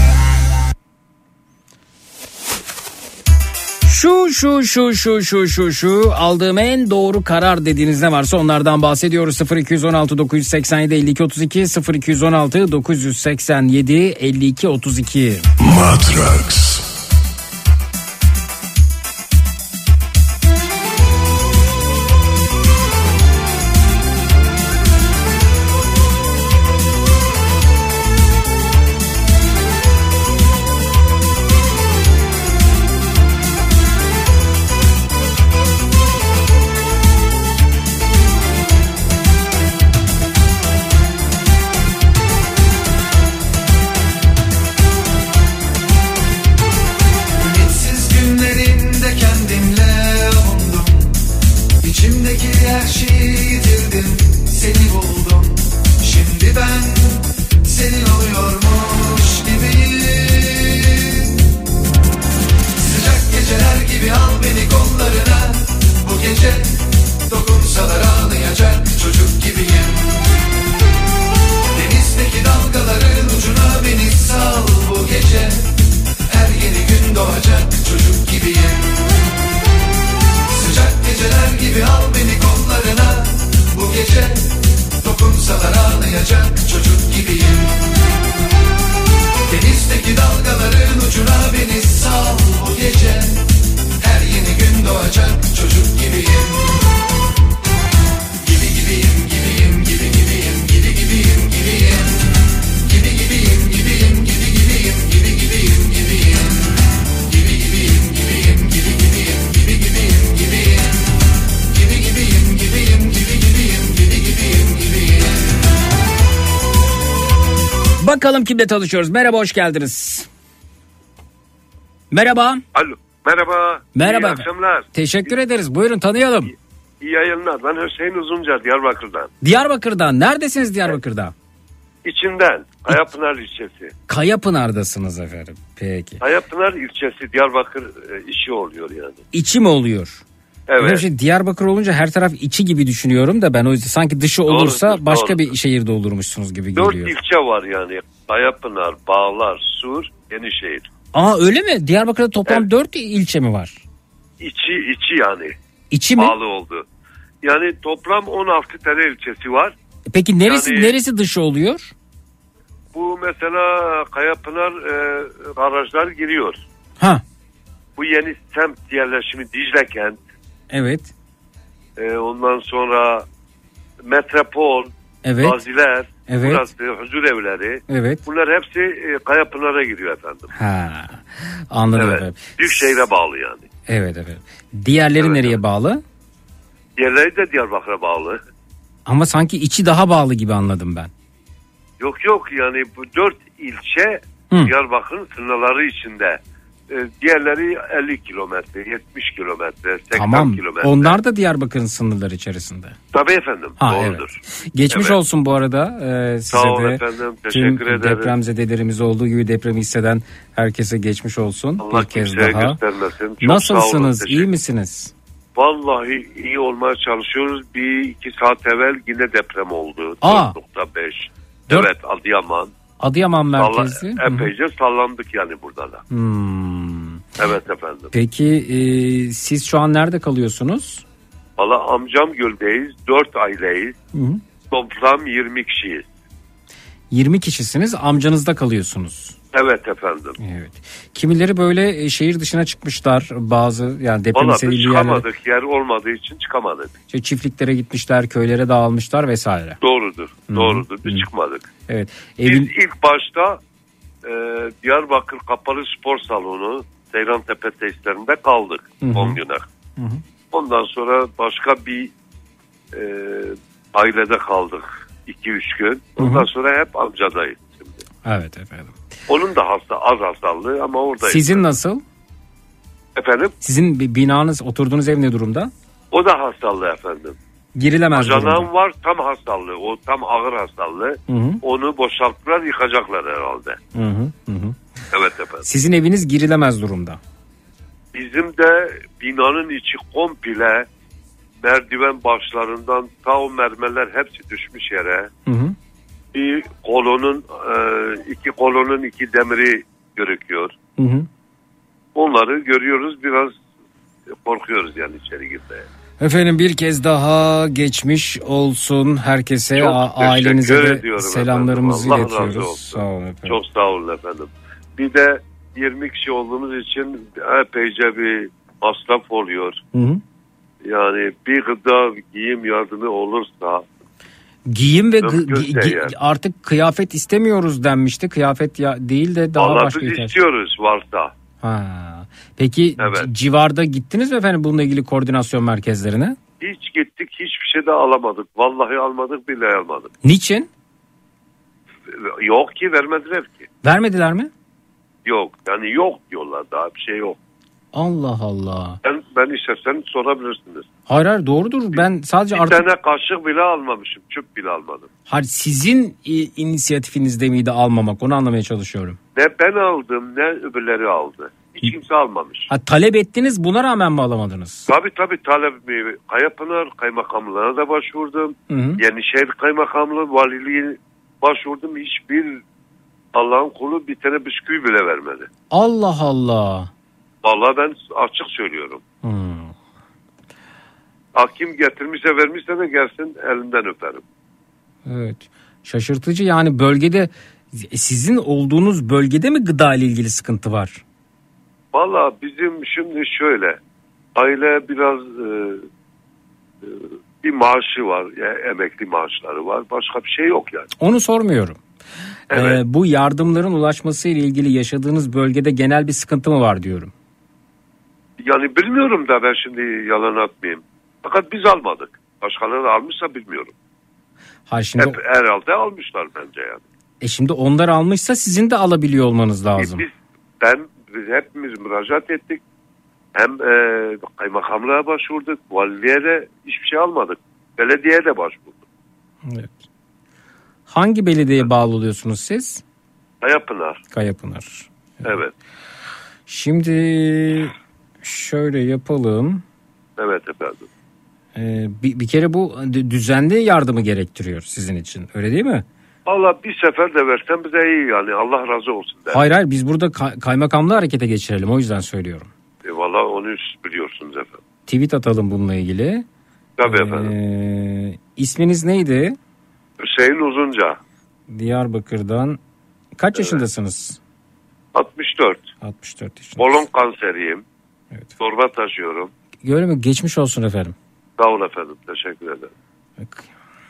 [SPEAKER 3] Şu aldığım en doğru karar dediğiniz ne varsa onlardan bahsediyoruz. 0216 987 52 32 0216 987 52 32.
[SPEAKER 12] Matraks.
[SPEAKER 13] Geceler gibi al beni kollarına, bu gece
[SPEAKER 3] Bakalım kimle tanışıyoruz. Merhaba, hoş geldiniz. Merhaba.
[SPEAKER 12] Alo. Merhaba.
[SPEAKER 3] Merhaba.
[SPEAKER 12] İyi akşamlar.
[SPEAKER 3] Teşekkür ederiz. Buyurun, tanıyalım.
[SPEAKER 12] İyi yayınlar. Ben Hüseyin Uzunca, Diyarbakır'dan.
[SPEAKER 3] Diyarbakır'dan. Neredesiniz Diyarbakır'da?
[SPEAKER 12] İçinden. Kayapınar ilçesi.
[SPEAKER 3] Kayapınar'dasınız efendim. Peki.
[SPEAKER 12] Kayapınar ilçesi Diyarbakır işi oluyor yani.
[SPEAKER 3] İçi mi oluyor?
[SPEAKER 12] Evet.
[SPEAKER 3] Şey, Diyarbakır olunca her taraf içi gibi düşünüyorum da ben o yüzden sanki dışı olursa başka bir şehirde olurmuşsunuz gibi geliyor.
[SPEAKER 12] 4 ilçe var yani. Kayapınar, Bağlar, Sur, Yenişehir.
[SPEAKER 3] Aa, öyle mi? Diyarbakır'da toplam 4 ilçe mi var?
[SPEAKER 12] İçi yani.
[SPEAKER 3] İçi mi?
[SPEAKER 12] Bağlı oldu. Yani toplam 16 tane ilçesi var.
[SPEAKER 3] Peki neresi
[SPEAKER 12] Yani,
[SPEAKER 3] neresi dışı oluyor?
[SPEAKER 12] Bu mesela Kayapınar garajlar giriyor.
[SPEAKER 3] Ha.
[SPEAKER 12] Bu yeni semt yerleşimi Dicle Kent.
[SPEAKER 3] Evet.
[SPEAKER 12] Ondan sonra Metropol,
[SPEAKER 3] Evet.
[SPEAKER 12] Gaziler,
[SPEAKER 3] Evet.
[SPEAKER 12] burası huzur evleri.
[SPEAKER 3] Evet.
[SPEAKER 12] Bunlar hepsi Kayapınar'a giriyor efendim.
[SPEAKER 3] Ha. Anladım
[SPEAKER 12] Evet.
[SPEAKER 3] efendim.
[SPEAKER 12] Büyükşehir'e bağlı yani.
[SPEAKER 3] Evet efendim. Diğerleri nereye bağlı?
[SPEAKER 12] Diğerleri de Diyarbakır'a bağlı.
[SPEAKER 3] Ama sanki içi daha bağlı gibi anladım ben.
[SPEAKER 12] Yok yani bu 4 ilçe Diyarbakır'ın sınırları içinde. Diğerleri 50 kilometre, 70 kilometre, 80
[SPEAKER 3] Tamam.
[SPEAKER 12] kilometre.
[SPEAKER 3] Onlar da Diyarbakır'ın sınırları içerisinde.
[SPEAKER 12] Tabii efendim. Doğrudur.
[SPEAKER 3] Evet. Geçmiş
[SPEAKER 12] Evet.
[SPEAKER 3] olsun bu arada size
[SPEAKER 12] Sağ olun
[SPEAKER 3] de.
[SPEAKER 12] efendim.
[SPEAKER 3] Tüm
[SPEAKER 12] Teşekkür ederim.
[SPEAKER 3] depremzedelerimiz olduğu gibi depremi hisseden herkese geçmiş olsun.
[SPEAKER 12] Allah
[SPEAKER 3] bir kez
[SPEAKER 12] kimseye
[SPEAKER 3] daha.
[SPEAKER 12] göstermesin. Çok
[SPEAKER 3] Nasılsınız?
[SPEAKER 12] sağ olun,
[SPEAKER 3] İyi misiniz?
[SPEAKER 12] Vallahi iyi olmaya çalışıyoruz. 1-2 saat evvel yine deprem oldu.
[SPEAKER 3] Aa.
[SPEAKER 12] 4.5.
[SPEAKER 3] Dört-
[SPEAKER 12] Evet, Adıyaman.
[SPEAKER 3] Adıyaman merkezli.
[SPEAKER 12] Epeyce sallandık yani burada da. Evet efendim.
[SPEAKER 3] Peki siz şu an nerede kalıyorsunuz?
[SPEAKER 12] Valla Amcamgöl'deyiz. 4 aileyiz. Toplam 20 kişiyiz.
[SPEAKER 3] 20 kişisiniz, amcanızda kalıyorsunuz.
[SPEAKER 12] Evet efendim.
[SPEAKER 3] Evet. Kimileri böyle şehir dışına çıkmışlar, bazı yani deprem
[SPEAKER 12] Valla biz
[SPEAKER 3] hissedildiği yerlere,
[SPEAKER 12] çıkamadık. Yer olmadığı için çıkamadık.
[SPEAKER 3] işte çiftliklere gitmişler, köylere dağılmışlar vesaire.
[SPEAKER 12] Doğrudur. Doğrudur. Biz çıkmadık.
[SPEAKER 3] Evet.
[SPEAKER 12] Biz ilk başta Diyarbakır Kapalı Spor Salonu Seyrantepe tesislerinde kaldık 10 güne. Ondan sonra başka bir ailede kaldık 2-3 gün. Ondan sonra hep amcadayız şimdi.
[SPEAKER 3] Evet efendim.
[SPEAKER 12] Onun da az hastalığı ama oradayız.
[SPEAKER 3] Sizin nasıl?
[SPEAKER 12] Efendim?
[SPEAKER 3] Sizin binanız, oturduğunuz ev ne durumda?
[SPEAKER 12] O da hastalığı efendim.
[SPEAKER 3] Girilemez durumda.
[SPEAKER 12] Canağım var, tam hastalığı. O tam ağır hastalığı. Onu boşalttılar, yıkacaklar herhalde. Evet efendim.
[SPEAKER 3] Sizin eviniz girilemez durumda.
[SPEAKER 12] Bizim de binanın içi komple merdiven başlarından ta o mermerler hepsi düşmüş yere. Bir kolonun iki kolonun iki demiri görüküyor. Onları görüyoruz, biraz korkuyoruz yani içeri girmeye.
[SPEAKER 3] Efendim bir kez daha geçmiş olsun herkese,
[SPEAKER 12] Çok
[SPEAKER 3] ailenize
[SPEAKER 12] teşekkür
[SPEAKER 3] de
[SPEAKER 12] ediyorum
[SPEAKER 3] selamlarımızı
[SPEAKER 12] efendim. Allah razı
[SPEAKER 3] iletiyoruz.
[SPEAKER 12] olsun.
[SPEAKER 3] Sağ olun efendim.
[SPEAKER 12] Çok sağ olun efendim. Bir de 20 kişi olduğumuz için epeyce bir masraf oluyor. Yani bir gıda giyim yardımı olursa
[SPEAKER 3] Giyim ve
[SPEAKER 12] mümkünse yani.
[SPEAKER 3] artık kıyafet istemiyoruz denmişti. Kıyafet değil de daha
[SPEAKER 12] Vallahi
[SPEAKER 3] başka
[SPEAKER 12] biz
[SPEAKER 3] ihtiyaç.
[SPEAKER 12] istiyoruz varsa.
[SPEAKER 3] Peki
[SPEAKER 12] Evet.
[SPEAKER 3] civarda gittiniz mi efendim bununla ilgili koordinasyon merkezlerine?
[SPEAKER 12] Hiç gittik, hiçbir şey de alamadık. Vallahi almadık, billahi almadık.
[SPEAKER 3] Niçin?
[SPEAKER 12] Yok ki, vermediler ki.
[SPEAKER 3] Vermediler mi?
[SPEAKER 12] Yok yani yok diyorlar, daha bir şey yok.
[SPEAKER 3] Allah Allah.
[SPEAKER 12] Ben isterseniz sorabilirsiniz.
[SPEAKER 3] Hayır doğrudur. Ben sadece
[SPEAKER 12] Bir
[SPEAKER 3] artık...
[SPEAKER 12] tane kaşık bile almamışım. Çöp bile almadım.
[SPEAKER 3] Hayır, sizin inisiyatifinizde miydi almamak? Onu anlamaya çalışıyorum.
[SPEAKER 12] Ne ben aldım ne öbürleri aldı. Hiç kimse almamış.
[SPEAKER 3] Talep ettiniz, buna rağmen mi alamadınız?
[SPEAKER 12] Tabii talebimi Kayapınar Kaymakamlığı'na da başvurdum. Yenişehir Kaymakamlığı Valiliği başvurdum. Hiçbir Allah'ın kulu bir tane bisküvi bile vermedi.
[SPEAKER 3] Allah Allah.
[SPEAKER 12] Vallahi ben açık söylüyorum. Hakim getirmişse vermişse de gelsin, elinden öperim.
[SPEAKER 3] Evet. Şaşırtıcı yani, bölgede, sizin olduğunuz bölgede mi gıda ile ilgili sıkıntı var?
[SPEAKER 12] Vallahi bizim şimdi şöyle, aile biraz bir maaşı var, yani emekli maaşları var, başka bir şey yok yani.
[SPEAKER 3] Onu sormuyorum.
[SPEAKER 12] Evet.
[SPEAKER 3] Bu yardımların ulaşması ile ilgili yaşadığınız bölgede genel bir sıkıntı mı var diyorum.
[SPEAKER 12] Yani bilmiyorum da, ben şimdi yalan atmayayım. Fakat biz almadık. Başkaları almışsa bilmiyorum.
[SPEAKER 3] Şimdi...
[SPEAKER 12] Hep herhalde almışlar bence yani.
[SPEAKER 3] Şimdi onlar almışsa sizin de alabiliyor olmanız lazım.
[SPEAKER 12] Biz hepimiz müracaat ettik. Hem kaymakamlığa başvurduk, valiliğe de hiçbir şey almadık. Belediyeye de başvurduk.
[SPEAKER 3] Evet. Hangi belediyeye bağlı oluyorsunuz siz?
[SPEAKER 12] Kayapınar.
[SPEAKER 3] Kayapınar.
[SPEAKER 12] Evet.
[SPEAKER 3] Şimdi şöyle yapalım.
[SPEAKER 12] Evet efendim.
[SPEAKER 3] Bir kere bu düzenli yardımı gerektiriyor sizin için. Öyle değil mi?
[SPEAKER 12] Allah bir sefer de versen bize iyi yani. Allah razı olsun.
[SPEAKER 3] Hayır biz burada kaymakamlığı harekete geçirelim. O yüzden söylüyorum.
[SPEAKER 12] Vallahi onu biliyorsunuz efendim.
[SPEAKER 3] Tweet atalım bununla ilgili.
[SPEAKER 12] Tabii efendim.
[SPEAKER 3] İsminiz neydi?
[SPEAKER 12] Hüseyin Uzunca.
[SPEAKER 3] Diyarbakır'dan. Kaç yaşındasınız?
[SPEAKER 12] 64.
[SPEAKER 3] 64 yaşındasınız.
[SPEAKER 12] Kolon kanseriyim.
[SPEAKER 3] Evet.
[SPEAKER 12] Torba taşıyorum.
[SPEAKER 3] Gördün mü? Geçmiş olsun efendim.
[SPEAKER 12] Sağ olun efendim. Teşekkür ederim.
[SPEAKER 3] Bak.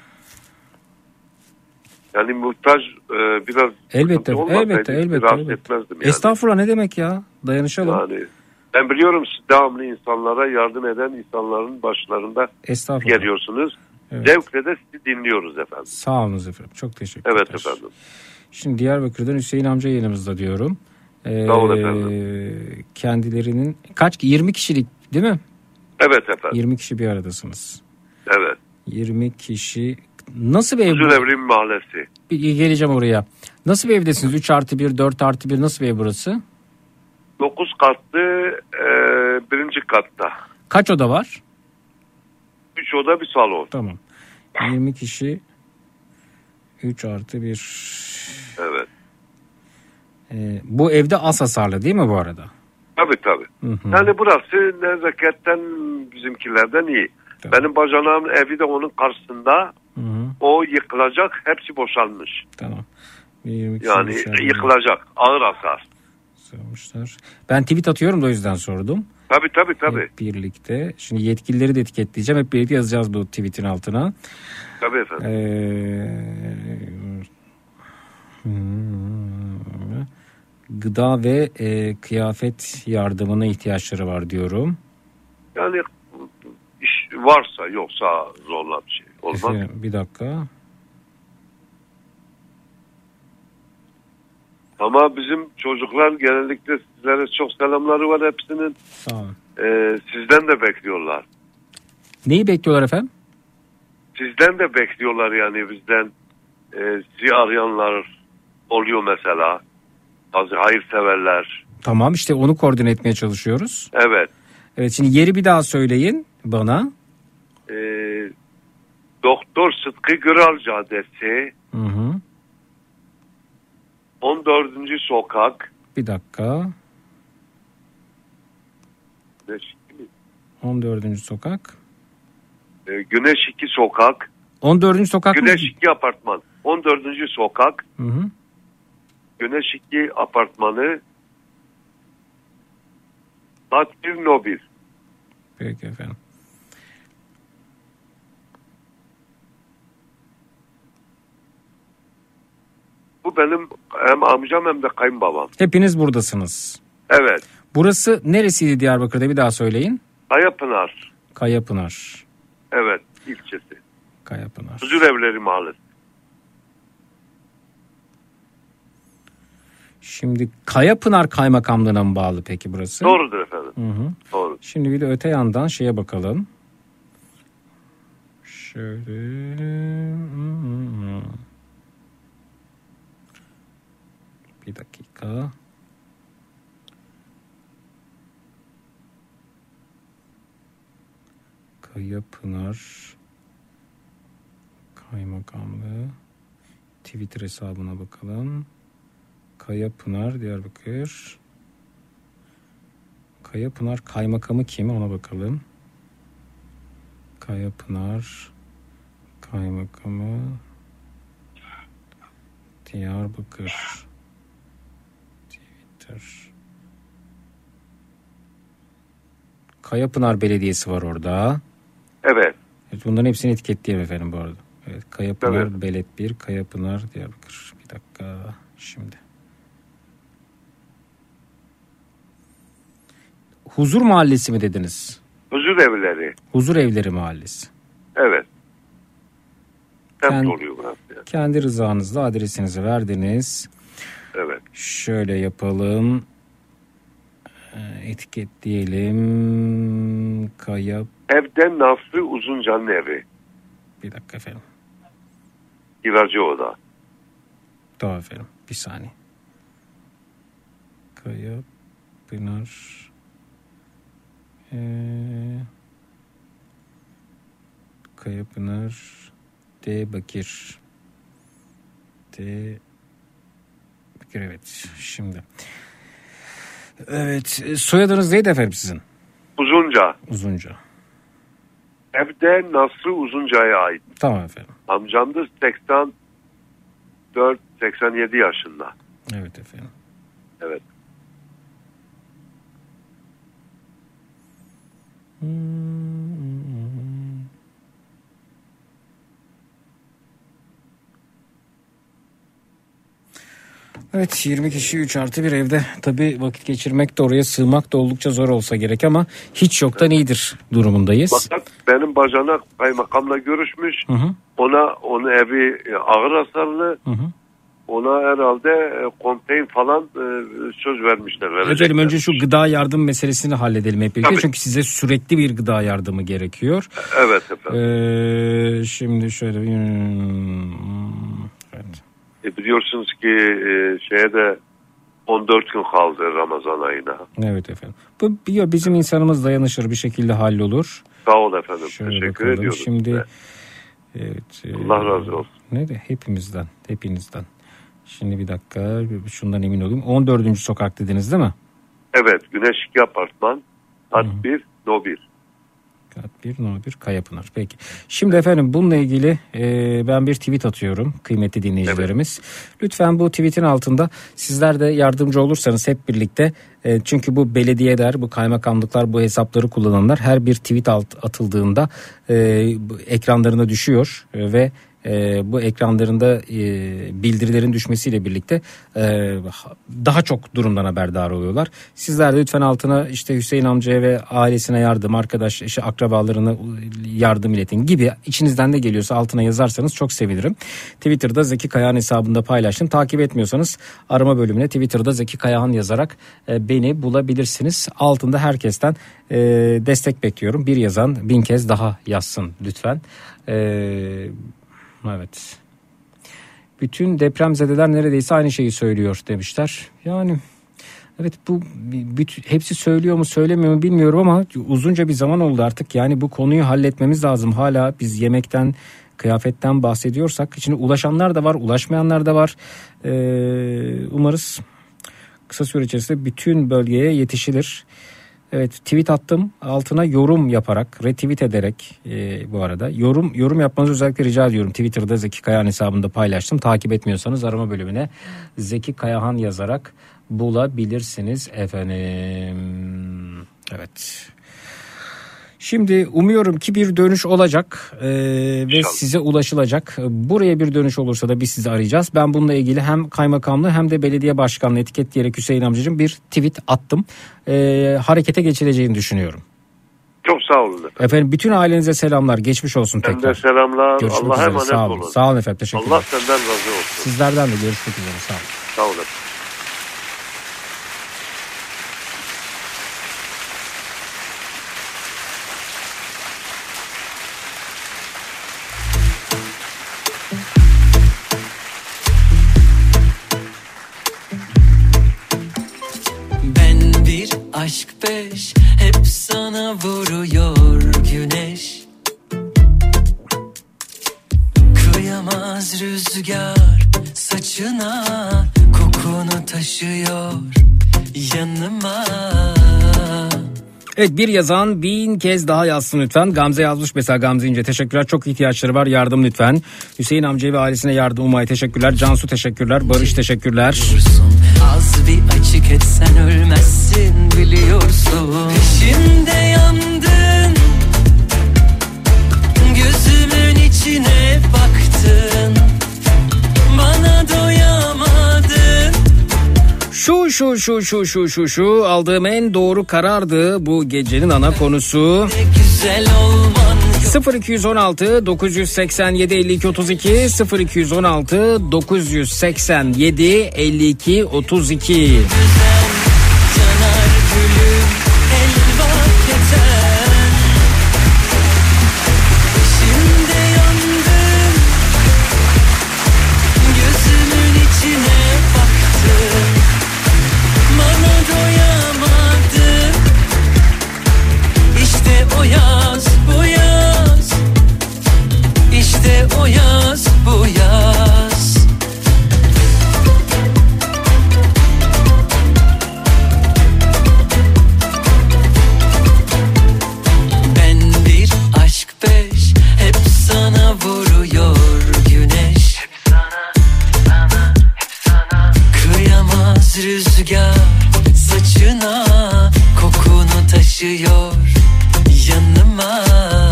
[SPEAKER 12] Yani muhtaç biraz
[SPEAKER 3] elbette
[SPEAKER 12] rahatsız etmezdim yani.
[SPEAKER 3] Estağfurullah, ne demek ya? Dayanışalım.
[SPEAKER 12] Yani ben biliyorum siz devamlı insanlara yardım eden insanların başlarında geliyorsunuz.
[SPEAKER 3] Evet.
[SPEAKER 12] Zevkle de sizi dinliyoruz efendim.
[SPEAKER 3] Sağ olun efendim. Çok teşekkürler.
[SPEAKER 12] Evet efendim.
[SPEAKER 3] Şimdi Diyarbakır'dan Hüseyin amca yanımızda diyorum.
[SPEAKER 12] Sağ olun efendim.
[SPEAKER 3] Kendilerinin 20 kişilik değil mi?
[SPEAKER 12] Evet efendim.
[SPEAKER 3] 20 kişi bir aradasınız.
[SPEAKER 12] Evet.
[SPEAKER 3] 20 kişi. Nasıl bir ev?
[SPEAKER 12] Huzurevrim Mahallesi.
[SPEAKER 3] Geleceğim oraya. Nasıl bir evdesiniz? 3+1, 4+1 nasıl bir ev burası?
[SPEAKER 12] 9 katlı birinci katta.
[SPEAKER 3] Kaç oda var?
[SPEAKER 12] 3 oda bir salon.
[SPEAKER 3] Tamam. 20 kişi 3+1.
[SPEAKER 12] Evet.
[SPEAKER 3] Bu evde az hasarlı değil mi bu arada?
[SPEAKER 12] Tabii.
[SPEAKER 3] Hı-hı.
[SPEAKER 12] Yani burası nezaketten bizimkilerden iyi. Tabii. Benim bacanağımın evi de onun karşısında. Hı-hı. O yıkılacak, hepsi boşalmış.
[SPEAKER 3] Tamam.
[SPEAKER 12] Yani yıkılacak, ağır hasar.
[SPEAKER 3] Sormuşlar. Ben tweet atıyorum da o yüzden sordum.
[SPEAKER 12] Tabii.
[SPEAKER 3] Hep birlikte. Şimdi yetkilileri de etiketleyeceğim. Hep birlikte yazacağız bu tweetin altına.
[SPEAKER 12] Tabii efendim.
[SPEAKER 3] Gıda ve kıyafet yardımına ihtiyaçları var diyorum.
[SPEAKER 12] Yani iş varsa yoksa zorla bir şey olmaz.
[SPEAKER 3] Efendim, bir dakika.
[SPEAKER 12] Ama bizim çocuklar genellikle sizlere çok selamları var hepsinin.
[SPEAKER 3] Sağ olun.
[SPEAKER 12] Sizden de bekliyorlar.
[SPEAKER 3] Neyi bekliyorlar efendim?
[SPEAKER 12] Sizden de bekliyorlar yani bizden. Sizi arayanlar oluyor mesela. Bazı hayırseverler.
[SPEAKER 3] Tamam, işte onu koordine etmeye çalışıyoruz.
[SPEAKER 12] Evet.
[SPEAKER 3] Evet, şimdi yeri bir daha söyleyin bana.
[SPEAKER 12] Doktor Sıtkı Güral Caddesi.
[SPEAKER 3] Hı.
[SPEAKER 12] 14. sokak.
[SPEAKER 3] Bir dakika. 14. sokak.
[SPEAKER 12] Güneş 2 sokak.
[SPEAKER 3] 14. sokak
[SPEAKER 12] Güneş 2 apartman. 14. sokak.
[SPEAKER 3] Hı.
[SPEAKER 12] Güneş 2 apartmanı. Kat 1 No 1.
[SPEAKER 3] Peki efendim.
[SPEAKER 12] Bu benim hem amcam hem de kayınbabam.
[SPEAKER 3] Hepiniz buradasınız.
[SPEAKER 12] Evet.
[SPEAKER 3] Burası neresiydi Diyarbakır'da, bir daha söyleyin.
[SPEAKER 12] Kayapınar.
[SPEAKER 3] Kayapınar.
[SPEAKER 12] Evet, ilçesi.
[SPEAKER 3] Kayapınar.
[SPEAKER 12] Huzurevleri Mahallesi.
[SPEAKER 3] Şimdi Kayapınar Kaymakamlığı'na mı bağlı peki burası?
[SPEAKER 12] Doğrudur efendim.
[SPEAKER 3] Hı.
[SPEAKER 12] Doğru.
[SPEAKER 3] Şimdi bir de öte yandan şeye bakalım. Şöyle. Bir dakika. Kayapınar Kaymakamlığı Twitter hesabına bakalım. Kayapınar Diyarbakır. Kayapınar Kaymakamı kim, ona bakalım. Kayapınar Kaymakamı Diyarbakır. Twitter. Kayapınar Belediyesi var orada.
[SPEAKER 12] Evet.
[SPEAKER 3] Bunların hepsini etiketleyelim efendim bu arada. Evet, Kayapınar
[SPEAKER 12] evet.
[SPEAKER 3] Beled 1, Kayapınar Diyarbakır. Bir dakika şimdi. Huzur Mahallesi mi dediniz?
[SPEAKER 12] Huzurevleri.
[SPEAKER 3] Huzurevleri Mahallesi.
[SPEAKER 12] Evet. Semt oluyor burası yani. aynen.
[SPEAKER 3] Kendi rızanızla adresinizi verdiniz.
[SPEAKER 12] Evet.
[SPEAKER 3] Şöyle yapalım. Etiketleyelim. Kaya.
[SPEAKER 12] Evden Nasri Uzuncan'ın evi.
[SPEAKER 3] Bir dakika efendim.
[SPEAKER 12] Kiracı oda.
[SPEAKER 3] Tamam efendim. Bir saniye. Kaya Pınar Kaya Pınar D. Bakir evet. Şimdi evet, soyadınız neydi efendim sizin?
[SPEAKER 12] Uzunca. Evde Nasri Uzunca'ya ait.
[SPEAKER 3] Tamam efendim.
[SPEAKER 12] Amcamdır 84-87 yaşında.
[SPEAKER 3] Evet efendim.
[SPEAKER 12] Evet.
[SPEAKER 3] Evet, 20 kişi 3+1 evde tabii vakit geçirmek de oraya sığmak da oldukça zor olsa gerek ama hiç yoktan iyidir durumundayız.
[SPEAKER 12] Fakat benim bacanak kaymakamla görüşmüş. Onun evi ağır hasarlı. Ona herhalde konteyner falan söz vermişler.
[SPEAKER 3] Efendim önce şu gıda yardım meselesini halledelim hep birlikte. Çünkü size sürekli bir gıda yardımı gerekiyor.
[SPEAKER 12] Evet efendim.
[SPEAKER 3] Şimdi şöyle evet.
[SPEAKER 12] Biliyorsunuz ki şeye de 14 gün kaldı Ramazan ayına.
[SPEAKER 3] Evet efendim. Bu bizim insanımız dayanışır bir şekilde hallolur.
[SPEAKER 12] Sağ ol efendim.
[SPEAKER 3] Şöyle
[SPEAKER 12] teşekkür
[SPEAKER 3] bakalım.
[SPEAKER 12] ediyorum.
[SPEAKER 3] Şimdi evet.
[SPEAKER 12] Allah razı olsun.
[SPEAKER 3] Ne de hepinizden. Şimdi bir dakika şundan emin olayım. 14. sokak dediniz değil mi?
[SPEAKER 12] Evet, Güneş 2 apartman. Kat 1 No 1.
[SPEAKER 3] Kat 1 No 1 Kayapınar. Peki. Şimdi efendim bununla ilgili ben bir tweet atıyorum kıymetli dinleyicilerimiz. Evet. Lütfen bu tweetin altında sizler de yardımcı olursanız hep birlikte çünkü bu belediyeler, bu kaymakamlıklar, bu hesapları kullananlar her bir tweet atıldığında ekranlarına düşüyor ve bu ekranlarında bildirilerin düşmesiyle birlikte daha çok durumdan haberdar oluyorlar. Sizler de lütfen altına işte Hüseyin amcaya ve ailesine yardım, arkadaş, işte akrabalarına yardım iletin gibi içinizden de geliyorsa altına yazarsanız çok sevinirim. Twitter'da Zeki Kayahan hesabında paylaştım. Takip etmiyorsanız arama bölümüne Twitter'da Zeki Kayahan yazarak beni bulabilirsiniz. Altında herkesten destek bekliyorum. Bir yazan 1000 kez daha yazsın lütfen. Evet. Bütün depremzedeler neredeyse aynı şeyi söylüyor demişler. Yani evet bu hepsi söylüyor mu söylemiyor mu bilmiyorum ama uzunca bir zaman oldu artık. Yani bu konuyu halletmemiz lazım. Hala biz yemekten, kıyafetten bahsediyorsak içine ulaşanlar da var, ulaşmayanlar da var. Umarız kısa süre içerisinde bütün bölgeye yetişilir. Evet, tweet attım, altına yorum yaparak, retweet ederek bu arada yorum yapmanızı özellikle rica ediyorum. Twitter'da Zeki Kayahan hesabında paylaştım. Takip etmiyorsanız arama bölümüne Zeki Kayahan yazarak bulabilirsiniz efendim. Evet. Şimdi umuyorum ki bir dönüş olacak ve size ulaşılacak. Buraya bir dönüş olursa da biz sizi arayacağız. Ben bununla ilgili hem kaymakamlığı hem de belediye başkanlığı etiketleyerek Hüseyin amcacığım bir tweet attım. Harekete geçileceğini düşünüyorum.
[SPEAKER 12] Çok sağ olun efendim.
[SPEAKER 3] Efendim bütün ailenize selamlar. Geçmiş olsun tekrar.
[SPEAKER 12] Hem de selamlar.
[SPEAKER 3] Görüşmek
[SPEAKER 12] Allah'a
[SPEAKER 3] üzere.
[SPEAKER 12] emanet
[SPEAKER 3] Sağ olun.
[SPEAKER 12] olun.
[SPEAKER 3] Sağ olun efendim. Teşekkürler.
[SPEAKER 12] Allah senden razı olsun.
[SPEAKER 3] Sizlerden de görüşmek üzere. Sağ olun.
[SPEAKER 12] Sağ olun.
[SPEAKER 4] Aşk peş hep sana vuruyor güneş. Kıyamaz rüzgar saçına, kokunu taşıyor yanıma.
[SPEAKER 3] Evet, bir yazan 1000 kez daha yazsın lütfen. Gamze yazmış mesela, Gamze İnce teşekkürler, çok ihtiyaçları var, yardım lütfen. Hüseyin amcaya ve ailesine yardım Umay teşekkürler. Cansu teşekkürler. Barış teşekkürler.
[SPEAKER 4] Az bir açık etsen ölmezsin biliyorsun. Peşimde yandın, gözümün içine baktın, bana doyamadın.
[SPEAKER 3] Şu aldığım en doğru karardı bu gecenin ana konusu.
[SPEAKER 4] Güzel olman
[SPEAKER 3] 0216 987 52 32 0216 987 52 32.
[SPEAKER 4] O yaz, bu yaz. Ben bir aşk peş, hep sana vuruyor güneş. Hep sana, hep sana. Kıyamaz rüzgar saçına, kokunu taşıyor yanıma.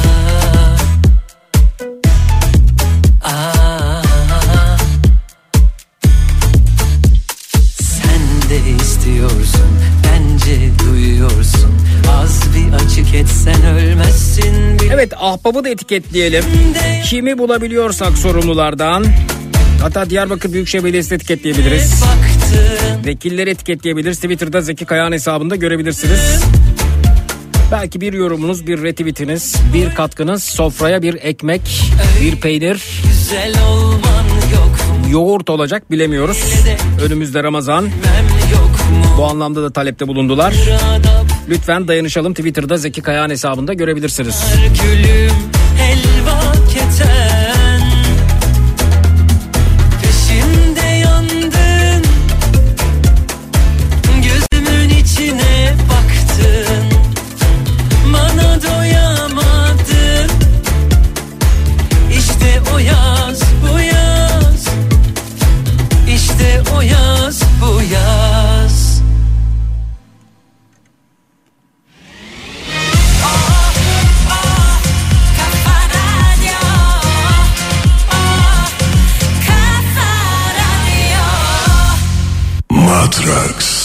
[SPEAKER 4] Sen de istiyorsun, bence duyuyorsun. Az bir açık etsen ölmezsin.
[SPEAKER 3] Evet, Ahbap'ı da etiketleyelim. Kimi bulabiliyorsak sorumlulardan. Hatta Diyarbakır Büyükşehir Belediyesi'ni etiketleyebiliriz. Vekilleri etiketleyebiliriz. Twitter'da Zeki Kayağan hesabında görebilirsiniz. Belki bir yorumunuz, bir retweetiniz, bir katkınız, sofraya bir ekmek, bir peynir, yoğurt olacak, bilemiyoruz. Önümüzde Ramazan. Bu anlamda da talepte bulundular. Lütfen dayanışalım. Twitter'da Zeki Kayağan hesabında görebilirsiniz.
[SPEAKER 4] Gülüm helva keten, peşimde yandın, gözümün içine baktın, bana doyamadın. İşte o yaz, bu yaz. İşte o yaz, bu yaz.
[SPEAKER 13] Matrax.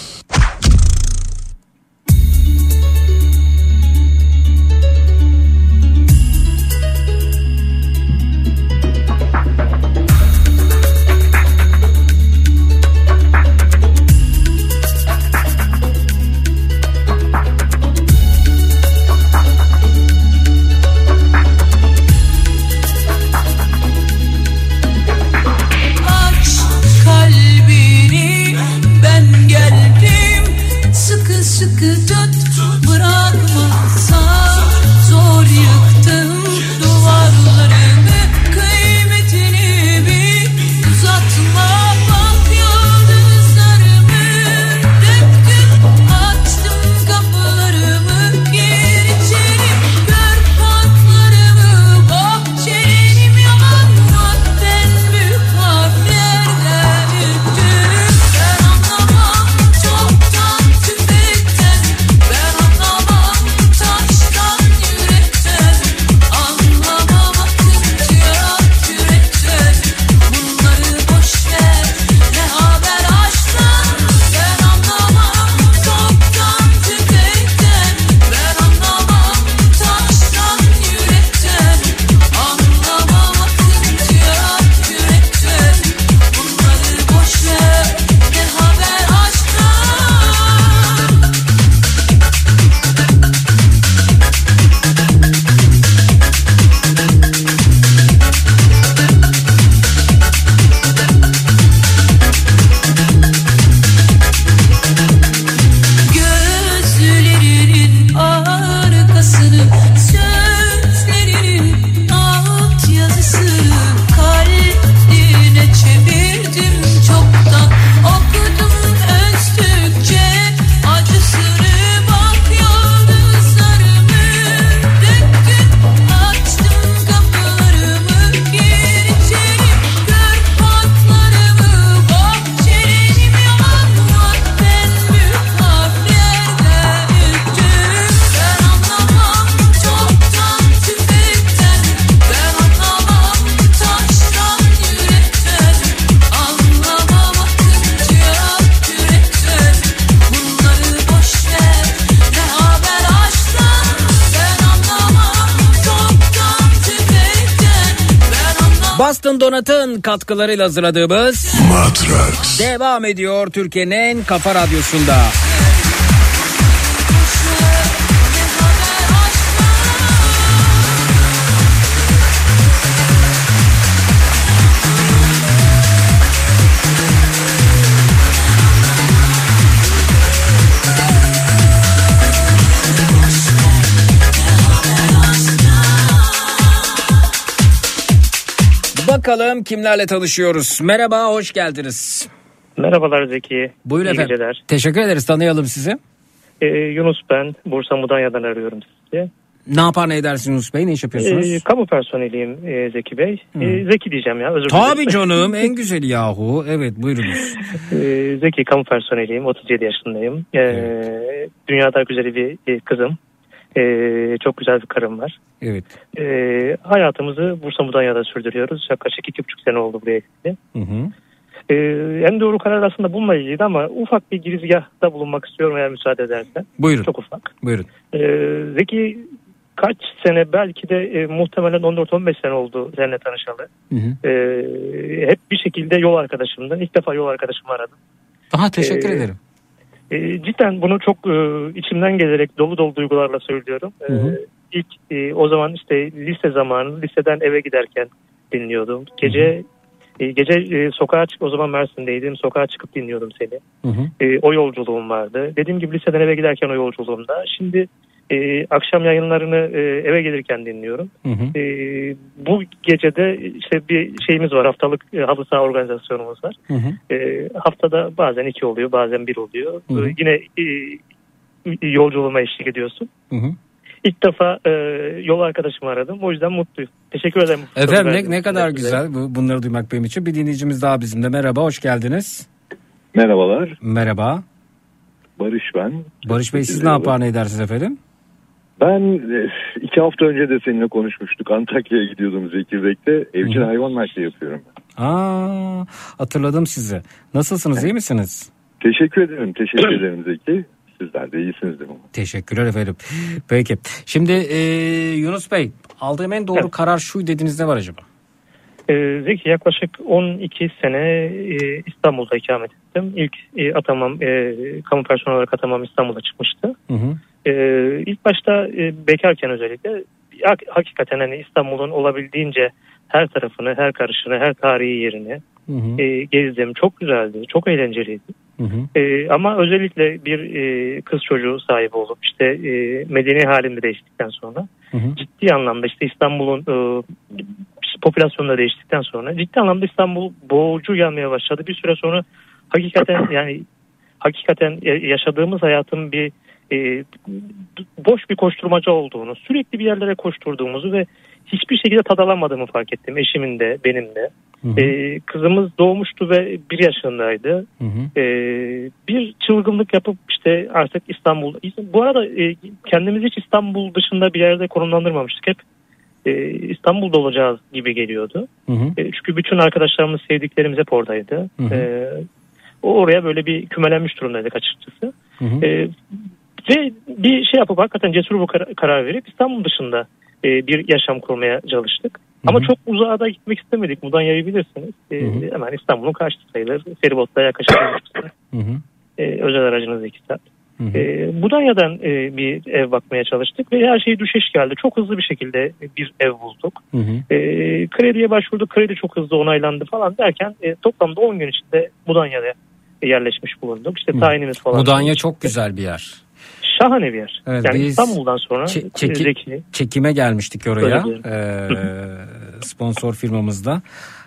[SPEAKER 4] Sıkı tut, bırakmazsan zor yıktım duvarlarımı, kıymetini bil, uzatma bak yıldızlarımı, döktüm açtım kapılarımı, gir içeri gör patlarımı, bahçenim yaman madden büyük harflerden üttüm, ben anlamam çoktan tüfekten, ben anlamam
[SPEAKER 3] Bastın Donat'ın katkılarıyla hazırladığımız
[SPEAKER 13] Matrax
[SPEAKER 3] devam ediyor Türkiye'nin en kafa radyosunda. Bakalım kimlerle tanışıyoruz. Merhaba, hoş geldiniz.
[SPEAKER 14] Merhabalar Zeki.
[SPEAKER 3] Buyurun
[SPEAKER 14] İyi
[SPEAKER 3] efendim.
[SPEAKER 14] geceler.
[SPEAKER 3] Teşekkür ederiz, tanıyalım sizi.
[SPEAKER 14] Yunus ben. Bursa Mudanya'dan arıyorum sizi.
[SPEAKER 3] Ne yapar ne edersiniz Yunus Bey, ne iş yapıyorsunuz?
[SPEAKER 14] Kamu personeliyim Zeki Bey. Zeki diyeceğim ya, özür dilerim.
[SPEAKER 3] Tabii canım, en güzeli yahu. Evet, buyurunuz.
[SPEAKER 14] Zeki, kamu personeliyim, 37 yaşındayım.
[SPEAKER 3] Evet.
[SPEAKER 14] Dünyada güzel bir kızım. Çok güzel bir karım var.
[SPEAKER 3] Evet.
[SPEAKER 14] Hayatımızı Bursa Mudanya'da sürdürüyoruz. Yaklaşık 2,5 sene oldu buraya gitti.
[SPEAKER 3] Hı hı.
[SPEAKER 14] En doğru karar aslında bununla ilgili ama ufak bir girizgahta bulunmak istiyorum eğer müsaade edersen.
[SPEAKER 3] Buyurun.
[SPEAKER 14] Çok ufak.
[SPEAKER 3] Buyurun.
[SPEAKER 14] Zeki, kaç sene, belki de muhtemelen 14-15 sene oldu seninle tanışalı.
[SPEAKER 3] Hı hı.
[SPEAKER 14] Hep bir şekilde yol arkadaşımdan. İlk defa yol arkadaşımı aradım.
[SPEAKER 3] Aha, teşekkür ederim.
[SPEAKER 14] Cidden bunu çok içimden gelerek dolu dolu duygularla söylüyorum.
[SPEAKER 3] Hı hı.
[SPEAKER 14] İlk o zaman işte lise zamanı, liseden eve giderken dinliyordum. Gece sokağa çık, o zaman Mersin'deydim, sokağa çıkıp dinliyordum seni.
[SPEAKER 3] Hı hı.
[SPEAKER 14] O yolculuğum vardı. Dediğim gibi liseden eve giderken o yolculuğumda. Şimdi akşam yayınlarını eve gelirken dinliyorum.
[SPEAKER 3] Hı hı.
[SPEAKER 14] Bu gecede işte bir şeyimiz var, haftalık halı saha organizasyonumuz var.
[SPEAKER 3] Hı hı.
[SPEAKER 14] Haftada bazen 2 oluyor, bazen 1 oluyor.
[SPEAKER 3] Hı hı.
[SPEAKER 14] Yine yolculuğuma eşlik ediyorsun.
[SPEAKER 3] Hı hı.
[SPEAKER 14] İlk defa yol arkadaşımı aradım. O yüzden mutluyum. Teşekkür ederim.
[SPEAKER 3] Efendim ne kadar güzel bunları duymak benim için. Bir dinleyicimiz daha bizimle. Merhaba, hoş geldiniz.
[SPEAKER 15] Merhabalar.
[SPEAKER 3] Merhaba.
[SPEAKER 15] Barış ben.
[SPEAKER 3] Barış Bey, siz ne yapar ne edersiniz efendim?
[SPEAKER 15] Ben 2 hafta önce de seninle konuşmuştuk. Antakya'ya gidiyordum Zekirdek'te. Evcil hayvan nakli yapıyorum.
[SPEAKER 3] Hatırladım sizi. Nasılsınız, iyi misiniz?
[SPEAKER 15] Teşekkür ederim Zeki. Sizler de iyisinizdir umarım.
[SPEAKER 3] Teşekkürler efendim. Peki. Şimdi Yunus Bey, aldığım en doğru karar şu dediğiniz ne var acaba?
[SPEAKER 14] Zeki, yaklaşık 12 sene İstanbul'da ikamet ettim. İlk atamam, kamu personeli olarak atamam İstanbul'da çıkmıştı.
[SPEAKER 3] Hı hı.
[SPEAKER 14] İlk başta bekarken özellikle hakikaten hani İstanbul'un olabildiğince her tarafını, her karışını, her tarihi yerini gezdim. Çok güzeldi, çok eğlenceliydi.
[SPEAKER 3] Hı hı.
[SPEAKER 14] Ama özellikle bir kız çocuğu sahibi olup işte medeni halinde değiştikten sonra ciddi anlamda işte İstanbul'un popülasyonu da değiştikten sonra ciddi anlamda İstanbul boğucu gelmeye başladı. Bir süre sonra hakikaten yaşadığımız hayatın bir boş bir koşturmaca olduğunu, sürekli bir yerlere koşturduğumuzu ve hiçbir şekilde tad alamadığımı fark ettim. Eşimin de, benim de. Kızımız doğmuştu ve 1 yaşındaydı. Bir çılgınlık yapıp işte artık İstanbul. Bu arada kendimizi hiç İstanbul dışında bir yerde konumlandırmamıştık. Hep İstanbul'da olacağız gibi geliyordu. Çünkü bütün arkadaşlarımız, sevdiklerimiz hep oradaydı. Oraya böyle bir kümelenmiş durumdaydık açıkçası. Ve bir şey yapıp hakikaten cesur bu karar verip İstanbul dışında bir yaşam kurmaya çalıştık. Ama çok uzağa da gitmek istemedik. Mudanya'yı bilirsiniz. Hemen İstanbul'un karşıtı sayılır. Feribot'ta yaklaşık 1,5 saat. Özel aracınız 2 saat. Mudanya'dan bir ev bakmaya çalıştık ve her şey düşeş geldi. Çok hızlı bir şekilde bir ev bulduk. Krediye başvurduk. Kredi çok hızlı onaylandı falan derken toplamda 10 gün içinde Mudanya'da yerleşmiş bulunduk. İşte tayinimiz falan.
[SPEAKER 3] Mudanya çok güzel bir yer.
[SPEAKER 14] Şahane bir yer.
[SPEAKER 3] Evet,
[SPEAKER 14] yani İstanbul'dan sonra
[SPEAKER 3] çekime gelmiştik oraya. Sponsor firmamızda.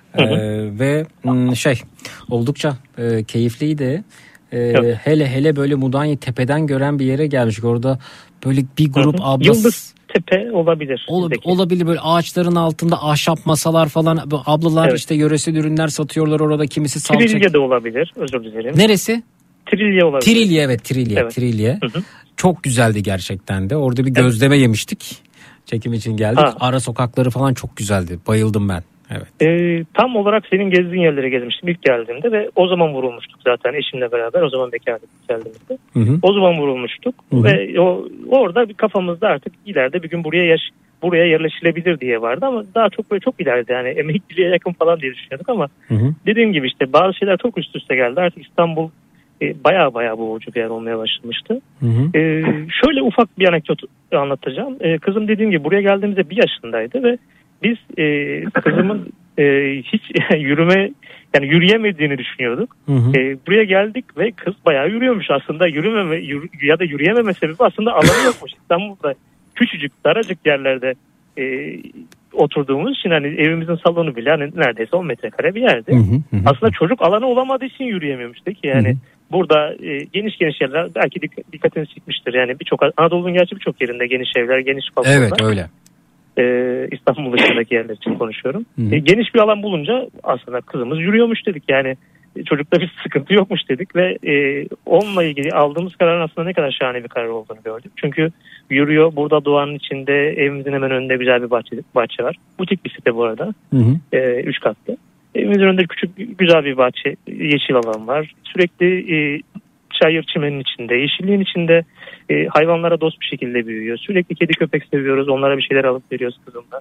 [SPEAKER 3] Ve oldukça keyifliydi. Hele böyle Mudanya'yı tepeden gören bir yere gelmiştik. Orada böyle bir grup
[SPEAKER 14] Yıldız Tepe olabilir.
[SPEAKER 3] Olabilir, böyle ağaçların altında ahşap masalar falan, ablalar işte yöresel ürünler satıyorlar orada, kimisi salça.
[SPEAKER 14] Trilye de olabilir, özür dilerim.
[SPEAKER 3] Neresi?
[SPEAKER 14] Trilye olabilir.
[SPEAKER 3] Trilye. Çok güzeldi gerçekten de. Orada bir gözleme yemiştik. Çekim için geldik. Ara sokakları falan çok güzeldi. Bayıldım ben. Evet.
[SPEAKER 14] Tam olarak senin gezdiğin yerlere gezmiştim ilk geldiğimde ve o zaman vurulmuştuk zaten eşimle beraber. O zaman bekardık geldiğimizde. O zaman vurulmuştuk ve orada bir kafamızda artık ileride bir gün buraya yerleşilebilir diye vardı ama daha çok böyle çok ileride yani emekliliğe yakın falan diye düşünüyorduk ama dediğim gibi işte bazı şeyler çok üst üste geldi. Artık İstanbul baya boğucu bir yer olmaya başlamıştı. Şöyle ufak bir anekdot anlatacağım. Kızım dediğim gibi buraya geldiğimizde 1 yaşındaydı ve biz kızımın hiç yürüyemediğini düşünüyorduk. Buraya geldik ve kız bayağı yürüyormuş aslında. Ya da yürüyememe sebebi aslında alanı yokmuş. İstanbul'da küçücük daracık yerlerde oturduğumuz için hani evimizin salonu bile hani neredeyse 10 metrekare bir yerdi. Aslında çocuk alanı olamadığı için yürüyemiyormuş ki yani burada geniş yerler belki dikkatinizi çekmiştir. Yani birçok Anadolu'nun gerçi birçok yerinde geniş evler, geniş balkonlar.
[SPEAKER 3] Evet öyle.
[SPEAKER 14] İstanbul dışındaki yerler için konuşuyorum. Geniş bir alan bulunca aslında kızımız yürüyormuş dedik. Yani çocukta bir sıkıntı yokmuş dedik ve onunla ilgili aldığımız kararın aslında ne kadar şahane bir karar olduğunu gördük. Çünkü yürüyor. Burada doğanın içinde evimizin hemen önünde güzel bir bahçe var. Butik bir site bu arada. 3 katlı. Evimizin önünde küçük güzel bir bahçe, yeşil alan var. Sürekli çayır çimenin içinde, yeşilliğin içinde hayvanlara dost bir şekilde büyüyor. Sürekli kedi köpek seviyoruz. Onlara bir şeyler alıp veriyoruz kızımla.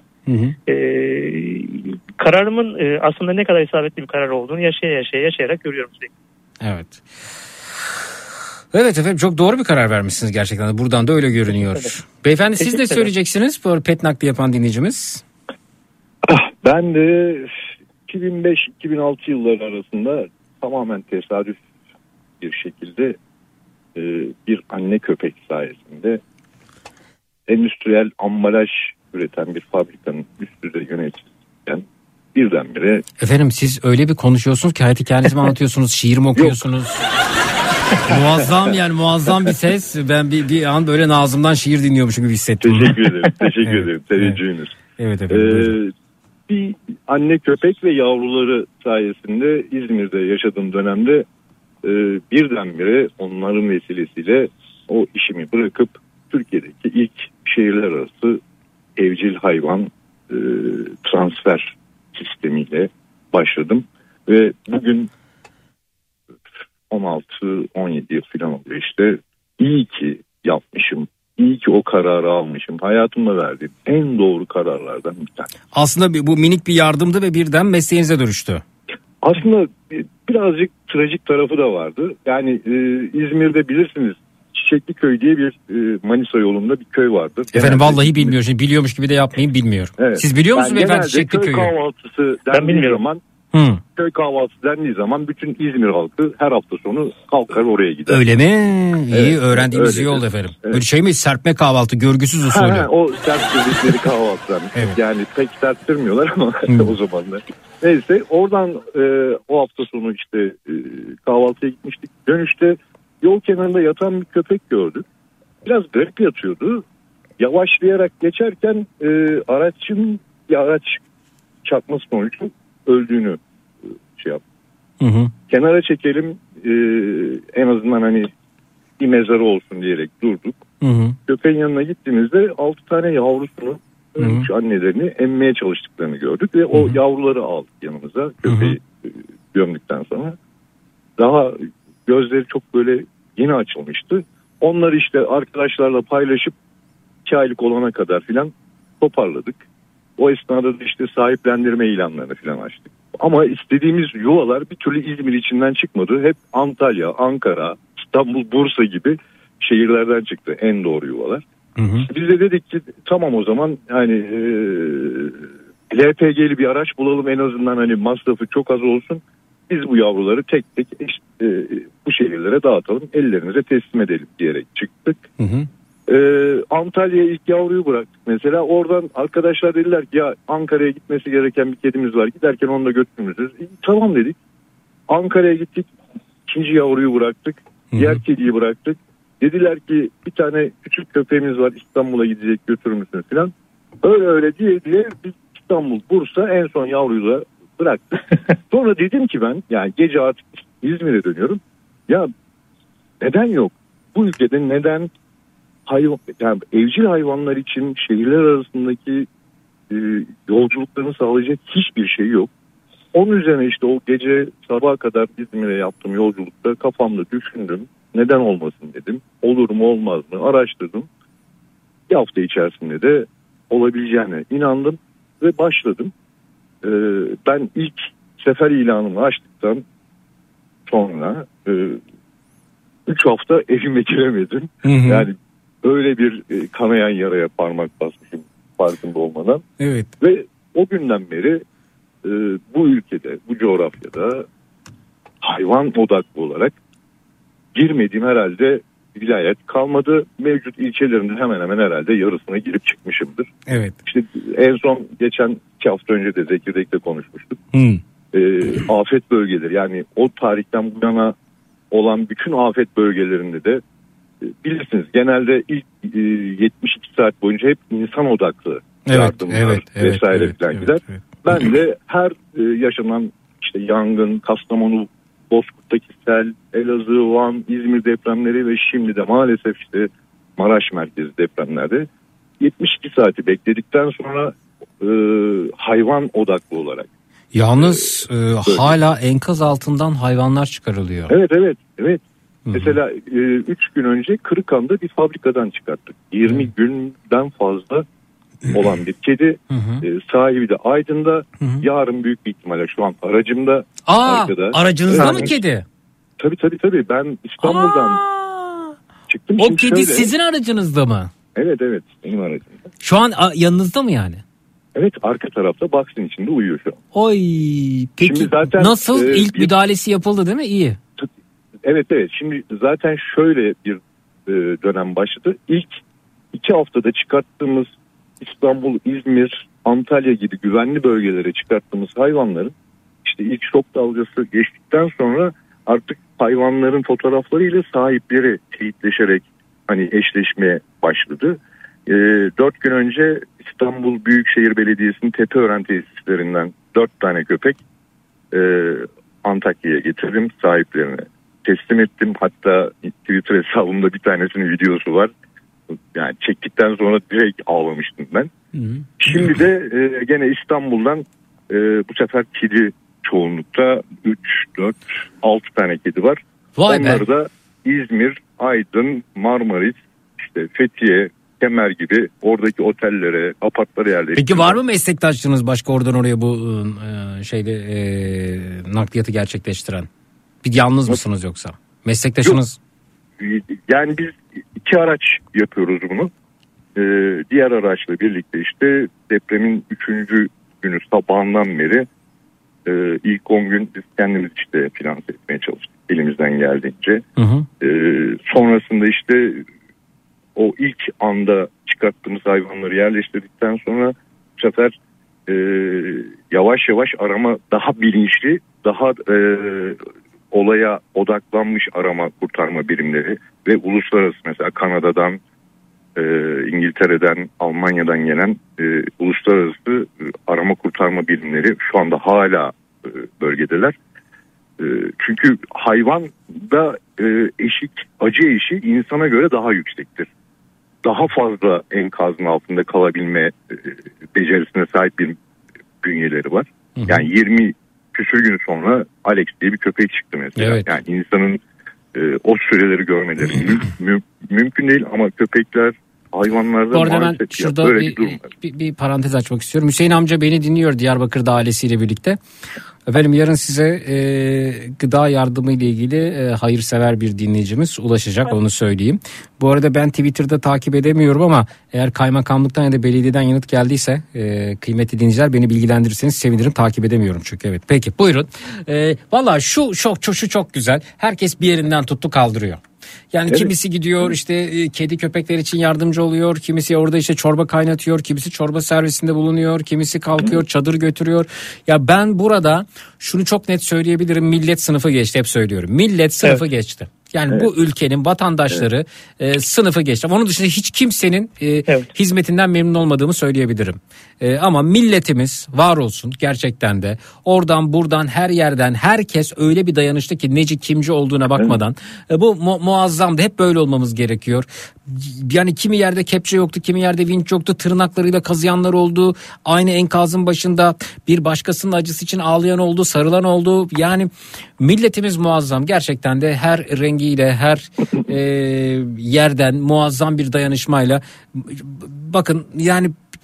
[SPEAKER 14] Kararımın aslında ne kadar isabetli bir karar olduğunu yaşayarak görüyorum sürekli.
[SPEAKER 3] Evet. Evet efendim çok doğru bir karar vermişsiniz gerçekten. Buradan da öyle görünüyor. Evet. Beyefendi siz ne söyleyeceksiniz bu pet nakli yapan dinleyicimiz?
[SPEAKER 15] Ben de 2005-2006 yılları arasında tamamen tesadüf bir şekilde bir anne köpek sayesinde endüstriyel ambalaj üreten bir fabrikanın üst düzey yöneticisiyken birdenbire...
[SPEAKER 3] Efendim siz öyle bir konuşuyorsunuz ki hayat hikayenizi mi anlatıyorsunuz, şiir mi okuyorsunuz? Muazzam bir ses. Ben bir an böyle Nazım'dan şiir dinliyormuşum gibi hissettim.
[SPEAKER 15] Teşekkür ederim. Teveccühünüz.
[SPEAKER 3] Evet efendim.
[SPEAKER 15] Bir anne köpek ve yavruları sayesinde İzmir'de yaşadığım dönemde birdenbire onların vesilesiyle o işimi bırakıp Türkiye'deki ilk şehirler arası evcil hayvan transfer sistemiyle başladım ve bugün 16-17 yıl falan oluyor işte. İyi ki yapmışım. İyi ki o kararı almışım. Hayatımda verdiğim en doğru kararlardan bir tanesi.
[SPEAKER 3] Aslında bu minik bir yardımdı ve birden mesleğinize dönüştü.
[SPEAKER 15] Aslında birazcık trajik tarafı da vardı. Yani İzmir'de bilirsiniz Çiçekliköy diye bir Manisa yolunda bir köy vardı.
[SPEAKER 3] Efendim vallahi bilmiyorum. Şimdi biliyormuş gibi de yapmayayım bilmiyorum. Evet. Siz biliyor musunuz efendim Çiçekliköy'ü?
[SPEAKER 15] Köy kahvaltısı dendiği zaman köy kahvaltısı dendiği zaman bütün İzmir halkı her hafta sonu kalkar oraya gider.
[SPEAKER 3] Öyle mi? İyi öğrendiğimiz iyi oldu efendim. Evet. Böyle şey mi serpme kahvaltı görgüsüz usulü?
[SPEAKER 15] O serptirdikleri kahvaltılar. Evet. Yani pek serptirmiyorlar ama o zamanlar. Neyse oradan o hafta sonu işte kahvaltıya gitmiştik. Dönüşte yol kenarında yatan bir köpek gördük. Biraz garip yatıyordu. Yavaşlayarak geçerken aracın bir araç çarpması sonucu öldüğünü şey yaptı. Kenara çekelim en azından hani bir mezarı olsun diyerek durduk. Köpeğin yanına gittiğimizde 6 tane yavrusunu ölmüş annelerini emmeye çalıştıklarını gördük ve o yavruları aldık yanımıza köpeği gömdükten sonra. Daha gözleri çok böyle yeni açılmıştı. Onları işte arkadaşlarla paylaşıp 2 aylık olana kadar filan toparladık. O esnada da işte sahiplendirme ilanlarını filan açtık. Ama istediğimiz yuvalar bir türlü İzmir içinden çıkmadı. Hep Antalya, Ankara, İstanbul, Bursa gibi şehirlerden çıktı en doğru yuvalar. Biz de dedik ki tamam o zaman hani LPG'li bir araç bulalım en azından hani masrafı çok az olsun. Biz bu yavruları tek tek bu şehirlere dağıtalım, ellerinize teslim edelim diyerek çıktık. Antalya'ya ilk yavruyu bıraktık mesela. Oradan arkadaşlar dediler ki ya Ankara'ya gitmesi gereken bir kedimiz var. Giderken onu da götürürüz. Tamam dedik. Ankara'ya gittik. 2. yavruyu bıraktık. Diğer kediyi bıraktık. Dediler ki bir tane küçük köpeğimiz var İstanbul'a gidecek götürür müsün falan. Öyle diye biz İstanbul, Bursa en son yavruyu da bıraktık. Sonra dedim ki ben yani gece artık İzmir'e dönüyorum. Ya neden yok? Bu ülkede neden yani evcil hayvanlar için şehirler arasındaki yolculuklarını sağlayacak hiçbir şey yok. Onun üzerine işte o gece sabaha kadar İzmir'e yaptığım yolculukta kafamda düşündüm. Neden olmasın dedim. Olur mu olmaz mı araştırdım. Bir hafta içerisinde de olabileceğine inandım ve başladım. Ben ilk sefer ilanımı açtıktan sonra 3 hafta evime giremedim. Yani öyle bir kanayan yaraya parmak basmışım farkında olmadan.
[SPEAKER 3] Evet.
[SPEAKER 15] Ve o günden beri bu ülkede, bu coğrafyada hayvan odaklı olarak girmediğim herhalde vilayet kalmadı. Mevcut ilçelerinde hemen hemen herhalde yarısına girip çıkmışımdır.
[SPEAKER 3] Evet.
[SPEAKER 15] İşte en son geçen 2 hafta önce de Zekirdek'te konuşmuştuk. Afet bölgeleri, yani o tarihten bu yana olan bütün afet bölgelerinde de bilirsiniz genelde ilk 72 saat boyunca hep insan odaklı yardımlar vesaire falan gider. Ben de her yaşanan işte yangın, Kastamonu, Bozkurt'taki sel, Elazığ, Van, İzmir depremleri ve şimdi de maalesef işte Maraş merkezi depremlerde 72 saati bekledikten sonra hayvan odaklı olarak.
[SPEAKER 3] Yalnız hala enkaz altından hayvanlar çıkarılıyor.
[SPEAKER 15] Evet. Mesela 3 gün önce Kırıkhan'da bir fabrikadan çıkarttık. 20 günden fazla olan bir kedi. Sahibi de Aydın'da. Yarın büyük bir ihtimalle şu an aracımda. Arkada.
[SPEAKER 3] Aracınızda mı kedi?
[SPEAKER 15] Tabii. Ben İstanbul'dan çıktım.
[SPEAKER 3] O kedi sizin aracınızda mı?
[SPEAKER 15] Evet benim aracımda.
[SPEAKER 3] Şu an yanınızda mı yani?
[SPEAKER 15] Evet, arka tarafta box'ın içinde uyuyor şu an.
[SPEAKER 3] Oy, peki
[SPEAKER 15] şimdi zaten,
[SPEAKER 3] nasıl ilk müdahalesi yapıldı değil mi? İyi.
[SPEAKER 15] Evet. Şimdi zaten şöyle bir dönem başladı. İlk 2 haftada çıkarttığımız İstanbul, İzmir, Antalya gibi güvenli bölgelere çıkarttığımız hayvanların işte ilk şok dalgası geçtikten sonra artık hayvanların fotoğraflarıyla sahipleri teyitleşerek hani eşleşmeye başladı. 4 gün önce İstanbul Büyükşehir Belediyesi'nin Tepeören tesislerinden 4 tane köpek Antakya'ya getirdim, sahiplerine teslim ettim. Hatta Twitter hesabımda bir tanesinin videosu var. Yani çektikten sonra direkt ağlamıştım ben. Şimdi de gene İstanbul'dan bu sefer kedi çoğunlukta 3, 4, 6 tane kedi var. Onları da İzmir, Aydın, Marmaris, işte Fethiye, Kemer gibi oradaki otellere, apartlara yerleştirdim.
[SPEAKER 3] Peki var mı meslektaşlarınız başka oradan oraya bu nakliyatı gerçekleştiren? Bir yalnız mısınız yoksa? Meslektaşınız?
[SPEAKER 15] Yok. Yani biz 2 araç yapıyoruz bunu. Diğer araçla birlikte işte depremin 3. günü sabahından beri ilk 10 gün biz kendimiz işte finanse etmeye çalıştık elimizden geldiğince. Sonrasında işte o ilk anda çıkarttığımız hayvanları yerleştirdikten sonra bu sefer yavaş yavaş arama, daha bilinçli, daha olaya odaklanmış arama kurtarma birimleri ve uluslararası, mesela Kanada'dan, İngiltere'den, Almanya'dan gelen uluslararası arama kurtarma birimleri şu anda hala bölgedeler. Çünkü hayvanda acı eşiği insana göre daha yüksektir. Daha fazla enkazın altında kalabilme becerisine sahip bir bünyeleri var. Yani 20 küsur gün sonra Alex diye bir köpek çıktı mesela. Evet. Yani insanın o süreleri görmeleri mümkün değil ama köpekler, hayvanlarda
[SPEAKER 3] orada ben şurada bir parantez açmak istiyorum. Hüseyin amca beni dinliyor Diyarbakır'da ailesiyle birlikte. Efendim yarın size gıda yardımı ile ilgili hayırsever bir dinleyicimiz ulaşacak, onu söyleyeyim. Bu arada ben Twitter'da takip edemiyorum ama eğer kaymakamlıktan ya da belediyeden yanıt geldiyse kıymetli dinleyiciler beni bilgilendirirseniz sevinirim, takip edemiyorum çünkü. Evet, peki buyurun. Valla şu çok güzel, herkes bir yerinden tuttu kaldırıyor. Yani evet. Kimisi gidiyor işte kedi köpekler için yardımcı oluyor. Kimisi orada işte çorba kaynatıyor. Kimisi çorba servisinde bulunuyor. Kimisi kalkıyor çadır götürüyor. Ya ben burada şunu çok net söyleyebilirim. Millet sınıfı geçti, hep söylüyorum. Millet sınıfı geçti. Yani bu ülkenin vatandaşları sınıfı geçti. Onun dışında hiç kimsenin hizmetinden memnun olmadığımı söyleyebilirim. Ama milletimiz var olsun gerçekten de. Oradan buradan her yerden herkes öyle bir dayanıştı ki neci kimci olduğuna bakmadan. Bu muazzamdı. Hep böyle olmamız gerekiyor. Yani kimi yerde kepçe yoktu, kimi yerde vinç yoktu. Tırnaklarıyla kazıyanlar oldu. Aynı enkazın başında bir başkasının acısı için ağlayan oldu, sarılan oldu. Yani milletimiz muazzam. Gerçekten de her rengiyle, her yerden muazzam bir dayanışmayla. Bakın yani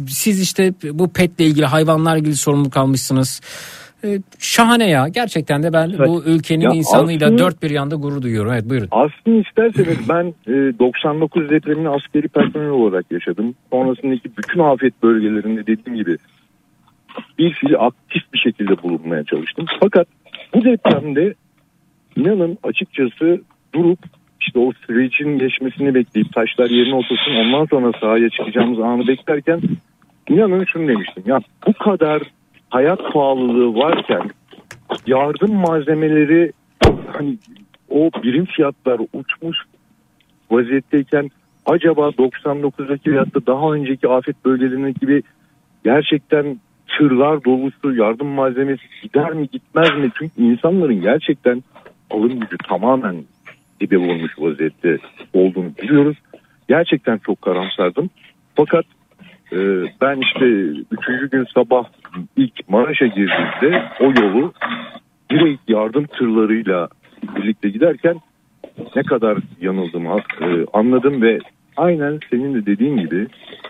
[SPEAKER 3] siz işte bu petle ilgili, hayvanlarla ilgili sorumluluk almışsınız. Şahane ya. Gerçekten de ben bu ülkenin insanıyla aslında, dört bir yanda gurur duyuyorum. Evet, buyurun.
[SPEAKER 15] Aslında isterseniz ben 99 depremini askeri personel olarak yaşadım. Sonrasındaki bütün afet bölgelerinde dediğim gibi bir fiil aktif bir şekilde bulunmaya çalıştım. Fakat bu depremde inanın açıkçası durup işte o sürecin geçmesini bekleyip taşlar yerine otursun, ondan sonra sahaya çıkacağımız anı beklerken inanın şunu demiştim. Ya bu kadar hayat pahalılığı varken yardım malzemeleri, hani o birim fiyatlar uçmuş vaziyetteyken acaba 99'daki veyahut da daha önceki afet bölgelerindeki gibi gerçekten tırlar dolusu yardım malzemesi gider mi gitmez mi? Çünkü insanların gerçekten alım gücü tamamen dibe vurmuş vaziyette olduğunu biliyoruz. Gerçekten çok karamsardım. Fakat ben işte 3. gün sabah ilk Maraş'a girdiğimde o yolu direkt yardım tırlarıyla birlikte giderken ne kadar yanıldığımı anladım ve aynen senin de dediğin gibi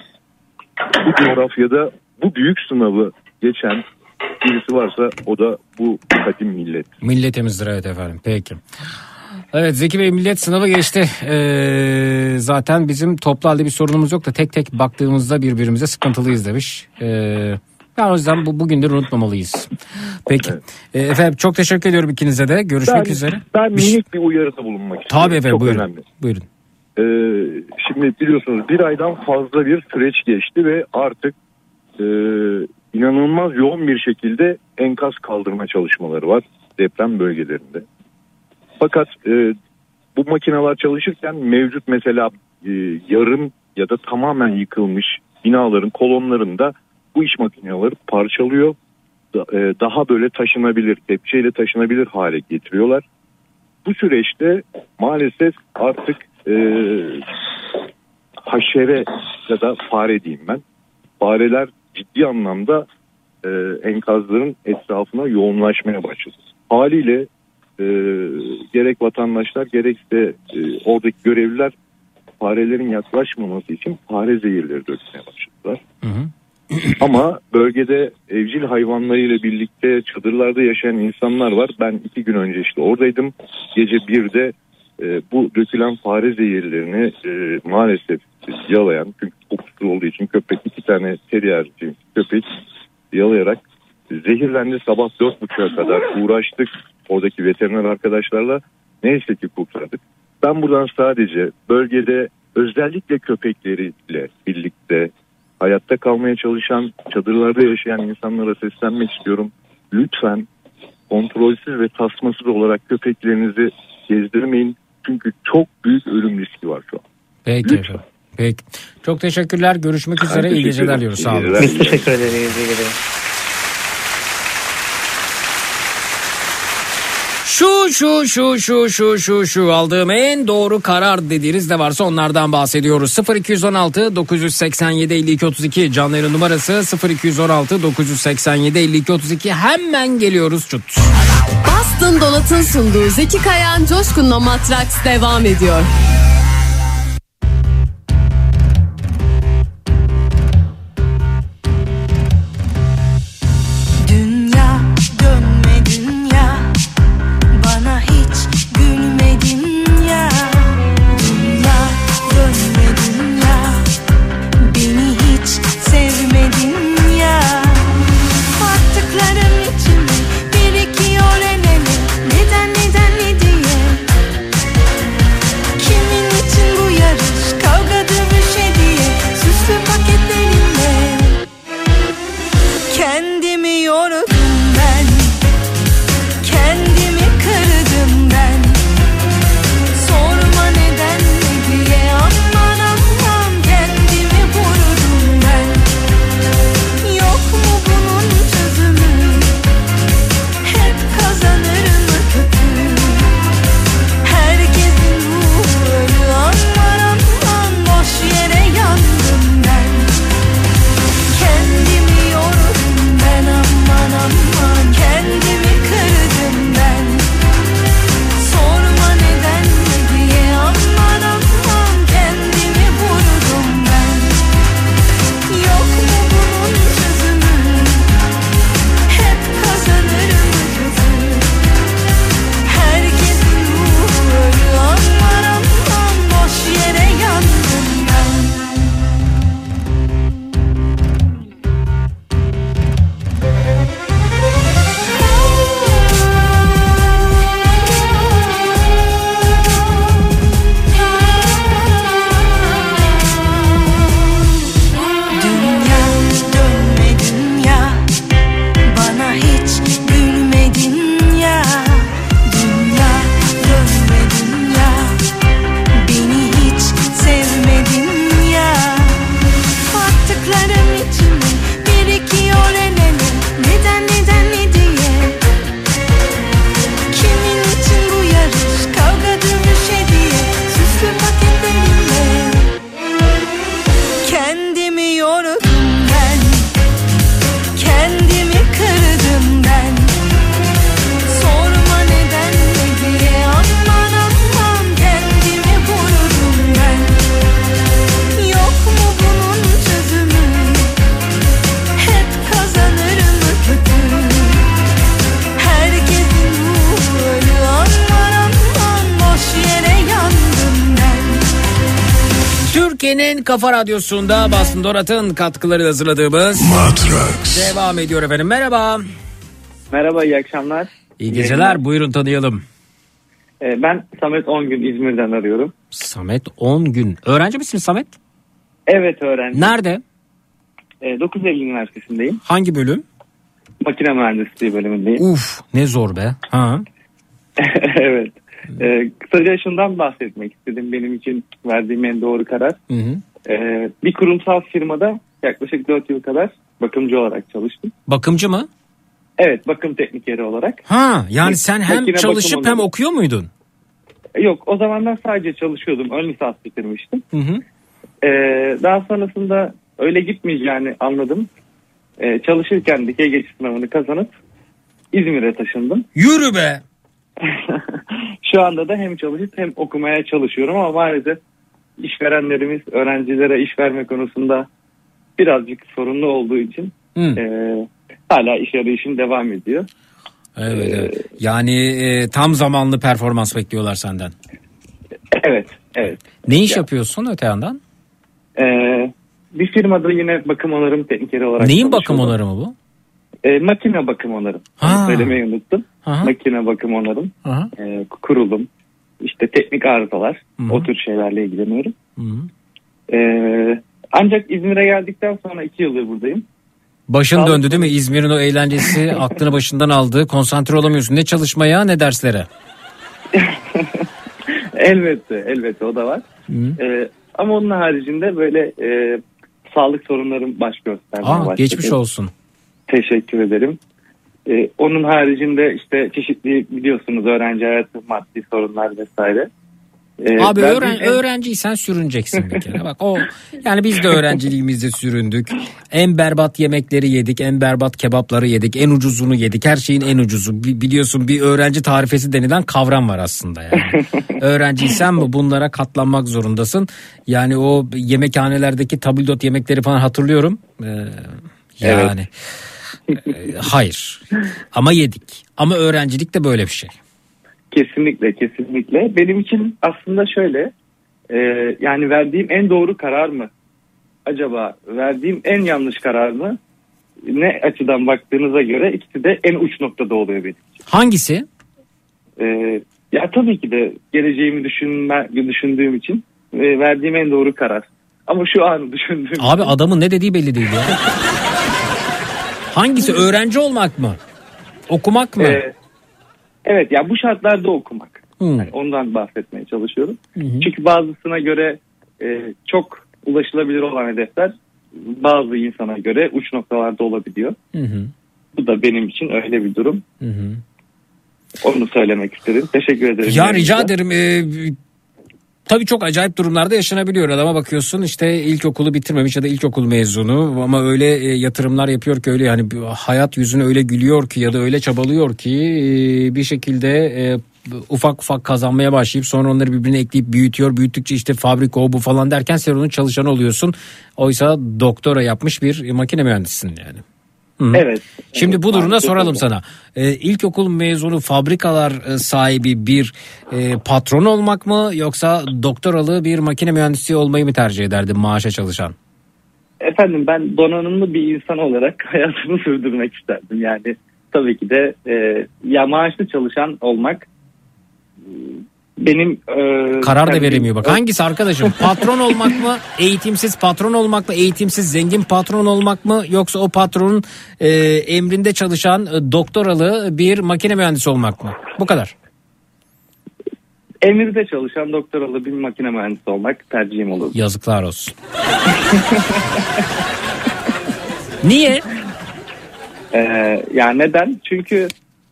[SPEAKER 15] bu coğrafyada bu büyük sınavı geçen birisi varsa o da bu kadim millet.
[SPEAKER 3] Milletimizdir, evet efendim. Peki. Evet Zeki Bey, millet sınavı geçti. Zaten bizim toplu halde bir sorunumuz yok da tek tek baktığımızda birbirimize sıkıntılıyız demiş. Yani o yüzden bugün de unutmamalıyız. Peki. Evet. Efendim çok teşekkür ediyorum ikinize de. Görüşmek üzere.
[SPEAKER 15] Ben minik bir uyarıda bulunmak istiyorum.
[SPEAKER 3] Tabii efendim,
[SPEAKER 15] çok
[SPEAKER 3] buyurun.
[SPEAKER 15] önemli.
[SPEAKER 3] Buyurun.
[SPEAKER 15] Şimdi biliyorsunuz bir aydan fazla bir süreç geçti ve artık inanılmaz yoğun bir şekilde enkaz kaldırma çalışmaları var deprem bölgelerinde. Fakat bu makineler çalışırken mevcut mesela yarım ya da tamamen yıkılmış binaların kolonlarında bu iş makineleri parçalıyor. Daha böyle taşınabilir, kepçeyle taşınabilir hale getiriyorlar. Bu süreçte maalesef artık haşere ya da fare diyeyim ben. Fareler ciddi anlamda enkazların etrafına yoğunlaşmaya başladı. Haliyle gerek vatandaşlar gerekse oradaki görevliler farelerin yaklaşmaması için fare zehirleri dökmeye başladılar. Hı hı. Ama bölgede evcil hayvanlarıyla birlikte çadırlarda yaşayan insanlar var. Ben 2 gün önce işte oradaydım. Gece 1'de bu dökülen fare zehirlerini maalesef yalayan, çünkü kokusu olduğu için köpek, 2 tane terrier cins köpek yalayarak zehirlendi. Sabah 4.30'a kadar uğraştık oradaki veteriner arkadaşlarla. Neyse ki kurtardık. Ben buradan sadece bölgede özellikle köpekleriyle birlikte hayatta kalmaya çalışan, çadırlarda yaşayan insanlara seslenmek istiyorum. Lütfen kontrolsüz ve tasmasız olarak köpeklerinizi gezdirmeyin. Çünkü çok büyük ölüm riski var şu an.
[SPEAKER 3] Peki efendim. Peki. Çok teşekkürler. Görüşmek üzere. İyi geceler diyoruz. Sağ olun.
[SPEAKER 14] Biz teşekkür ederiz. İyi geceler.
[SPEAKER 3] Şu aldığım en doğru karar dediğiniz ne varsa onlardan bahsediyoruz. 0216 987 52 32 canlı yayın numarası 0216 987 52 32. Hemen geliyoruz çut.
[SPEAKER 9] Boston Donat'ın sunduğu Zeki Kayan Coşkun'la Matraks devam ediyor.
[SPEAKER 13] Kimin
[SPEAKER 3] Türkiye'nin Kafa Radyosu'nda Bastın Dorat'ın katkıları hazırladığımız Matrax devam ediyor efendim. Merhaba.
[SPEAKER 13] Merhaba, iyi akşamlar.
[SPEAKER 3] İyi geceler. Buyurun tanıyalım.
[SPEAKER 13] Ben Samet 10 gün İzmir'den arıyorum.
[SPEAKER 3] Samet 10 gün. Öğrenci misin Samet?
[SPEAKER 13] Evet, öğrenci.
[SPEAKER 3] Nerede?
[SPEAKER 13] 9 Eylül Üniversitesi'ndeyim.
[SPEAKER 3] Hangi bölüm?
[SPEAKER 13] Makine mühendisliği bölümündeyim.
[SPEAKER 3] Uf, ne zor be. Ha.
[SPEAKER 13] Evet. Kısaca şundan bahsetmek istedim. Benim için verdiğim en doğru karar.
[SPEAKER 3] Hı hı.
[SPEAKER 13] Bir kurumsal firmada yaklaşık 4 yıl kadar bakımcı olarak çalıştım.
[SPEAKER 3] Bakımcı mı?
[SPEAKER 13] Evet, bakım teknikeri olarak.
[SPEAKER 3] Ha, yani sen hem
[SPEAKER 13] Makine
[SPEAKER 3] çalışıp hem okuyor muydun?
[SPEAKER 13] Yok, o zamanlar sadece çalışıyordum. Ön lisans bitirmiştim.
[SPEAKER 3] Hı hı.
[SPEAKER 13] Daha sonrasında öyle gitmeyeceğini anladım. Çalışırken dikey geçiş sınavını kazanıp İzmir'e taşındım.
[SPEAKER 3] Yürü be!
[SPEAKER 13] Şu anda da hem çalışıp hem okumaya çalışıyorum ama maalesef işverenlerimiz öğrencilere iş verme konusunda birazcık sorunlu olduğu için hala iş arayışım devam ediyor.
[SPEAKER 3] Evet. Yani tam zamanlı performans bekliyorlar senden.
[SPEAKER 13] Evet.
[SPEAKER 3] Ne iş yapıyorsun öte yandan?
[SPEAKER 13] Bir firmada yine bakım onarım teknikeri olarak
[SPEAKER 3] Neyin bakım onarımı bu?
[SPEAKER 13] Makine bakım onarım. Söylemeyi unuttum.
[SPEAKER 3] Aha.
[SPEAKER 13] Makine bakım onarım. Kurulum. İşte teknik arızalar.
[SPEAKER 3] Hı-hı.
[SPEAKER 13] O tür şeylerle ilgileniyorum. Ancak İzmir'e geldikten sonra 2 yıldır buradayım.
[SPEAKER 3] Başın döndü değil mi? İzmir'in o eğlencesi aklını başından aldı. Konsantre olamıyorsun. Ne çalışmaya ne derslere.
[SPEAKER 13] Elbette o da var. Ama onun haricinde böyle sağlık sorunlarım baş göstermeye başladı.
[SPEAKER 3] Geçmiş olsun.
[SPEAKER 13] Teşekkür ederim. Onun haricinde işte çeşitli biliyorsunuz öğrenci hayatı, maddi sorunlar vesaire.
[SPEAKER 3] Abi öğrenciysen sürüneceksin bir kere. Bak o yani biz de öğrenciliğimizde süründük. En berbat yemekleri yedik, en berbat kebapları yedik, en ucuzunu yedik. Her şeyin en ucuzu. Biliyorsun bir öğrenci tarifesi denilen kavram var aslında yani. Öğrenciysen mi bunlara katlanmak zorundasın. Yani o yemekhanelerdeki tabldot yemekleri falan hatırlıyorum. Yani hayır. Ama yedik. Ama öğrencilik de böyle bir şey.
[SPEAKER 13] Kesinlikle. Benim için aslında şöyle, yani verdiğim en doğru karar mı? Acaba verdiğim en yanlış karar mı? Ne açıdan baktığınıza göre ikisi de en uç noktada oluyor benim için.
[SPEAKER 3] Hangisi?
[SPEAKER 13] Ya tabii ki de geleceğimi düşündüğüm için verdiğim en doğru karar. Ama şu an düşündüğüm
[SPEAKER 3] Abi adamın ne dediği belli değil ya. Hangisi? Öğrenci olmak mı? Okumak mı?
[SPEAKER 13] Evet ya bu şartlarda okumak. Yani ondan bahsetmeye çalışıyorum. Çünkü bazısına göre çok ulaşılabilir olan hedefler bazı insana göre uç noktalarda olabiliyor. Bu da benim için öyle bir durum. Onu söylemek istedim. Teşekkür ederim.
[SPEAKER 3] Ya rica ederim. Tabii çok acayip durumlarda yaşanabiliyor. Adama bakıyorsun işte ilkokulu bitirmemiş ya da ilkokul mezunu ama öyle yatırımlar yapıyor ki öyle yani hayat yüzüne öyle gülüyor ki ya da öyle çabalıyor ki bir şekilde ufak ufak kazanmaya başlayıp sonra onları birbirine ekleyip büyütüyor. Büyüttükçe işte fabrika o bu falan derken sen onun çalışanı oluyorsun. Oysa doktora yapmış bir makine mühendisisin yani.
[SPEAKER 13] Evet.
[SPEAKER 3] Şimdi bu durumda soralım sana. İlkokul mezunu fabrikalar sahibi bir patron olmak mı yoksa doktoralı bir makine mühendisi olmayı mı tercih ederdin maaşa çalışan?
[SPEAKER 13] Efendim ben donanımlı bir insan olarak hayatımı sürdürmek isterdim. Yani tabii ki de ya maaşlı çalışan olmak benim...
[SPEAKER 3] Karar da veremiyor bak. Hangisi arkadaşım? Patron olmak mı? Eğitimsiz patron olmak mı? Eğitimsiz zengin patron olmak mı? Yoksa o patronun emrinde çalışan doktoralı bir makine mühendisi olmak mı? Bu kadar.
[SPEAKER 13] Emirde çalışan doktoralı bir makine mühendisi olmak tercihim olur.
[SPEAKER 3] Yazıklar olsun. Niye?
[SPEAKER 13] Ya neden? Çünkü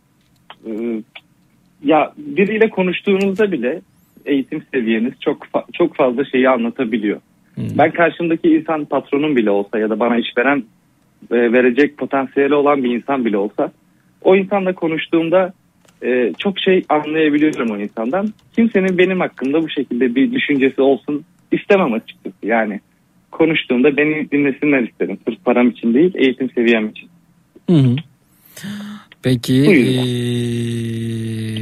[SPEAKER 13] ya biriyle konuştuğunuzda bile eğitim seviyeniz çok fazla şeyi anlatabiliyor. Ben karşımdaki insan patronum bile olsa ya da bana işveren verecek potansiyeli olan bir insan bile olsa o insanla konuştuğumda çok şey anlayabiliyorum o insandan. Kimsenin benim hakkımda bu şekilde bir düşüncesi olsun istemem açıkçası. Yani konuştuğumda beni dinlesinler isterim. Sırf param için değil, eğitim seviyem için.
[SPEAKER 3] Peki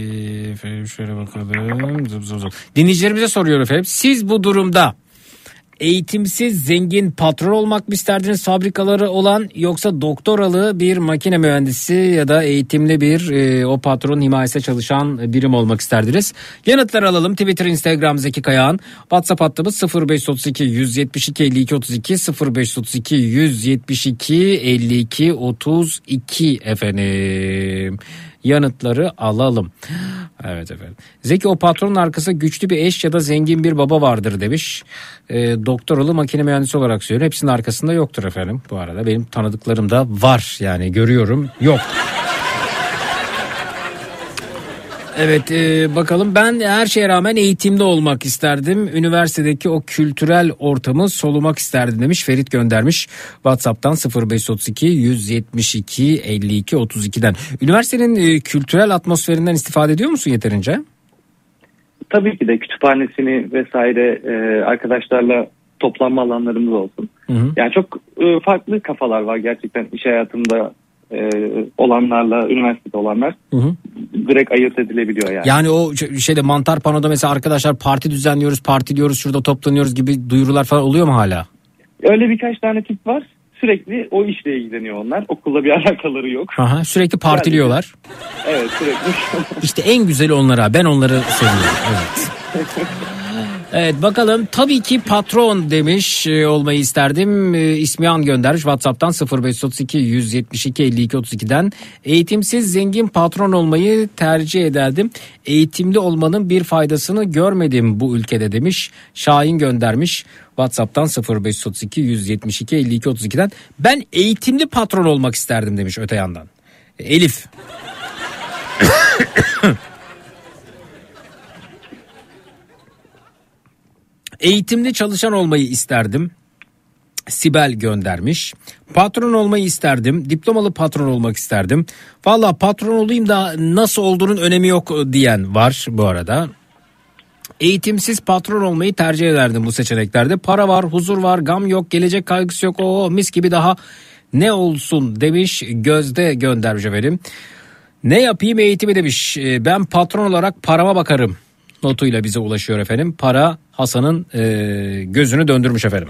[SPEAKER 3] şöyle bakalım. Dinleyicilerimize soruyorum efendim. Siz bu durumda Eğitimsiz zengin patron olmak mı isterdiniz fabrikaları olan, yoksa doktoralı bir makine mühendisi ya da eğitimli bir o patronun himayesine çalışan birim olmak isterdiniz? Yanıtları alalım. Twitter, Instagram Zeki Kayağan. WhatsApp hattımız 0532 172 52 32 0532 172 52 32 efendim. Yanıtları alalım. Evet efendim. Zeki, o patronun arkasında güçlü bir eş ya da zengin bir baba vardır demiş. Doktoralı makine mühendisi olarak söylüyorum. Hepsinin arkasında yoktur efendim. Bu arada benim tanıdıklarım da var. Yani görüyorum, yok. Evet, bakalım, ben her şeye rağmen eğitimde olmak isterdim. Üniversitedeki o kültürel ortamı solumak isterdim demiş. Ferit göndermiş WhatsApp'tan 0532 172 52 32'den. Üniversitenin kültürel atmosferinden istifade ediyor musun yeterince?
[SPEAKER 13] Tabii ki de kütüphanesini vesaire arkadaşlarla toplanma alanlarımız olsun. Hı. Yani çok farklı kafalar var gerçekten iş hayatında olanlarla üniversitede olanlar. Hı. Direkt ayırt edilebiliyor yani.
[SPEAKER 3] Yani o şeyde mantar panoda mesela arkadaşlar parti düzenliyoruz, partiliyoruz, şurada toplanıyoruz gibi duyurular falan oluyor mu hala?
[SPEAKER 13] Öyle birkaç tane tip var. Sürekli o işle ilgileniyor onlar. Okulla bir alakaları yok.
[SPEAKER 3] Aha, sürekli partiliyorlar.
[SPEAKER 13] Yani, evet, sürekli.
[SPEAKER 3] İşte en güzeli onlara. Ben onları seviyorum. Evet. Evet, bakalım, tabii ki patron demiş olmayı isterdim. İsmihan göndermiş WhatsApp'tan 0532 172 52 32'den. Eğitimsiz zengin patron olmayı tercih ederdim. Eğitimli olmanın bir faydasını görmedim bu ülkede demiş. Şahin göndermiş WhatsApp'tan 0532 172 52 32'den. Ben eğitimli patron olmak isterdim demiş öte yandan. Elif. Eğitimli çalışan olmayı isterdim. Sibel göndermiş. Patron olmayı isterdim. Diplomalı patron olmak isterdim. Valla patron olayım da nasıl olduğunun önemi yok diyen var bu arada. Eğitimsiz patron olmayı tercih ederdim bu seçeneklerde. Para var, huzur var, gam yok, gelecek kaygısı yok. Oo, mis gibi, daha ne olsun demiş. Gözde göndermiş efendim. Ne yapayım eğitimi demiş. Ben patron olarak parama bakarım notuyla bize ulaşıyor efendim. Para Hasan'ın gözünü döndürmüş efendim.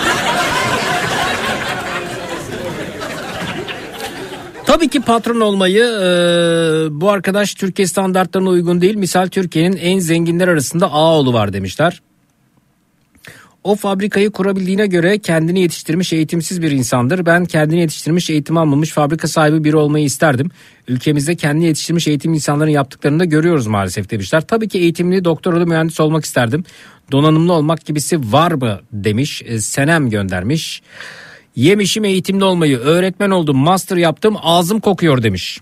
[SPEAKER 3] Tabii ki patron olmayı bu arkadaş Türkiye standartlarına uygun değil. Misal Türkiye'nin en zenginler arasında Ağaoğlu var demişler. O fabrikayı kurabildiğine göre kendini yetiştirmiş eğitimsiz bir insandır. Ben kendini yetiştirmiş, eğitim almamış fabrika sahibi biri olmayı isterdim. Ülkemizde kendini yetiştirmiş eğitim insanların yaptıklarını da görüyoruz maalesef demişler. Tabii ki eğitimli, doktoralı mühendis olmak isterdim. Donanımlı olmak gibisi var mı demiş. Senem göndermiş. Yemişim eğitimli olmayı, öğretmen oldum, master yaptım, ağzım kokuyor demiş.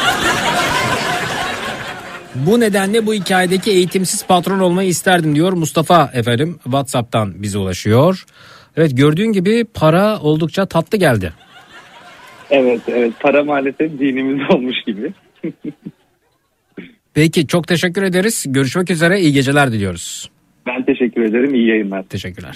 [SPEAKER 3] Bu nedenle bu hikayedeki eğitimsiz patron olmayı isterdim diyor Mustafa efendim. WhatsApp'tan bize ulaşıyor. Evet, gördüğün gibi para oldukça tatlı geldi.
[SPEAKER 13] Evet, para maalesef dinimiz olmuş gibi.
[SPEAKER 3] Peki, çok teşekkür ederiz. Görüşmek üzere, iyi geceler diliyoruz.
[SPEAKER 13] Ben teşekkür ederim, iyi yayınlar.
[SPEAKER 3] Teşekkürler.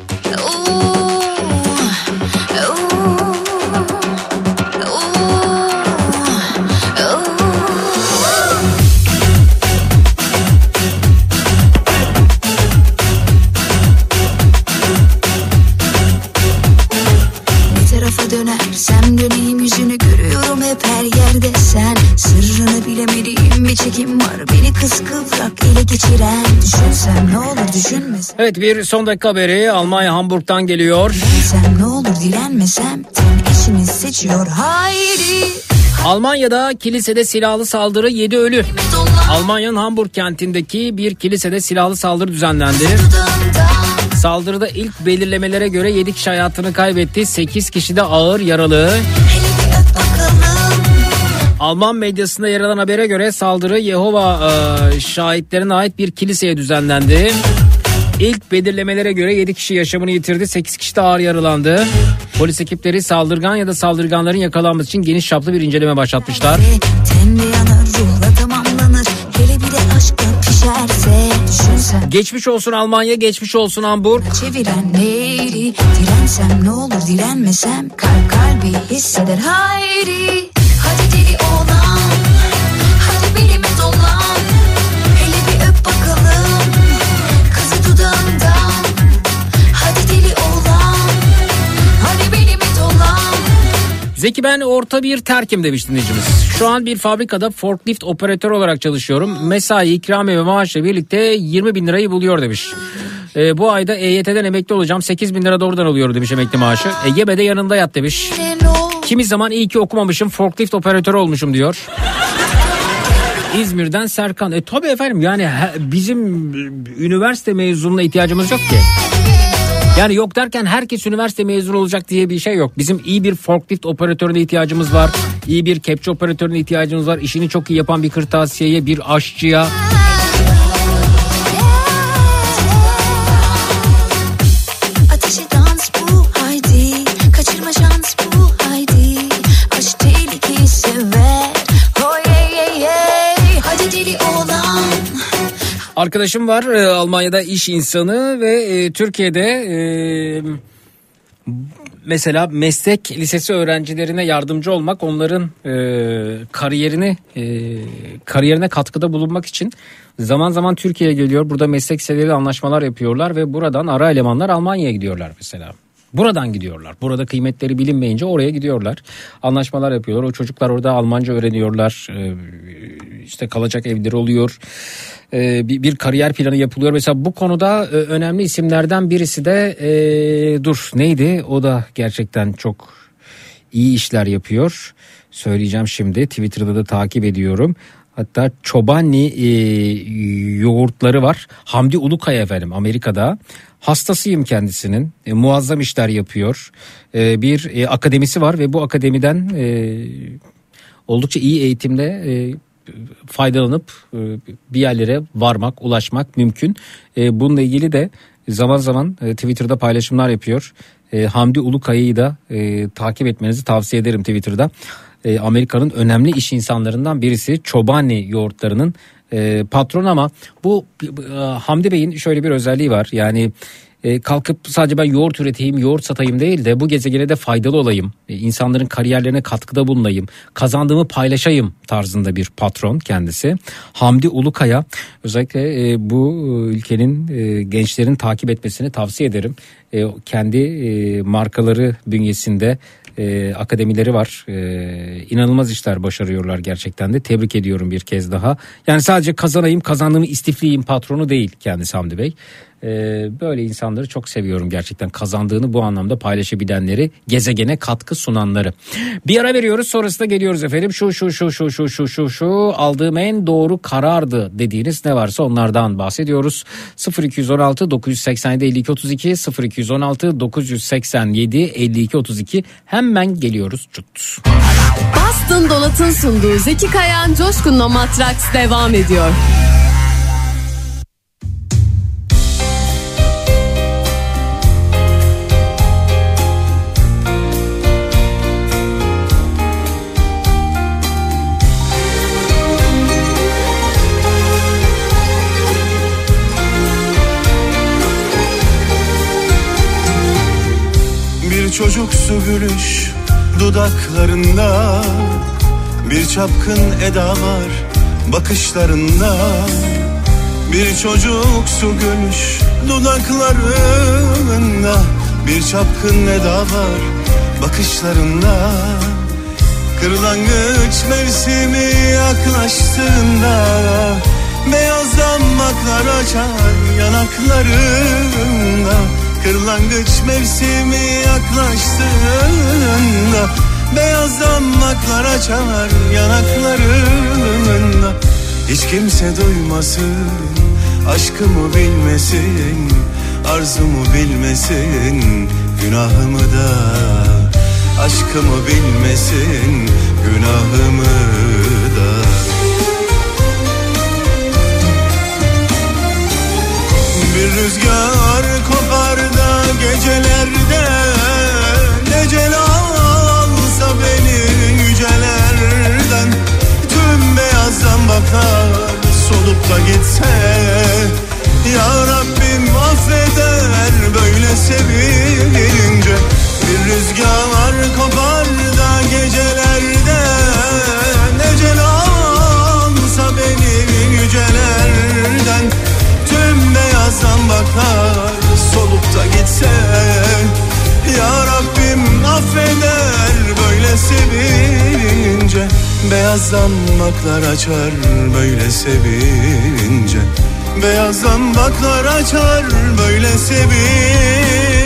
[SPEAKER 16] Dönersem döneyim yüzünü görüyorum hep her yerde sen. Sırrını bilemediğim bir çekim var beni kıskıvrak ele geçiren. Düşünsem ne olur düşünmesem.
[SPEAKER 3] Evet, bir son dakika haberi Almanya Hamburg'dan geliyor.
[SPEAKER 16] Dilensem ne olur dilenmesem ten eşini seçiyor haydi.
[SPEAKER 3] Almanya'da kilisede silahlı saldırı 7 ölü. Almanya'nın Hamburg kentindeki bir kilisede silahlı saldırı düzenlendi. Saldırıda ilk belirlemelere göre 7 kişi hayatını kaybetti. 8 kişi de ağır yaralı. Alman medyasında yer alan habere göre saldırı Yehova şahitlerine ait bir kiliseye düzenlendi. İlk belirlemelere göre 7 kişi yaşamını yitirdi. 8 kişi de ağır yaralandı. Polis ekipleri saldırgan ya da saldırganların yakalanması için geniş çaplı bir inceleme başlatmışlar. Geçmiş olsun Almanya, geçmiş olsun Hamburg.
[SPEAKER 16] Çeviren neyri, dirensem ne olur direnmesem kalp kalbi hisseder hayri. Hadi deli olan, hadi bilime dolan, hele bir öp bakalım kızı dudağından. Hadi deli
[SPEAKER 3] Zeki ben orta bir terkim demiş dinleyicimiz. Şu an bir fabrikada forklift operatörü olarak çalışıyorum. Mesai, ikramiye ve maaşla birlikte 20 bin lirayı buluyor demiş. Bu ayda EYT'den emekli olacağım. 8 bin lira doğrudan alıyorum demiş emekli maaşı. Yeme de yanında yat demiş. Kimi zaman iyi ki okumamışım, forklift operatörü olmuşum diyor. İzmir'den Serkan. Tabii efendim, yani bizim üniversite mezununa ihtiyacımız yok ki. Yani yok derken herkes üniversite mezunu olacak diye bir şey yok. Bizim iyi bir forklift operatörüne ihtiyacımız var. İyi bir kepçe operatörüne ihtiyacımız var. İşini çok iyi yapan bir kırtasiyeye, bir aşçıya.
[SPEAKER 16] Ateşi dans bu haydi, kaçırma şans bu haydi. Aşk tehlikeyi sever. Oh yeah yeah yeah. Hadi deli oğlan.
[SPEAKER 3] Arkadaşım var Almanya'da iş insanı ve Türkiye'de mesela meslek lisesi öğrencilerine yardımcı olmak, onların kariyerine katkıda bulunmak için zaman zaman Türkiye'ye geliyor. Burada meslek liseleri anlaşmalar yapıyorlar ve buradan ara elemanlar Almanya'ya gidiyorlar mesela. Buradan gidiyorlar. Burada kıymetleri bilinmeyince oraya gidiyorlar. Anlaşmalar yapıyorlar. O çocuklar orada Almanca öğreniyorlar. İşte kalacak evleri oluyor. Bir kariyer planı yapılıyor. Mesela bu konuda önemli isimlerden birisi de neydi? O da gerçekten çok iyi işler yapıyor. Söyleyeceğim şimdi. Twitter'da da takip ediyorum. Hatta Çobani yoğurtları var. Hamdi Ulukaya efendim, Amerika'da. Hastasıyım kendisinin. Muazzam işler yapıyor. Bir akademisi var ve bu akademiden oldukça iyi eğitimle faydalanıp bir yerlere varmak, ulaşmak mümkün. Bununla ilgili de zaman zaman Twitter'da paylaşımlar yapıyor. Hamdi Ulukaya'yı da takip etmenizi tavsiye ederim Twitter'da. Amerika'nın önemli iş insanlarından birisi, Çobani yoğurtlarının patron. Ama bu Hamdi Bey'in şöyle bir özelliği var. Yani kalkıp sadece ben yoğurt üreteyim, yoğurt satayım değil de bu gezegene de faydalı olayım, insanların kariyerlerine katkıda bulunayım, kazandığımı paylaşayım tarzında bir patron kendisi. Hamdi Ulukaya, özellikle bu ülkenin gençlerin takip etmesini tavsiye ederim. Kendi markaları bünyesinde akademileri var. İnanılmaz işler başarıyorlar gerçekten de. Tebrik ediyorum bir kez daha. Yani sadece kazanayım, kazandığımı istifleyeyim patronu değil kendisi Hamdi Bey. Böyle insanları çok seviyorum gerçekten. Kazandığını bu anlamda paylaşabilenleri, gezegene katkı sunanları. Bir ara veriyoruz, sonrasında geliyoruz efendim. Şu aldığım en doğru karardı dediğiniz ne varsa onlardan bahsediyoruz. 0216 987 52 32 0216 987 52 32 hemen geliyoruz.
[SPEAKER 9] Boston Dolat'ın sunduğu Zeki Kayan Coşkun'la Matraks devam ediyor.
[SPEAKER 17] Çocuksu gülüş dudaklarında, bir çapkın eda var bakışlarında. Bir çocuksu gülüş dudaklarında, bir çapkın eda var bakışlarında. Kırlangıç mevsimi yaklaştığında, beyaz damaklar açar yanaklarında. Kırlangıç mevsimi yaklaştığında, beyaz damaklar açar yanaklarında. Hiç kimse duymasın, aşkımı bilmesin, arzumu bilmesin, günahımı da. Aşkımı bilmesin, günahımı da. Bir rüzgar kopar da gecelerde, ecel alsa beni yücelerden. Tüm beyazdan bakar solup da gitse, ya Rabbim affeder böyle sevilince. Bir rüzgar kopar da gecelerde, ecel alsa beni yücelerden. Tüm beyazdan bakar solup da gitse, Beyaz zambaklar açar böyle sevince. Beyaz zambaklar açar böyle sevince.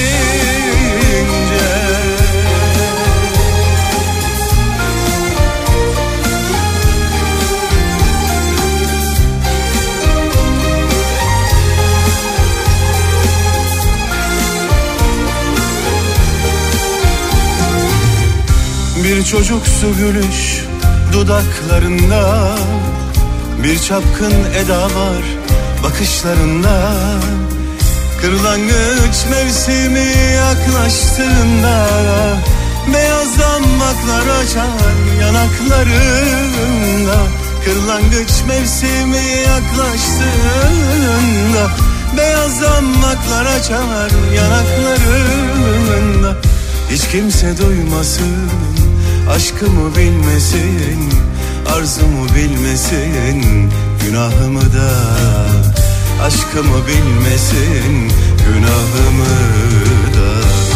[SPEAKER 17] Bir çocuksu gülüş dudaklarında, bir çapkın eda var bakışlarında. Kırlangıç mevsimi yaklaştığında beyaz zambaklar açar yanaklarında. Kırlangıç mevsimi yaklaştığında beyaz zambaklar açar yanaklarında. Hiç kimse duymasın, aşkımı bilmesin, arzumu bilmesin, günahımı da. Aşkımı bilmesin, günahımı da.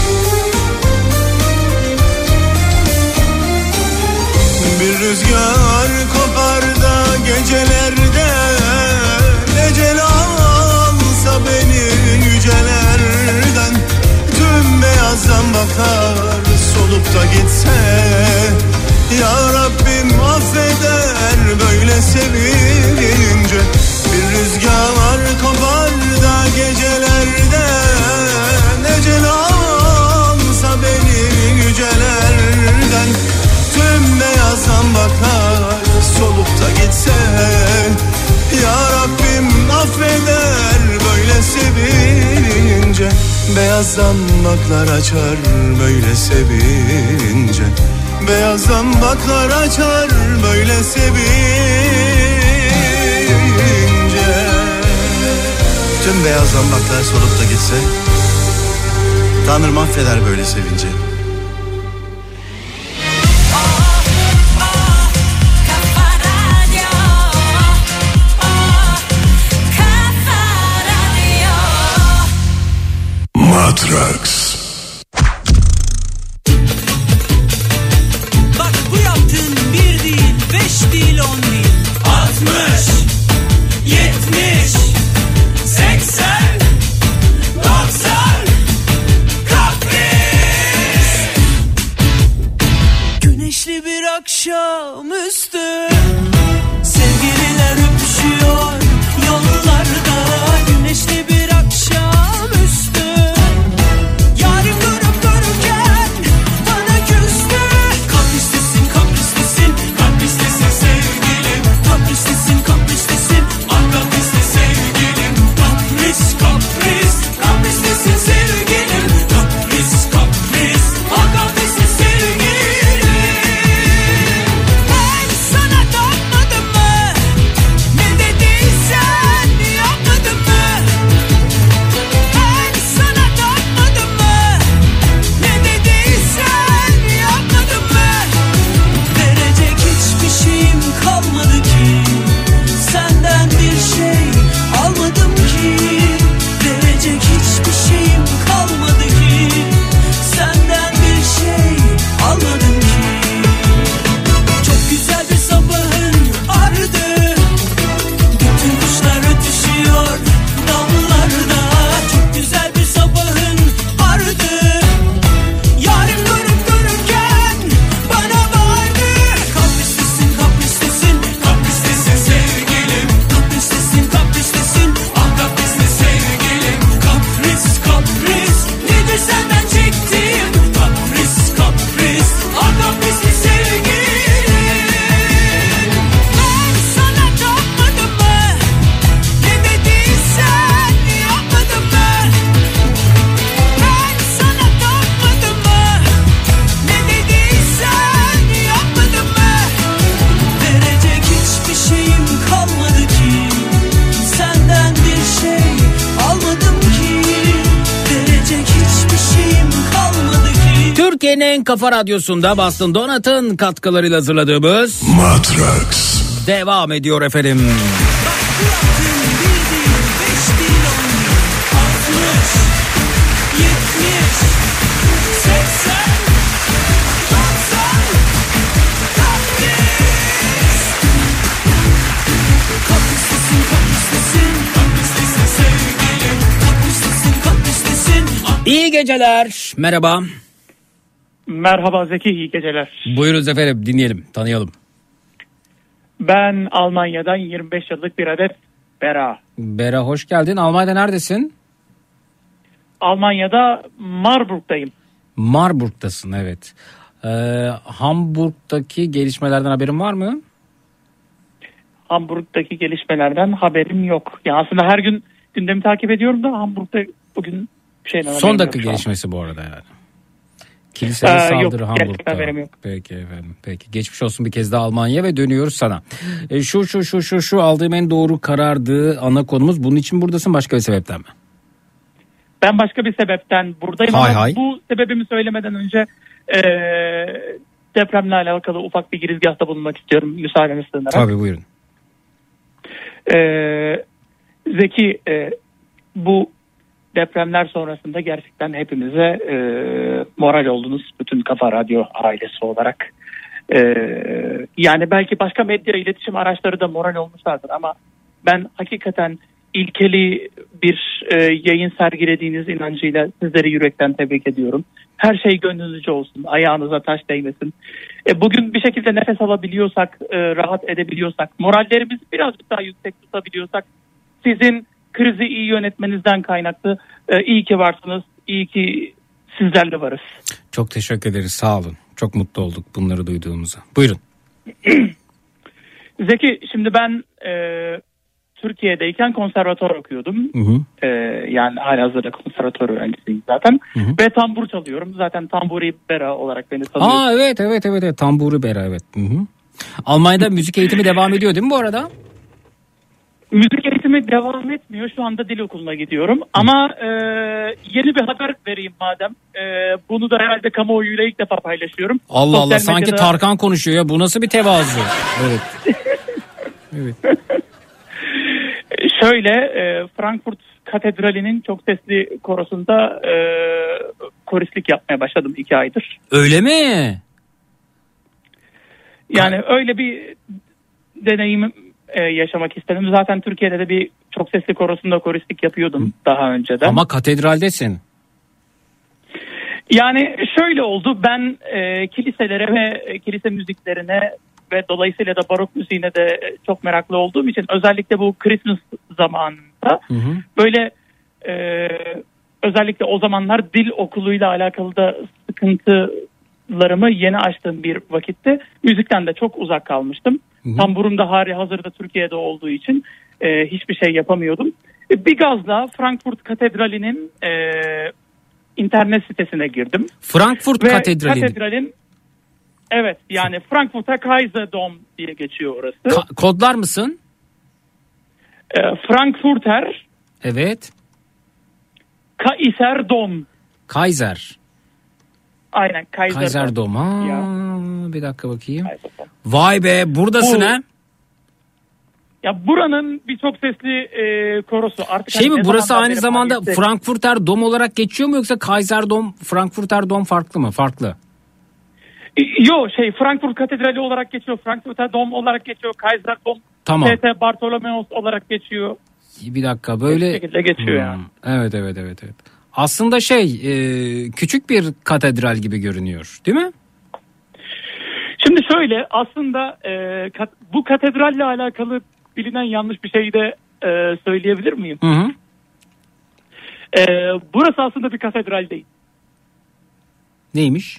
[SPEAKER 17] Bir rüzgar kopar da gecelerde, ecel alsa beni yücelerden. Tüm beyaz zambaklar solup da gitse, ya Rabbim affeder böyle sevince. Bir rüzgar kopar da gecelerde, ecel alsa beni yücelerden. Tüm beyaz zambaklar solup da gitse, ya Rabbim affeder böyle sevince. Beyaz zambaklar açar böyle sevince. Beyaz zambaklar açar böyle sevince.
[SPEAKER 18] Tüm beyaz zambaklar solup da gitse, Tanrım affeder böyle sevince.
[SPEAKER 17] Matrax.
[SPEAKER 4] Bak bu yaptığın 1 değil, 5 değil, 10 değil, 60, 70, 80, 90, kapris. Güneşli bir akşamüstü, sevgililer öpüşüyor yollarda. Güneşli bir akşamüstü, yarın durup dururken bana küstü. Kapristesin, kapristesin, kapristesin sevgilim. Kapristesin, kapristesin, ah kaprisli sevgilim. Kapris, kapris, kapristesin sevgilim. Kapris, kapris, ah kaprisli sevgilim. Ben sana tapmadım mı? Ne dediysen yapmadım mı? Ben sana tapmadım mı? Ne dediysen yapmadım mı? Verecek hiçbir şeyim kalmadı ki, senden bir şey almadım ki. Verecek hiçbir şeyim kalmadı ki, senden bir şey almadım ki. Çok güzel bir sabahın ardı, bütün kuşlar ötüşüyor damlarda. Çok güzel bir sabahın ardı, yarın durup dururken bana bağırdı. Kapristesin, kapristesin, kapristesin sevgilim. Kapristesin, kapristesin, ah kaprisli sevgilim. Kapris, kapris, nedir senden çektiğim? Kapris, kapris, ah kaprisli sevgilim. Ben sana tapmadım mı? Ne dediysen yapmadım mı? Ben sana tapmadım mı? Ne dediysen yapmadım mı? Verecek hiçbir şeyim kalmadı ki, senden bir şey almadım ki. Verecek hiçbir şeyim kalmadı ki.
[SPEAKER 3] Türkiye'nin en kafa radyosunda Boston Donat'ın katkılarıyla hazırladığımız
[SPEAKER 17] Matrax
[SPEAKER 3] devam ediyor efendim. İyi geceler. Merhaba.
[SPEAKER 19] Merhaba Zeki, iyi geceler.
[SPEAKER 3] Buyurunuz efendim, dinleyelim, tanıyalım.
[SPEAKER 19] Ben Almanya'dan 25 yıllık bir adet Bera.
[SPEAKER 3] Bera, hoş geldin. Almanya'da neredesin?
[SPEAKER 19] Almanya'da Marburg'dayım.
[SPEAKER 3] Marburg'tasın, evet. Hamburg'daki gelişmelerden haberin var mı?
[SPEAKER 19] Hamburg'daki gelişmelerden haberim yok. Ya aslında her gün gündemi takip ediyorum da Hamburg'da bugün şeyden
[SPEAKER 3] son dakika gelişmesi bu arada yani. Kiliseye saldırı Hamburg'da.
[SPEAKER 19] Haberim yok.
[SPEAKER 3] Peki efendim. Peki. Geçmiş olsun bir kez daha Almanya ve dönüyoruz sana. Şu aldığım en doğru karardı ana konumuz. Bunun için buradasın, başka bir sebepten mi?
[SPEAKER 19] Ben başka bir sebepten buradayım ama bu sebebimi söylemeden önce depremle alakalı ufak bir girizgahta bulunmak istiyorum müsaadeniz sığınarak.
[SPEAKER 3] Tabii, buyurun.
[SPEAKER 19] Zeki, bu depremler sonrasında gerçekten hepimize moral oldunuz. Bütün Kafa Radyo ailesi olarak. Yani belki başka medya iletişim araçları da moral olmuşlardır ama ben hakikaten ilkeli bir yayın sergilediğiniz inancıyla sizleri yürekten tebrik ediyorum. Her şey gönlünüzce olsun, ayağınıza taş değmesin. Bugün bir şekilde nefes alabiliyorsak, rahat edebiliyorsak, morallerimizi birazcık daha yüksek tutabiliyorsak, sizin krizi iyi yönetmenizden kaynaklı. İyi ki varsınız, iyi ki sizlerle varız.
[SPEAKER 3] Çok teşekkür ederiz, sağ olun. Çok mutlu olduk bunları duyduğumuza. Buyurun.
[SPEAKER 19] Zeki, şimdi ben Türkiye'deyken konservatuvar okuyordum. Yani halihazırda konservatuvar öğrencisiyim zaten. Ve tambur çalıyorum. Zaten Tamburi Bera olarak beni tanıyorsunuz.
[SPEAKER 3] Evet. Tamburi Bera, evet. Almanya'da müzik eğitimi devam ediyor değil mi bu arada?
[SPEAKER 19] Müzik eğitimi devam etmiyor. Şu anda dil okuluna gidiyorum. Ama yeni bir haber vereyim madem. Bunu da herhalde kamuoyuyla ilk defa paylaşıyorum.
[SPEAKER 3] Allah
[SPEAKER 19] Sosyal
[SPEAKER 3] Allah, sanki
[SPEAKER 19] medyada...
[SPEAKER 3] Tarkan konuşuyor ya. Bu nasıl bir tevazu? Evet.
[SPEAKER 19] Şöyle, Frankfurt Katedrali'nin çok sesli korosunda koristlik yapmaya başladım 2 aydır.
[SPEAKER 3] Öyle mi?
[SPEAKER 19] Yani öyle bir deneyim yaşamak istedim. Zaten Türkiye'de de bir çok sesli korosunda koristlik yapıyordum daha önceden.
[SPEAKER 3] Ama katedraldesin.
[SPEAKER 19] Yani şöyle oldu, ben kiliselere ve kilise müziklerine ve dolayısıyla da barok müziğine de çok meraklı olduğum için özellikle bu Christmas zamanında böyle özellikle o zamanlar dil okuluyla alakalı da sıkıntılarımı yeni açtığım bir vakitte müzikten de çok uzak kalmıştım. Tamburum da hazırda Türkiye'de olduğu için hiçbir şey yapamıyordum. Bir gazla Frankfurt Katedrali'nin internet sitesine girdim.
[SPEAKER 3] Frankfurt
[SPEAKER 19] Katedrali'nin evet, yani Frankfurter Kaiserdom diye geçiyor orası.
[SPEAKER 3] Kodlar mısın?
[SPEAKER 19] Frankfurter.
[SPEAKER 3] Evet.
[SPEAKER 19] Kaiserdom.
[SPEAKER 3] Kaiser.
[SPEAKER 19] Aynen,
[SPEAKER 3] Kaiserdom. Bir dakika bakayım. Vay be, buradasın ha.
[SPEAKER 19] Ya buranın bir çok sesli korosu. Artık
[SPEAKER 3] şey mi, burası aynı zamanda Frankfurter Dom olarak geçiyor mu yoksa Kaiserdom, Frankfurter Dom farklı mı? Farklı.
[SPEAKER 19] Frankfurt Katedrali olarak geçiyor. Frankfurter Dom olarak geçiyor. Kaiserdom.
[SPEAKER 3] Tamam.
[SPEAKER 19] St. Bartolomeos olarak geçiyor.
[SPEAKER 3] Bir dakika, böyle.
[SPEAKER 19] Bir şekilde geçiyor yani.
[SPEAKER 3] Evet. Aslında küçük bir katedral gibi görünüyor, değil mi?
[SPEAKER 19] Şimdi şöyle, aslında bu katedralle alakalı bilinen yanlış bir şey de söyleyebilir miyim? Burası aslında bir katedral değil.
[SPEAKER 3] Neymiş?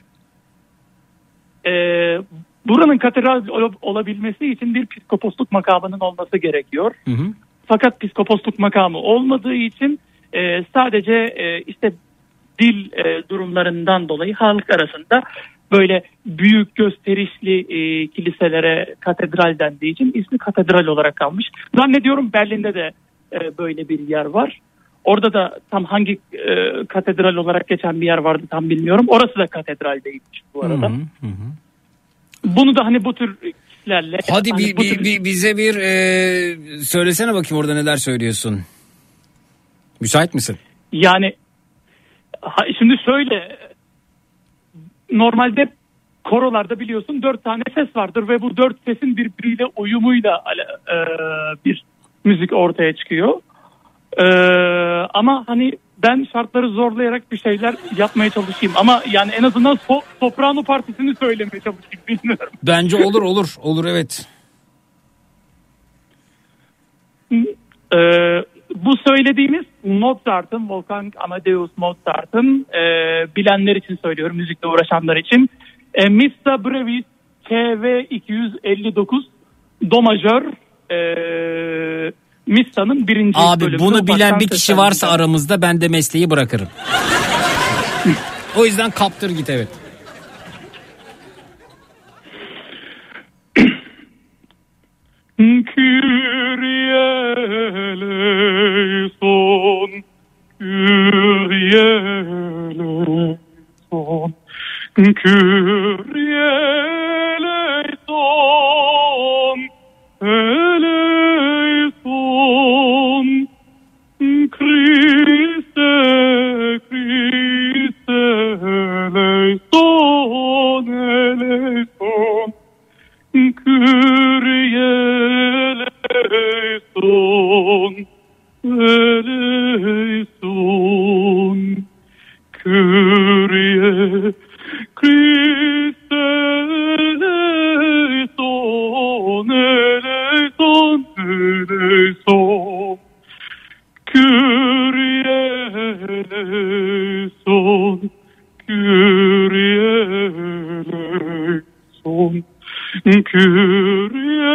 [SPEAKER 19] Buranın katedral olabilmesi için bir piskoposluk makamının olması gerekiyor. Fakat piskoposluk makamı olmadığı için sadece işte dil durumlarından dolayı halk arasında böyle büyük gösterişli kiliselere katedral dendiği için ismi katedral olarak kalmış. Zannediyorum Berlin'de de böyle bir yer var. Orada da tam hangi katedral olarak geçen bir yer vardı tam bilmiyorum. Orası da katedral değilmiş bu arada. Bunu da hani bu tür kişilerle...
[SPEAKER 3] Hadi bize bir söylesene bakayım, orada neler söylüyorsun. Müsait misin?
[SPEAKER 19] Yani şimdi şöyle, normalde korolarda biliyorsun 4 tane ses vardır ve bu 4 sesin birbiriyle uyumuyla bir müzik ortaya çıkıyor. Ama hani ben şartları zorlayarak bir şeyler yapmaya çalışayım. Ama yani en azından Soprano Partisi'ni söylemeye çalışayım, bilmiyorum.
[SPEAKER 3] Bence olur evet.
[SPEAKER 19] Bu söylediğimiz Mozart'ın, Wolfgang Amadeus Mozart'ın, bilenler için söylüyorum, müzikle uğraşanlar için, Missa Brevis KV 259 Do majör, Missa'nın 1. bölümü.
[SPEAKER 3] Abi bunu bilen bir kişi varsa aramızda ben de mesleği bırakırım. O yüzden kaptır git, evet.
[SPEAKER 19] Kyrie eleison, Kyrie eleison, Kyrie eleison, eleison, Christe, Christe eleison, eleison, Kyrie eleison, eleison, Kyrie, Christe eleison, eleison, eleison, Kyrie eleison, Kyrie eleison, Kyrie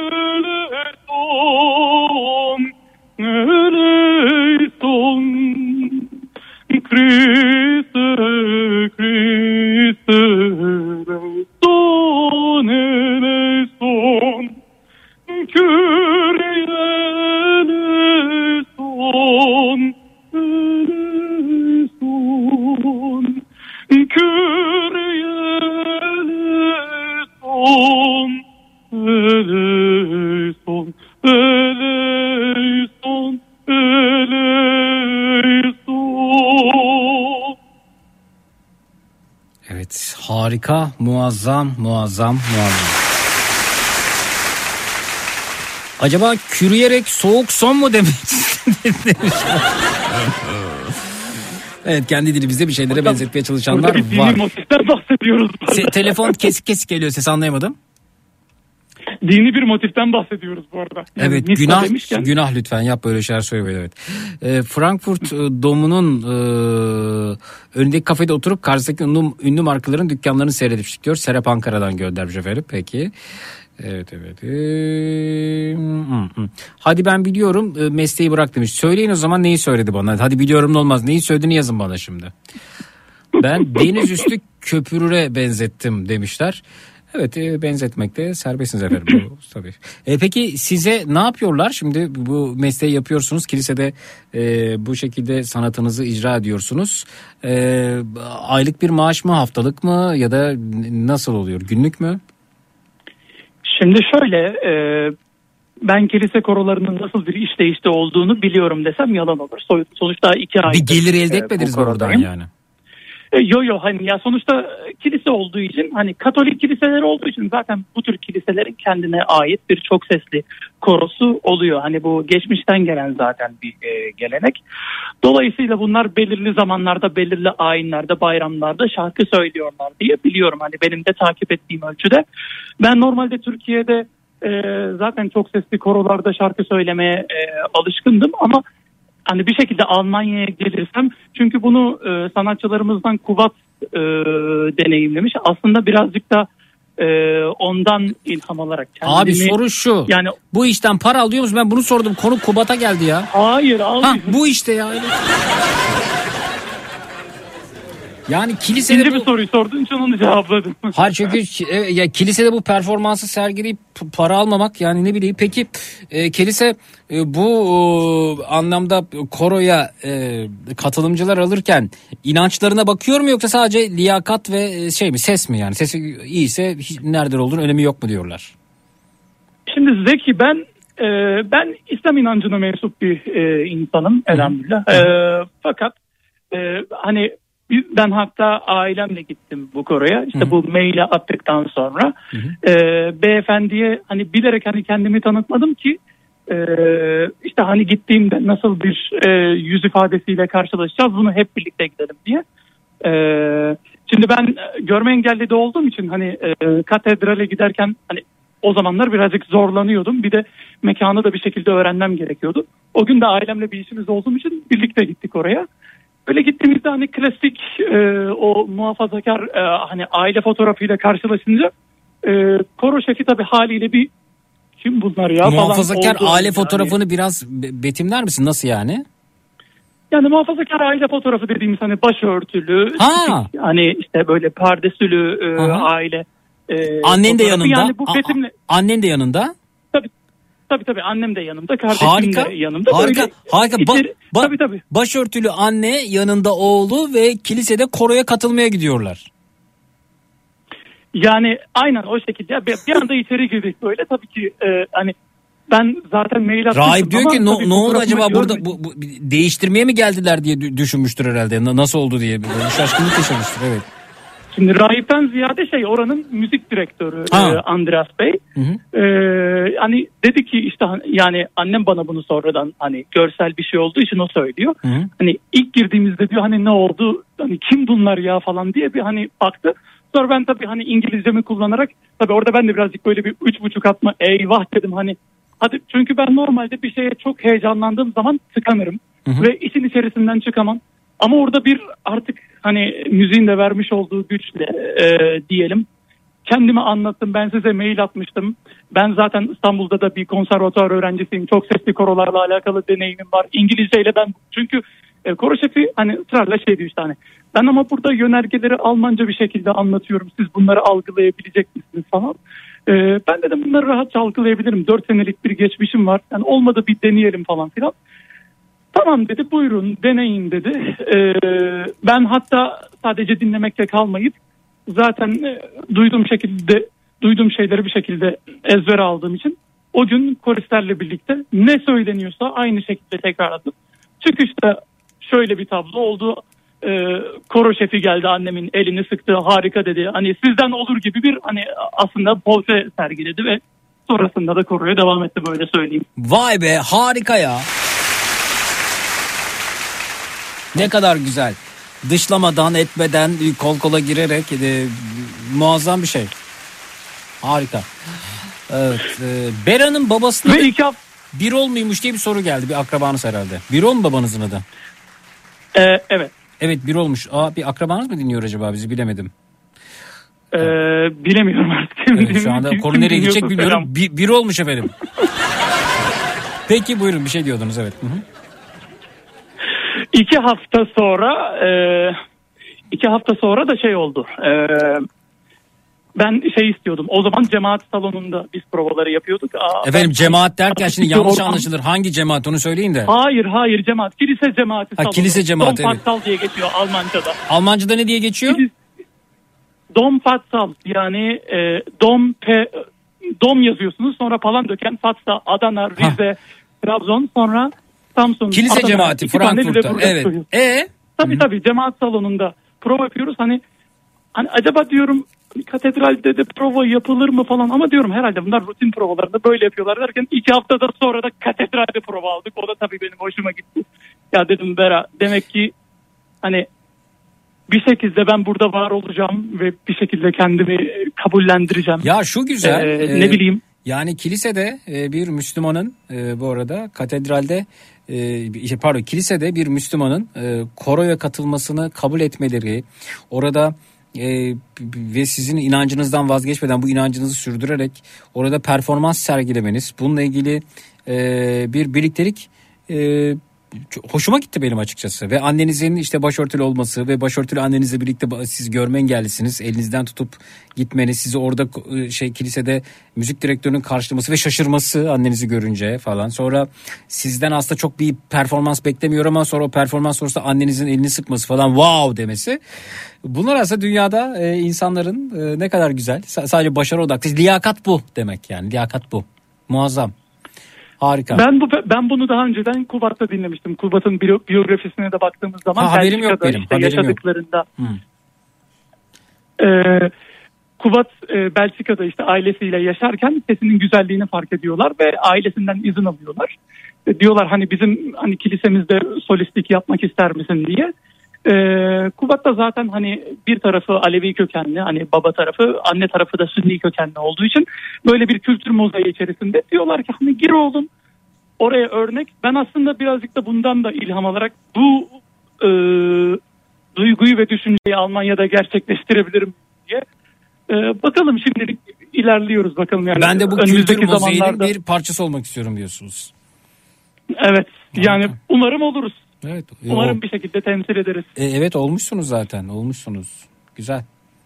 [SPEAKER 19] eleison, eleison, Christe, Christe eleison, eleison, Kyrie eleison, eleison, Kyrie eleison, eleison, eleison, eleison.
[SPEAKER 3] Evet, harika, muazzam. Acaba kürüyerek soğuk son mu demek istedi? Evet, kendi dilimizde bir şeylere benzetmeye çalışanlar var.
[SPEAKER 19] Dini motiften bahsediyoruz.
[SPEAKER 3] Telefon kesik geliyor, ses anlayamadım.
[SPEAKER 19] Dini bir motiften bahsediyoruz bu arada. Yani
[SPEAKER 3] evet, günah lütfen yap böyle şeyler söylemeyin, evet. Frankfurt Domu'nun önündeki kafede oturup karşısındaki ünlü markaların dükkanlarını seyretmiştik diyor. Serap Ankara'dan göndermiş efendim. Peki. Evet. Hadi ben biliyorum, mesleği bırak demiş. Söyleyin o zaman neyi söyledi bana. Hadi biliyorum ne olmaz. Neyi söylediğini yazın bana şimdi. Ben deniz üstü köpürüre benzettim demişler. Evet, benzetmekte serbestsiniz efendim. Bu, tabii. Peki size ne yapıyorlar? Şimdi bu mesleği yapıyorsunuz. Kilisede bu şekilde sanatınızı icra ediyorsunuz. Aylık bir maaş mı, haftalık mı ya da nasıl oluyor? Günlük mü?
[SPEAKER 19] Şimdi şöyle, ben kilise korolarının nasıl bir işleyişte olduğunu biliyorum desem yalan olur. Sonuçta 2 ay.
[SPEAKER 3] Bir gelir elde etmediniz mi oradan yani?
[SPEAKER 19] Yo hani ya sonuçta kilise olduğu için, hani Katolik kiliseleri olduğu için zaten bu tür kiliselerin kendine ait bir çok sesli korosu oluyor. Hani bu geçmişten gelen zaten bir gelenek. Dolayısıyla bunlar belirli zamanlarda, belirli ayinlerde, bayramlarda şarkı söylüyorlar diye biliyorum. Hani benim de takip ettiğim ölçüde. Ben normalde Türkiye'de zaten çok sesli korolarda şarkı söylemeye alışkındım ama hani bir şekilde Almanya'ya gelirsem, çünkü bunu sanatçılarımızdan Kuvat deneyimlemiş. Aslında birazcık da ondan ilham alarak kendimi...
[SPEAKER 3] Abi soru şu. Yani bu işten para alıyor musun? Ben bunu sordum. Konu Kubat'a geldi ya.
[SPEAKER 19] Hayır almıyorum.
[SPEAKER 3] Bu işte ya. Yani kilisede
[SPEAKER 19] İkinci bir soruyu sorduğun için onu cevapladım.
[SPEAKER 3] Hayır, çünkü ya kilisede bu performansı sergileyip para almamak, yani ne bileyim. Peki kilise bu anlamda koroya katılımcılar alırken inançlarına bakıyor mu, yoksa sadece liyakat ve ses mi, yani sesi iyiyse nereden olduğunu önemi yok mu diyorlar?
[SPEAKER 19] Şimdi Zeki, ben İslam inancına mensup bir insanım elhamdülillah. Fakat hani ben hatta ailemle gittim bu koroya. İşte bu maili attıktan sonra beyefendiye hani bilerek hani kendimi tanıtmadım ki işte hani gittiğimde nasıl bir yüz ifadesiyle karşılaşacağız, bunu hep birlikte gidelim diye. Şimdi ben görme engelli de olduğum için hani katedrale giderken hani o zamanlar birazcık zorlanıyordum. Bir de mekanı da bir şekilde öğrenmem gerekiyordu. O gün de ailemle bir işimiz olduğum için birlikte gittik oraya. Böyle gittiğimizde hani klasik o muhafazakar hani aile fotoğrafıyla karşılaşınca koro şefi tabii haliyle bir kim bunlar ya
[SPEAKER 3] muhafazakar
[SPEAKER 19] falan
[SPEAKER 3] aile
[SPEAKER 19] yani.
[SPEAKER 3] fotoğrafını biraz betimler misin? Nasıl yani?
[SPEAKER 19] Yani muhafazakar aile fotoğrafı dediğimiz hani başörtülü, hani işte böyle pardesülü aile.
[SPEAKER 3] Annen de yanında.
[SPEAKER 19] Yani bu betimle...
[SPEAKER 3] Annen de yanında.
[SPEAKER 19] Tabii annem de yanımda, kardeşim de yanımda.
[SPEAKER 3] Harika.
[SPEAKER 19] Tabii.
[SPEAKER 3] Başörtülü anne, yanında oğlu ve kilisede koroya katılmaya gidiyorlar.
[SPEAKER 19] Yani aynen o şekilde. Bir anda içeri girdik böyle. Tabii ki hani ben zaten mail attım.
[SPEAKER 3] Rahip diyor ki ne oldu acaba burada bu değiştirmeye mi geldiler diye düşünmüştür herhalde. Nasıl oldu diye. Böyle şaşkınlık yaşamıştır, evet.
[SPEAKER 19] Şimdi rahipten ziyade oranın müzik direktörü Andreas Bey. Hani dedi ki işte yani annem bana bunu sonradan hani görsel bir şey olduğu için o söylüyor. Hani ilk girdiğimizde diyor hani ne oldu? Hani kim bunlar ya falan diye bir hani baktı. Sonra ben tabii hani İngilizcemi kullanarak tabii orada ben de birazcık böyle bir 3,5 atma eyvah dedim hani. Hadi çünkü ben normalde bir şeye çok heyecanlandığım zaman tıkanırım ve işin içerisinden çıkamam. Ama orada bir artık hani müziğin de vermiş olduğu güçle diyelim kendimi anlattım. Ben size mail atmıştım. Ben zaten İstanbul'da da bir konservatuar öğrencisiyim. Çok sesli korolarla alakalı deneyimim var. İngilizceyle ben çünkü koro şefi hani ısrarla diyor işte hani ben ama burada yönergeleri Almanca bir şekilde anlatıyorum. Siz bunları algılayabilecek misiniz falan. Ben dedim bunları rahatça algılayabilirim. 4 senelik bir geçmişim var. Yani olmadı bir deneyelim falan filan. Tamam dedi, buyurun deneyin dedi. Ben hatta sadece dinlemekle kalmayıp zaten duyduğum şeyleri bir şekilde ezbere aldığım için o gün koristlerle birlikte ne söyleniyorsa aynı şekilde tekrarladım. Çıkışta şöyle bir tablo oldu. Koro şefi geldi, annemin elini sıktı, harika dedi. Hani sizden olur gibi bir hani aslında poze sergiledi ve sonrasında da koroya devam etti, böyle söyleyeyim.
[SPEAKER 3] Vay be, harika ya. Ne kadar güzel. Dışlamadan, etmeden, kol kola girerek muazzam bir şey. Harika. Evet. Bera'nın babasına Birol muymuş diye bir soru geldi. Bir akrabanız herhalde. Birol mu babanızın adı?
[SPEAKER 19] Evet.
[SPEAKER 3] Evet, Birol'muş. Bir akrabanız mı dinliyor acaba, bizi bilemedim.
[SPEAKER 19] Bilemiyorum artık.
[SPEAKER 3] Evet, şu anda konu nereye gidecek bilmiyorum. Birol'muş efendim. Peki buyurun, bir şey diyordunuz, evet. Hı-hı.
[SPEAKER 19] 2 hafta sonra da şey oldu. Ben istiyordum. O zaman cemaat salonunda biz provaları yapıyorduk.
[SPEAKER 3] Efendim cemaat derken şimdi yanlış anlaşılır. Hangi cemaat, onu söyleyin de.
[SPEAKER 19] Hayır cemaat. Kilise cemaati salonu.
[SPEAKER 3] Kilise cemaati, evet.
[SPEAKER 19] Domfatsal diye geçiyor Almanca'da.
[SPEAKER 3] Almanca'da ne diye geçiyor?
[SPEAKER 19] Domfatsal yani dom yazıyorsunuz, sonra Palandöken, Fatsa, Adana, Rize, Trabzon, sonra Samsun.
[SPEAKER 3] Kilise
[SPEAKER 19] Adana,
[SPEAKER 3] cemaati Frankfurt'ta. Evet.
[SPEAKER 19] Tabii cemaat salonunda prova yapıyoruz. Hani acaba diyorum katedralde de prova yapılır mı falan, ama diyorum herhalde bunlar rutin provalarında böyle yapıyorlar derken 2 haftada sonra da katedralde prova aldık. O da tabii benim hoşuma gitti. Ya dedim Bera, demek ki hani bir şekilde ben burada var olacağım ve bir şekilde kendimi kabullendireceğim.
[SPEAKER 3] Ya şu güzel.
[SPEAKER 19] Ne bileyim.
[SPEAKER 3] Yani kilisede bir Müslümanın bu arada katedralde kilisede bir Müslümanın koroya katılmasını kabul etmeleri, orada ve sizin inancınızdan vazgeçmeden bu inancınızı sürdürerek orada performans sergilemeniz, bununla ilgili bir birliktelik hoşuma gitti benim açıkçası. Ve annenizin işte başörtülü olması ve başörtülü annenizle birlikte siz görme engellisiniz, elinizden tutup gitmeniz, sizi orada kilisede müzik direktörünün karşılaması ve şaşırması annenizi görünce falan. Sonra sizden aslında çok bir performans beklemiyor ama sonra o performans sonrasında annenizin elini sıkması falan, wow demesi. Bunlar aslında dünyada insanların ne kadar güzel, sadece başarı odaklı, liyakat bu demek yani, liyakat bu. Muazzam. Harika.
[SPEAKER 19] Ben bunu daha önceden Kubat'ta dinlemiştim. Kubat'ın biyografisine de baktığımız zaman
[SPEAKER 3] haberim yok benim.
[SPEAKER 19] Yaşadıklarında. Kubat Belçika'da işte ailesiyle yaşarken sesinin güzelliğini fark ediyorlar ve ailesinden izin alıyorlar. Diyorlar hani bizim hani kilisemizde solistlik yapmak ister misin diye. Kubat da zaten hani bir tarafı Alevi kökenli, hani baba tarafı, anne tarafı da Sünni kökenli olduğu için böyle bir kültür mozaiği içerisinde diyorlar ki hani gir oğlum oraya örnek. Ben aslında birazcık da bundan da ilham alarak bu duyguyu ve düşünceyi Almanya'da gerçekleştirebilirim diye. Bakalım şimdilik ilerliyoruz bakalım yani.
[SPEAKER 3] Ben de bu kültür mozaiğinin bir parçası olmak istiyorum diyorsunuz.
[SPEAKER 19] Evet yani umarım oluruz.
[SPEAKER 3] Evet.
[SPEAKER 19] Umarım bir şekilde temsil ederiz.
[SPEAKER 3] Evet olmuşsunuz zaten olmuşsunuz. Güzel.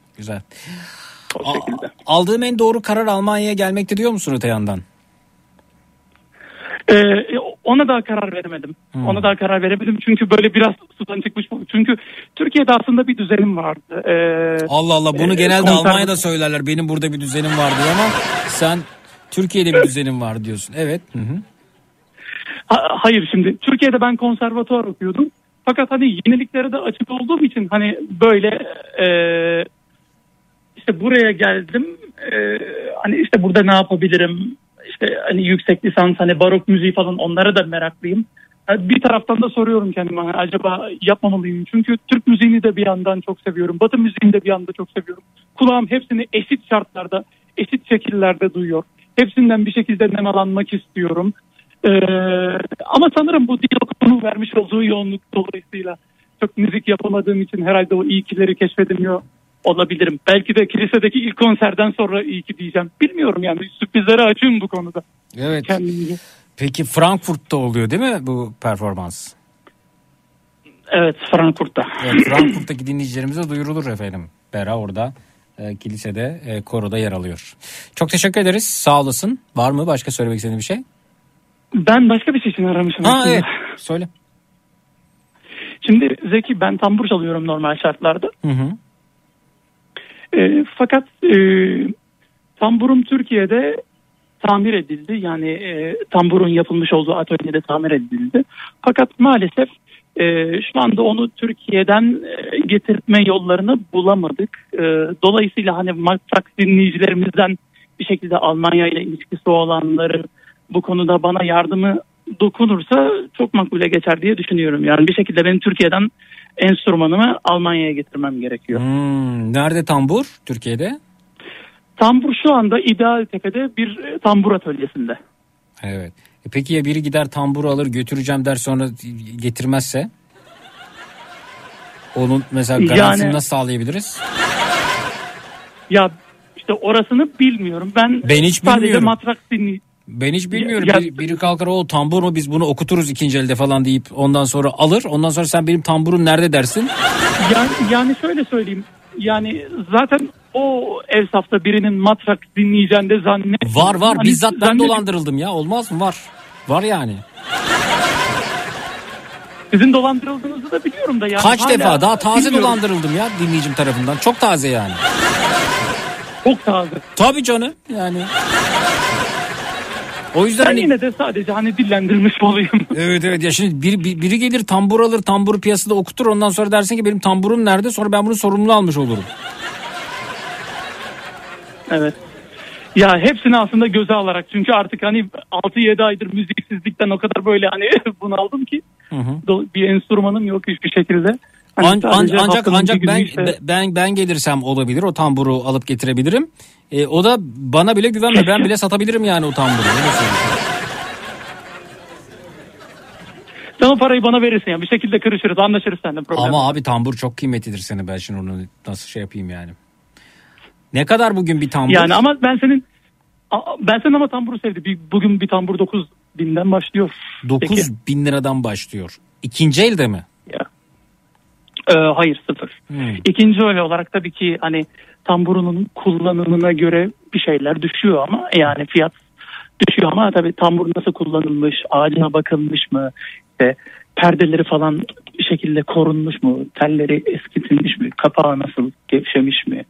[SPEAKER 3] Aldığım en doğru karar Almanya'ya gelmekti diyor musun öte yandan?
[SPEAKER 19] Ona daha karar veremedim. Ona daha karar veremedim çünkü böyle biraz sudan çıkmış. Çünkü Türkiye'de aslında bir düzenim vardı.
[SPEAKER 3] Allah Allah bunu genelde Almanya'da söylerler. Benim burada bir düzenim var diye ama sen Türkiye'de bir düzenim var diyorsun. Evet.
[SPEAKER 19] Hayır şimdi Türkiye'de ben konservatuvar okuyordum. Fakat hani yeniliklere de açık olduğum için hani böyle işte buraya geldim. Hani işte burada ne yapabilirim? İşte hani yüksek lisans hani barok müziği falan onlara da meraklıyım. Yani bir taraftan da soruyorum kendime hani acaba yapmamalıyım. Çünkü Türk müziğini de bir yandan çok seviyorum. Batı müziğini de bir yandan çok seviyorum. Kulağım hepsini eşit şartlarda, eşit şekillerde duyuyor. Hepsinden bir şekilde nemalanmak istiyorum. Ama sanırım bu dil okulumu vermiş olduğu yoğunluk dolayısıyla çok müzik yapamadığım için herhalde o iyi kileri keşfedemiyor olabilirim. Belki de kilisedeki ilk konserden sonra iyi ki diyeceğim. Bilmiyorum yani sürprizlere açığım bu konuda.
[SPEAKER 3] Evet.
[SPEAKER 19] Kendimce.
[SPEAKER 3] Peki Frankfurt'ta oluyor değil mi bu performans?
[SPEAKER 19] Evet Frankfurt'ta.
[SPEAKER 3] Evet, Frankfurt'taki dinleyicilerimize duyurulur efendim. Bera orada kilisede koroda yer alıyor. Çok teşekkür ederiz. Sağ olasın. Var mı başka söylemek istediğin bir şey?
[SPEAKER 19] Ben başka bir şey için aramışım.
[SPEAKER 3] Evet. Söyle.
[SPEAKER 19] Şimdi Zeki ben tambur çalıyorum normal şartlarda. Fakat tamburum Türkiye'de tamir edildi. Yani tamburun yapılmış olduğu atölyede tamir edildi. Fakat maalesef şu anda onu Türkiye'den getirtme yollarını bulamadık. Dolayısıyla hani Matrax dinleyicilerimizden bir şekilde Almanya ile ilişkisi olanları bu konuda bana yardımı dokunursa çok makbule geçer diye düşünüyorum. Yani bir şekilde benim Türkiye'den enstrümanımı Almanya'ya getirmem gerekiyor.
[SPEAKER 3] Nerede tambur Türkiye'de?
[SPEAKER 19] Tambur şu anda İdealtepe'de bir tambur atölyesinde.
[SPEAKER 3] Evet. Peki ya biri gider tamburu alır götüreceğim der sonra getirmezse? Onun mesela garantisini nasıl sağlayabiliriz?
[SPEAKER 19] Ya işte orasını bilmiyorum. Ben
[SPEAKER 3] hiç
[SPEAKER 19] sadece
[SPEAKER 3] bilmiyorum.
[SPEAKER 19] Matrax dinleyeceğim.
[SPEAKER 3] Ben hiç bilmiyorum. Biri kalkar o tambur mu biz bunu okuturuz ikinci elde falan deyip ondan sonra alır. Ondan sonra sen benim tamburum nerede dersin?
[SPEAKER 19] Yani şöyle söyleyeyim. Yani zaten o ev safta birinin Matrax dinleyeceğini de zannetmiyorum.
[SPEAKER 3] Var. Hani bizzat ben dolandırıldım ya. Olmaz mı? Var yani.
[SPEAKER 19] Sizin dolandırıldığınızı da biliyorum da yani.
[SPEAKER 3] Kaç defa daha taze dolandırıldım ya dinleyicim tarafından. Çok taze yani.
[SPEAKER 19] Çok taze.
[SPEAKER 3] Tabii canım yani. O yüzden
[SPEAKER 19] ben yine de sadece hani dillendirmiş olayım.
[SPEAKER 3] Evet ya şimdi biri gelir tambur alır tamburu piyasada okutur ondan sonra dersin ki benim tamburum nerede sonra ben bunu sorumlu almış olurum.
[SPEAKER 19] Evet. Ya hepsini aslında göze alarak çünkü artık hani 6-7 aydır müziksizlikten o kadar böyle hani bunaldım ki bir enstrümanım yok hiçbir şekilde. Hani
[SPEAKER 3] ancak ben gelirsem olabilir o tamburu alıp getirebilirim. O da bana bile güvenme ben bile satabilirim yani o tamburu.
[SPEAKER 19] Sen o parayı bana verirsin ya bir şekilde kırışırız anlaşırız seninle problem.
[SPEAKER 3] Ama abi tambur çok kıymetlidir senin ben şimdi onu nasıl şey yapayım yani. Ne kadar bugün bir tambur?
[SPEAKER 19] Yani ama ben senin ama tamburu sevdim. Bugün bir tambur 9.000'den başlıyor.
[SPEAKER 3] 9.000 liradan başlıyor. İkinci elde mi?
[SPEAKER 19] Ya. Hayır 0. İkinci el olarak tabii ki hani tamburunun kullanımına göre bir şeyler düşüyor ama yani fiyat düşüyor ama tabii tambur nasıl kullanılmış, ağacına bakılmış mı, işte perdeleri falan bir şekilde korunmuş mu, telleri eskitilmiş mi, kapağı nasıl gevşemiş mi,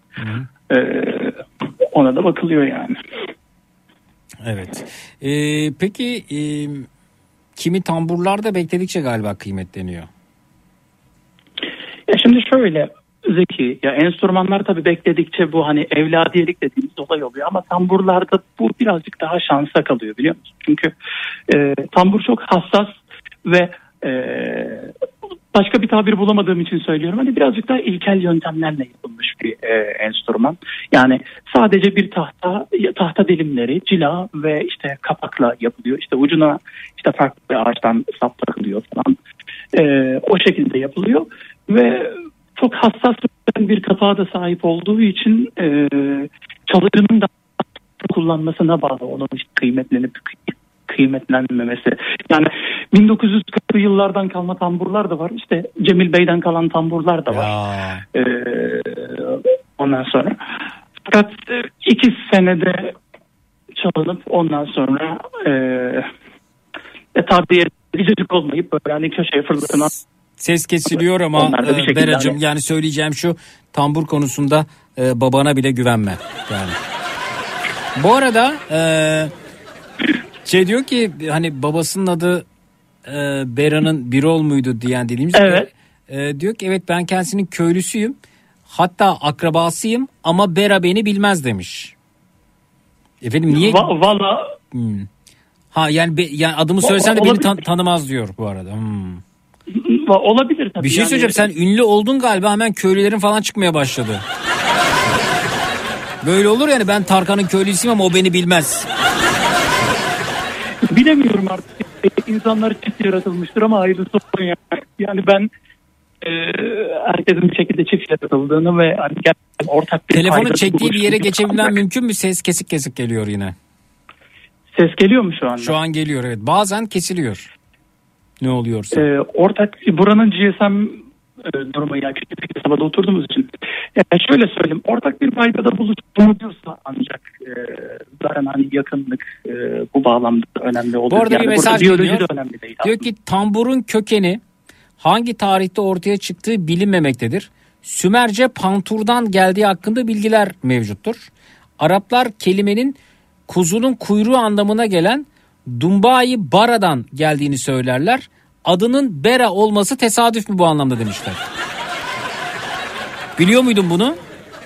[SPEAKER 19] ona da bakılıyor yani.
[SPEAKER 3] Evet. Peki kimi tamburlar da bekledikçe galiba kıymetleniyor.
[SPEAKER 19] Ya şimdi şöyle Zeki. Ya enstrümanlar tabii bekledikçe bu hani evladiyelik dediğimiz olay oluyor ama tamburlarda bu birazcık daha şansa kalıyor biliyor musun? Çünkü tambur çok hassas ve başka bir tabir bulamadığım için söylüyorum. Hani birazcık daha ilkel yöntemlerle yapılmış bir enstrüman. Yani sadece bir tahta dilimleri, cila ve işte kapakla yapılıyor. İşte ucuna işte farklı bir ağaçtan sap takılıyor falan. O şekilde yapılıyor ve çok hassas bir kapağa da sahip olduğu için çalıcının da kullanmasına bağlı onun işte kıymetlenmemesi. Yani 1940'lı yıllardan kalma tamburlar da var. İşte Cemil Bey'den kalan tamburlar da var. Ondan sonra. Fakat 2 senede çalınıp ondan sonra tabii edicik olmayıp böyle hani köşeye fırlatılan.
[SPEAKER 3] Ses kesiliyor ama Beracığım yani söyleyeceğim şu, tambur konusunda babana bile güvenme. Yani. Bu arada diyor ki hani babasının adı Bera'nın Birol muydu diyen dediğimiz.
[SPEAKER 19] Evet.
[SPEAKER 3] Diyor ki evet ben kendisinin köylüsüyüm. Hatta akrabasıyım ama Bera beni bilmez demiş. Efendim niye?
[SPEAKER 19] Valla.
[SPEAKER 3] Ha yani adımı söylesem de beni tanımaz diyor bu arada.
[SPEAKER 19] Olabilir tabii.
[SPEAKER 3] Bir şey söyleyeceğim, sen ünlü oldun galiba, hemen köylülerin falan çıkmaya başladı. Böyle olur yani, ben Tarkan'ın köylüsüyüm ama o beni bilmez.
[SPEAKER 19] Bilemiyorum artık. İnsanlar çift yaratılmıştır ama hayırlısı olsun yani. Yani ben herkesin bir şekilde çift yaratıldığını ve hani ortak bir
[SPEAKER 3] telefonu çektiği bir yere geçebilmem mümkün mü? Ses kesik kesik geliyor yine.
[SPEAKER 19] Ses geliyor mu şu anda?
[SPEAKER 3] Şu an geliyor, evet. Bazen kesiliyor. Ne oluyorsa.
[SPEAKER 19] Ortak buranın GSM durumu, yani küçük bir kasabada oturduğumuz için. Yani şöyle söyleyeyim, ortak bir paydada buluştuğumuzda ancak zaten hani yakınlık bu bağlamda önemli olur.
[SPEAKER 3] Bu arada
[SPEAKER 19] yani
[SPEAKER 3] bir mesaj
[SPEAKER 19] biyoloji
[SPEAKER 3] geliyor.
[SPEAKER 19] de önemli değil.
[SPEAKER 3] Diyor ki tamburun kökeni hangi tarihte ortaya çıktığı bilinmemektedir. Sümerce panturdan geldiği hakkında bilgiler mevcuttur. Araplar kelimenin kuzunun kuyruğu anlamına gelen Dumbai Bara'dan geldiğini söylerler. Adının Bera olması tesadüf mü bu anlamda demişler. Biliyor muydun bunu?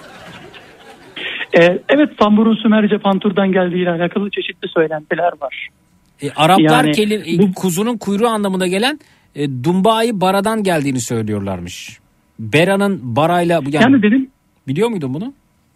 [SPEAKER 19] Evet, tamburun Sümerce panturdan geldiği ile alakalı çeşitli söylentiler var.
[SPEAKER 3] Araplar
[SPEAKER 19] yani,
[SPEAKER 3] kuzunun kuyruğu anlamına gelen Dumbai Bara'dan geldiğini söylüyorlarmış. Bera'nın Bara'yla...
[SPEAKER 19] Yani dedim...
[SPEAKER 3] Biliyor muydun bunu?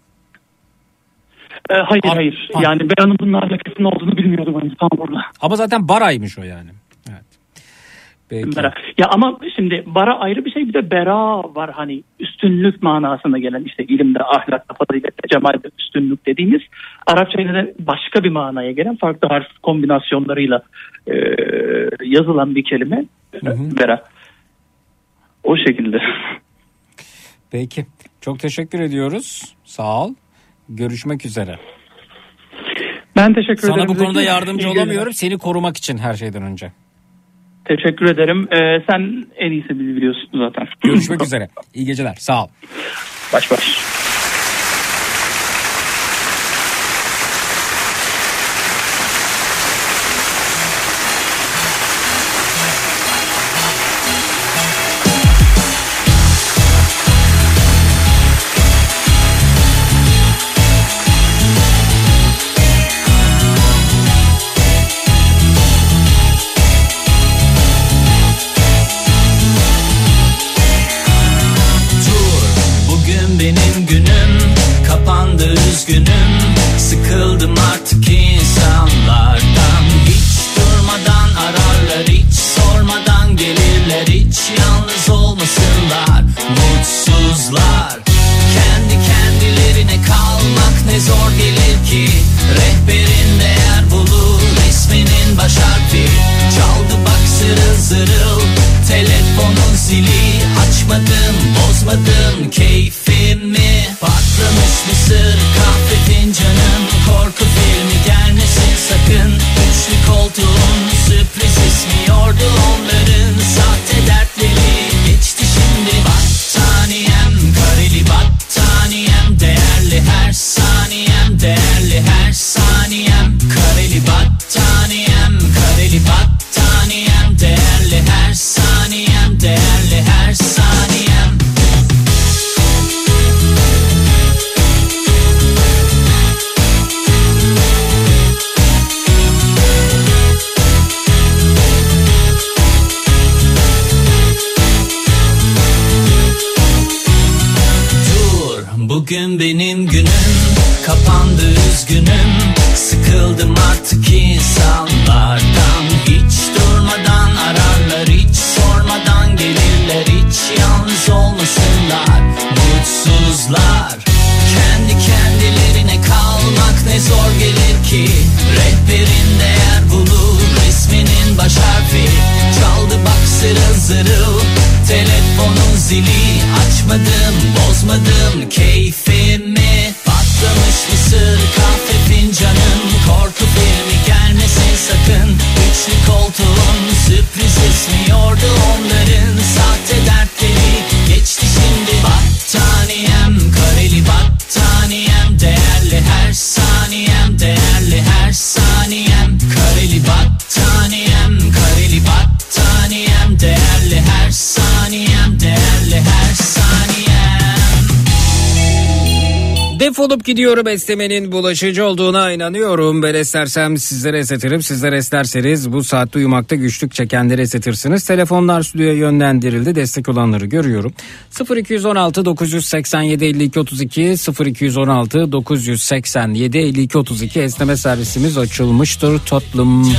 [SPEAKER 19] Hayır. Yani Bera'nın bununla alakasının olduğunu bilmiyordum hani tamburla.
[SPEAKER 3] Ama zaten Bara'ymış o yani. Evet. Peki.
[SPEAKER 19] Bera. Ya ama şimdi Bara ayrı bir şey, bir de Bera var, hani üstünlük manasına gelen, işte ilimde, ahlakta, fazilette, cemalde üstünlük dediğimiz, Arapçayla da başka bir manaya gelen farklı harf kombinasyonlarıyla yazılan bir kelime. Bera. O şekilde.
[SPEAKER 3] Peki. Çok teşekkür ediyoruz. Sağ ol. Görüşmek üzere.
[SPEAKER 19] Ben teşekkür ederim.
[SPEAKER 3] Sana bu konuda yardımcı olamıyorum. Seni korumak için her şeyden önce.
[SPEAKER 19] Teşekkür ederim. Sen en iyisi bizi biliyorsun zaten.
[SPEAKER 3] Görüşmek üzere. İyi geceler. Sağ ol.
[SPEAKER 19] Baş.
[SPEAKER 4] Benim günüm kapandı, üzgünüm. Sıkıldım artık insanlardan. Hiç durmadan ararlar, hiç sormadan gelirler. Hiç yalnız olmasınlar mutsuzlar. Kendi kendilerine kalmak ne zor gelir ki. Rehberin değer bulur, resminin baş harfi. Çaldı bak zırıl zırıl telefonun zili. Açmadım, bozmadım keyfimi. Patlamış mısır kahve fincanım. Korku filmi gelmesin sakın. Üçlü koltuğun sürpriz ismiyordu onların. Sahte dertleri geçti şimdi. Battaniyem, kareli battaniyem. Değerli her saniyem, değerli her saniyem. Kareli battaniyem, kareli battaniyem. Değerli her saniyem, değerli her saniyem. Bugün benim günüm, kapandı üzgünüm. Sıkıldım artık insanlardan. Hiç durmadan ararlar, hiç sormadan gelirler. Hiç yalnız olmasınlar, mutsuzlar. Kendi kendilerine kalmak ne zor gelir ki. Rehberin değer bulur, resminin baş harfi. Çaldı bak zırıl zırıl telefonun zili. Açmadım, bozmadım keyfimi. Patlamış mısır kahve fincanım. Korku filmi gelmesin sakın. Üçlü koltuğun sürpriz esmiyordu onların. Sahte dertleri geçti şimdi. Battaniyem, kareli battaniyem. Değerli her saniyem, değerli her saniyem. Kareli battaniyem, kareli battaniyem. Değerli her saniyem, değerli her saniyem.
[SPEAKER 3] Defolup gidiyorum esnemenin bulaşıcı olduğuna inanıyorum. Ben esnersem sizlere esnetirim. Sizler esnerseniz bu saatte uyumakta güçlük çekenleri esnetirsiniz. Telefonlar stüdyoya yönlendirildi. Destek olanları görüyorum. 0216 987 52 32 0216 987 52 32 esneme servisimiz açılmıştır tatlım.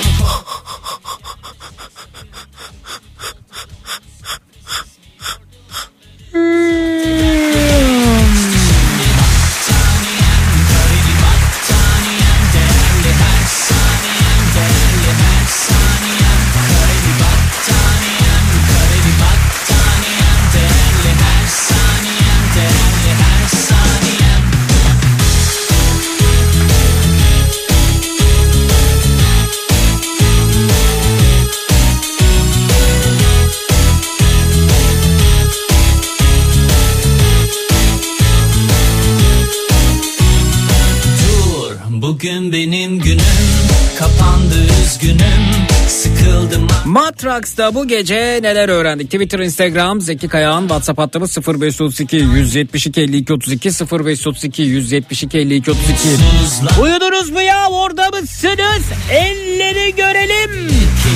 [SPEAKER 4] Bugün benim günüm, kapandı üzgünüm. Sıkıldım.
[SPEAKER 3] Matrax'ta bu gece neler öğrendik? Twitter, Instagram, Zeki Kayağan, WhatsApp hattımız 0532 172 52 32 0532 172 52 32. Uyudunuz mu ya? Orada mısınız? Elleri görelim.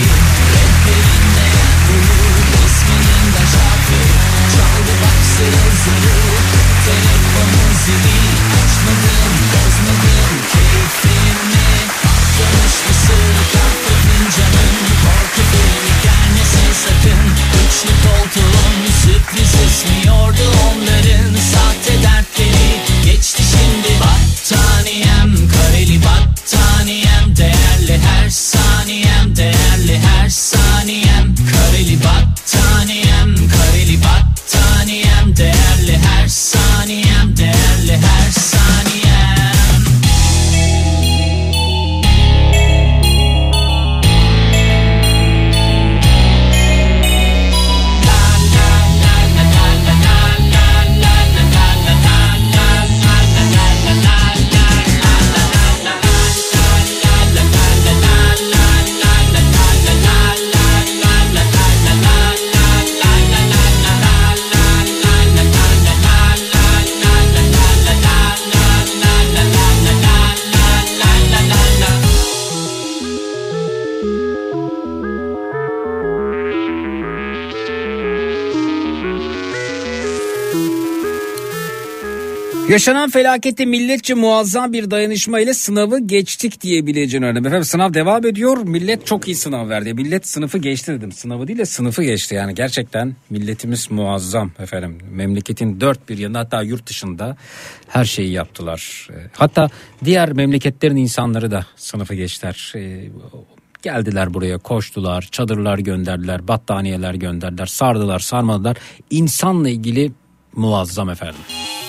[SPEAKER 4] Telefonun zili açmadım, bozmadım keyfimi. Patlamış mısır kahve fincanım. Korku filmi gelmesin sakın. Üçlü koltuğun sürpriz esmiyordu onların. Sahte dertleri geçti şimdi. Battaniyem, kareli battaniyem. Değerli her saniyem, değerli her saniyem. Kareli battaniyem, kareli battaniyem. Değerli her saniyem, değerli her saniyem.
[SPEAKER 3] Yaşanan felakette milletçe muazzam bir dayanışma ile sınavı geçtik diyebileceğini öğrendim. Efendim sınav devam ediyor. Millet çok iyi sınav verdi. Millet sınıfı geçti dedim. Sınavı değil de sınıfı geçti. Yani gerçekten milletimiz muazzam efendim. Memleketin dört bir yanında hatta yurt dışında her şeyi yaptılar. Hatta diğer memleketlerin insanları da sınıfı geçtiler. Geldiler buraya, koştular, çadırlar gönderdiler, battaniyeler gönderdiler, sardılar, sarmadılar. İnsanla ilgili muazzam efendim.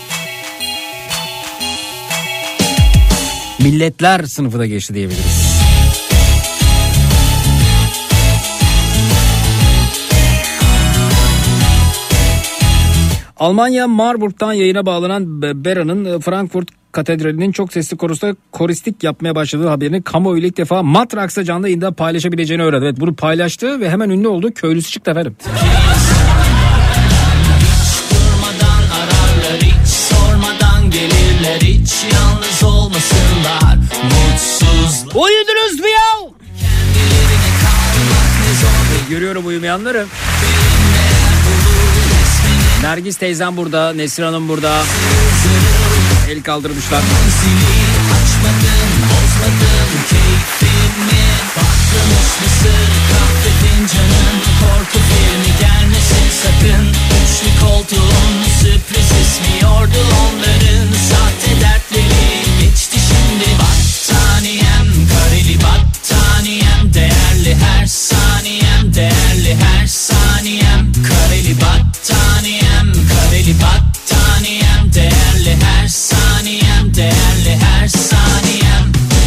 [SPEAKER 3] Milletler sınıfı da geçti diyebiliriz. Almanya Marburg'dan yayına bağlanan Bera'nın Frankfurt Katedrali'nin çok sesli korusunda koristik yapmaya başladığı haberini kamuoyu ilk defa Matrax'ta canlı yayında paylaşabileceğini öğrendi. Evet, bunu paylaştı ve hemen ünlü oldu. Köylüsü çıktı efendim.
[SPEAKER 4] Gelirler hiç yalnız olmasınlar, mutsuz.
[SPEAKER 3] Uyudunuz mu ya? Görüyorum uyumayanları. Nergis teyzem burada, Nesrin Hanım burada. El kaldırmışlar.
[SPEAKER 4] Açmadım, bozmadım keyfimi. Patlamış mısır kahve fincanın. Korku filmi gelmesin sakın. Üçlü koltuğun sürpriz ismiyordu onların. Sahte dertleri geçti şimdi. Battaniyem, kareli battaniyem. Değerli her saniyem, değerli her saniyem. Kareli battaniyem, kareli battaniyem. Değerli her saniyem, değerli her saniyem.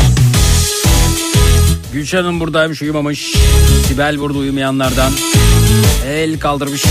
[SPEAKER 3] Gülşen Hanım buradaymış, uyumamış. Sibel burada, uyumayanlardan. El kaldırmış.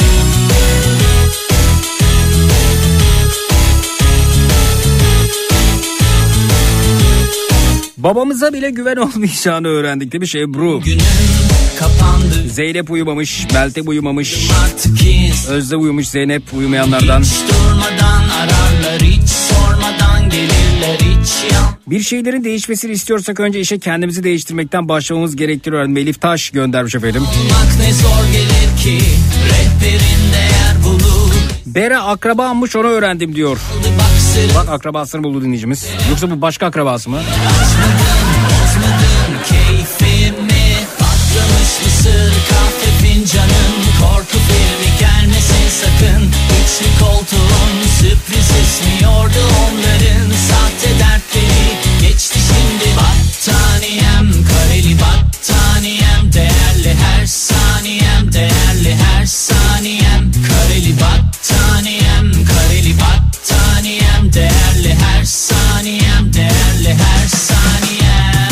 [SPEAKER 3] Babamıza bile güven olmayacağını öğrendik demiş Ebru. Zeynep uyumamış, Meltem uyumamış. Özde uyumuş, Zeynep uyumayanlardan.
[SPEAKER 4] Hiç durmadan ararlar, hiç sormadan gelirler, hiç yan.
[SPEAKER 3] Bir şeylerin değişmesini istiyorsak önce işe kendimizi değiştirmekten başlamamız gerektiriyor. Elif Taş göndermiş efendim.
[SPEAKER 4] Olmak ne zor gelir ki, rehberin değer bulur.
[SPEAKER 3] Bera akrabammış, onu öğrendim diyor. Bak akrabasını buldu dinleyicimiz. Yoksa bu başka akrabası mı?
[SPEAKER 4] Bozmadım keyfimi. Patlamış mısır kahve fincanın. Korku filmi gelmesin sakın. Üçlü koltuğun sürpriz ismiyordu onların. Sahte dertleri geçti şimdi. Battaniyem, kareli battaniyem. Değerli her saniyem, değerli her saniyem. Kareli battaniyem, kareli battaniyem. Değerli her saniyem, değerli her saniyem.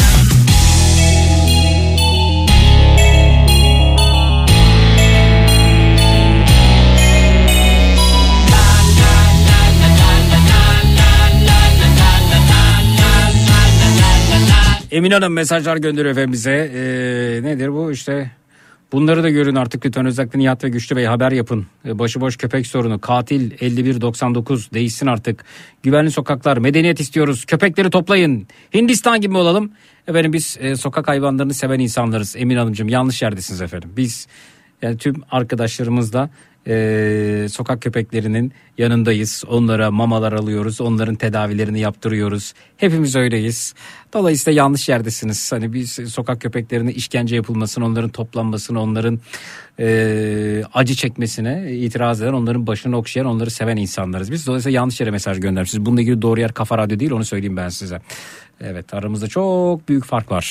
[SPEAKER 3] Emin Hanım mesajlar gönderiyor efendim bize. Nedir bu işte? Bunları da görün artık lütfen. Özellikle Nihat ve Güçlü Bey haber yapın. Başıboş köpek sorunu, katil 5199 değişsin artık. Güvenli sokaklar, medeniyet istiyoruz. Köpekleri toplayın. Hindistan gibi olalım. Efendim biz sokak hayvanlarını seven insanlarız. Emin Hanımcığım yanlış yerdesiniz efendim. Biz yani tüm arkadaşlarımızla sokak köpeklerinin yanındayız. Onlara mamalar alıyoruz. Onların tedavilerini yaptırıyoruz. Hepimiz öyleyiz. Dolayısıyla yanlış yerdesiniz. Hani biz sokak köpeklerine işkence yapılmasını, onların toplanmasını, onların acı çekmesine itiraz eden, onların başını okşayan, onları seven insanlarız biz. Dolayısıyla yanlış yere mesaj göndermişsiniz. Bununla ilgili doğru yer Kafa Radyo değil, onu söyleyeyim ben size. Evet, aramızda çok büyük fark var.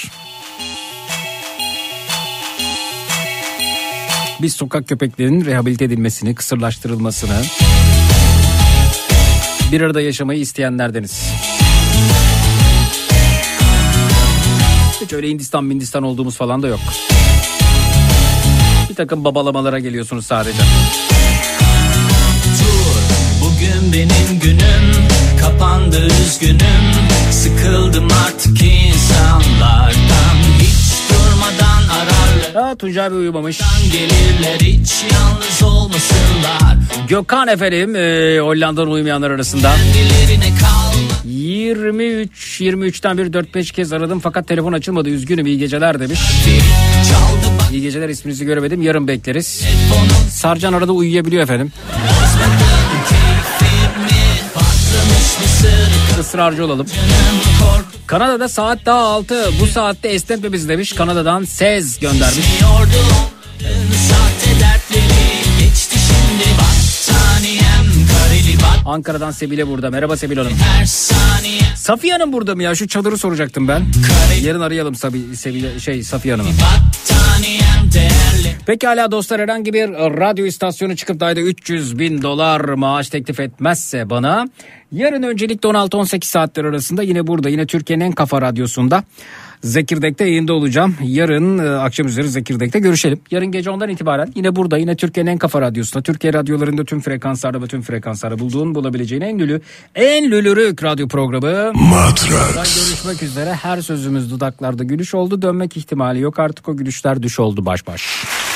[SPEAKER 3] Biz sokak köpeklerinin rehabilite edilmesini, kısırlaştırılmasını, bir arada yaşamayı isteyenlerdeniz. Hiç öyle Hindistan olduğumuz falan da yok. Bir takım babalamalara geliyorsunuz sadece.
[SPEAKER 4] Bugün benim günüm, kapandı üzgünüm. Sıkıldım artık insanlardan. Hiç durmadan ararlar.
[SPEAKER 3] Tuncay Bey uyumamış.
[SPEAKER 4] Gelirler, hiç yalnız olmasınlar.
[SPEAKER 3] Gökhan efendim Hollanda'nın uyumayanlar arasında. 23'ten bir 4-5 kez aradım fakat telefon açılmadı. Üzgünüm, iyi geceler demiş. İyi geceler, isminizi göremedim, yarın bekleriz. Sarcan arada uyuyabiliyor efendim. Israrcı olalım. Kanada'da saat daha 6. Bu saatte esnetmemiz demiş. Kanada'dan Sez göndermiş. Ankara'dan Sebile burada. Merhaba Sebile Hanım. Safiye Hanım burada mı ya? Şu çadırı soracaktım ben. Yarın arayalım Safiye Hanım'ı. Pekala dostlar, herhangi bir radyo istasyonu çıkıp da ayda $300.000 maaş teklif etmezse bana, yarın öncelikle 16-18 saatler arasında yine burada, yine Türkiye'nin en kafa radyosunda Zekirdek'te yayında olacağım. Yarın akşam üzeri Zekirdek'te görüşelim. Yarın gece 10'dan itibaren yine burada, yine Türkiye'nin en kafa radyosunda, Türkiye radyolarında tüm frekanslarda ve tüm frekanslarda bulabileceğin en lülürük radyo programı Matrax. Görüşmek üzere. Her sözümüz dudaklarda gülüş oldu. Dönmek ihtimali yok artık, o gülüşler düş oldu baş baş.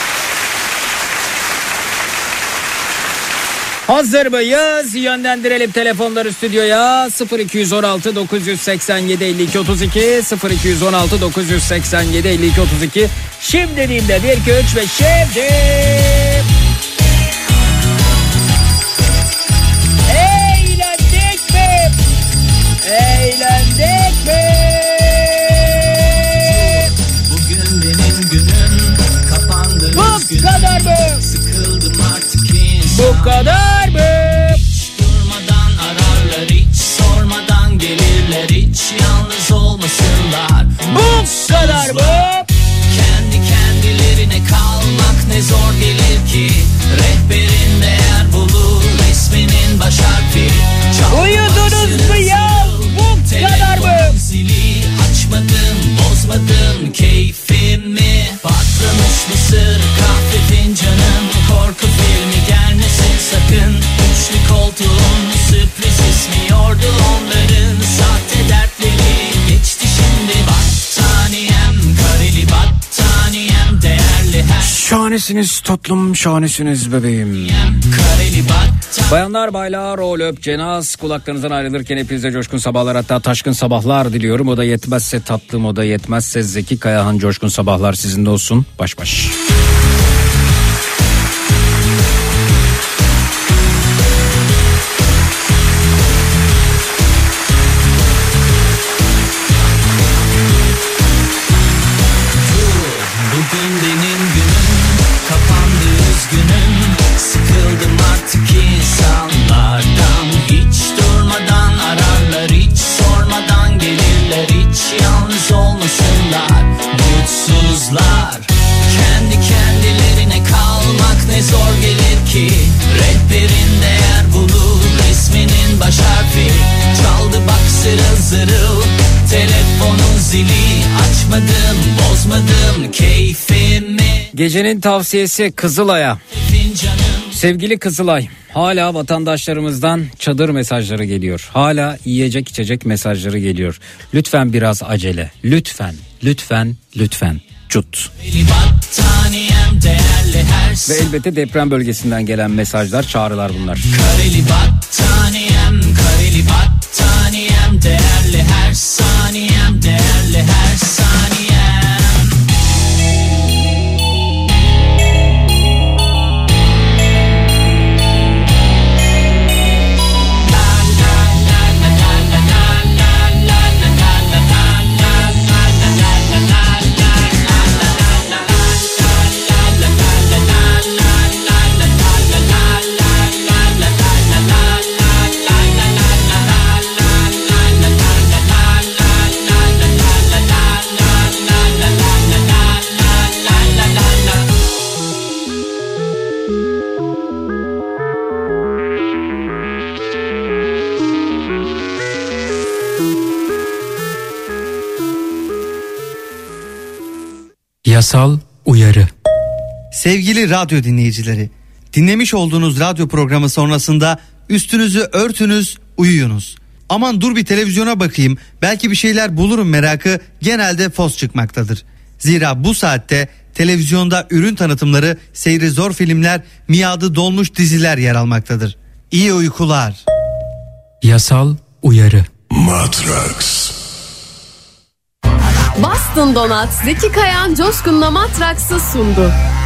[SPEAKER 3] Hazır mıyız? Yönlendirelim telefonları stüdyoya. 0216 987 52 32 0216 987 52 32. Şimdi dediğimde 1 2 3 ve şimdi. Şahanesiniz tatlım, şahanesiniz bebeğim. Bayanlar baylar, o löp cenaz kulaklarınızdan ayrılırken hepinize coşkun sabahlar, hatta taşkın sabahlar diliyorum. O da yetmezse tatlım, o da yetmezse Zeki Kayahan coşkun sabahlar sizin de olsun. Baş baş.
[SPEAKER 4] Bugün benim günüm, kapandı üzgünüm. Sıkıldım artık insanlardan. Hiç durmadan ararlar, hiç sormadan gelirler. Hiç yalnız olmasınlar, mutsuzlar. Kendi kendilerine kalmak ne zor gelir ki. Rehberin değer bulur, resminin baş harfi. Çaldı bak zırıl zırıl telefonun zili. Açmadım, bozmadım keyfimi.
[SPEAKER 3] Gecenin tavsiyesi Kızılay'a. Sevgili Kızılay, hala vatandaşlarımızdan çadır mesajları geliyor. Hala yiyecek içecek mesajları geliyor. Lütfen biraz acele. Lütfen, lütfen, lütfen. Cut. Ve elbette deprem bölgesinden gelen mesajlar, çağrılar bunlar.
[SPEAKER 4] Kareli battaniyem, kareli battaniyem. Değerli her saniyem, değerli her saniyem.
[SPEAKER 20] Yasal uyarı.
[SPEAKER 21] Sevgili radyo dinleyicileri, dinlemiş olduğunuz radyo programı sonrasında üstünüzü örtünüz, uyuyunuz. Aman dur bir televizyona bakayım, belki bir şeyler bulurum merakı genelde fos çıkmaktadır. Zira bu saatte televizyonda ürün tanıtımları, seyri zor filmler, miadı dolmuş diziler yer almaktadır. İyi uykular.
[SPEAKER 20] Yasal uyarı.
[SPEAKER 17] Matrax.
[SPEAKER 9] Boston Donat Zeki Kayan Coşkun'la Matraks'ı sundu.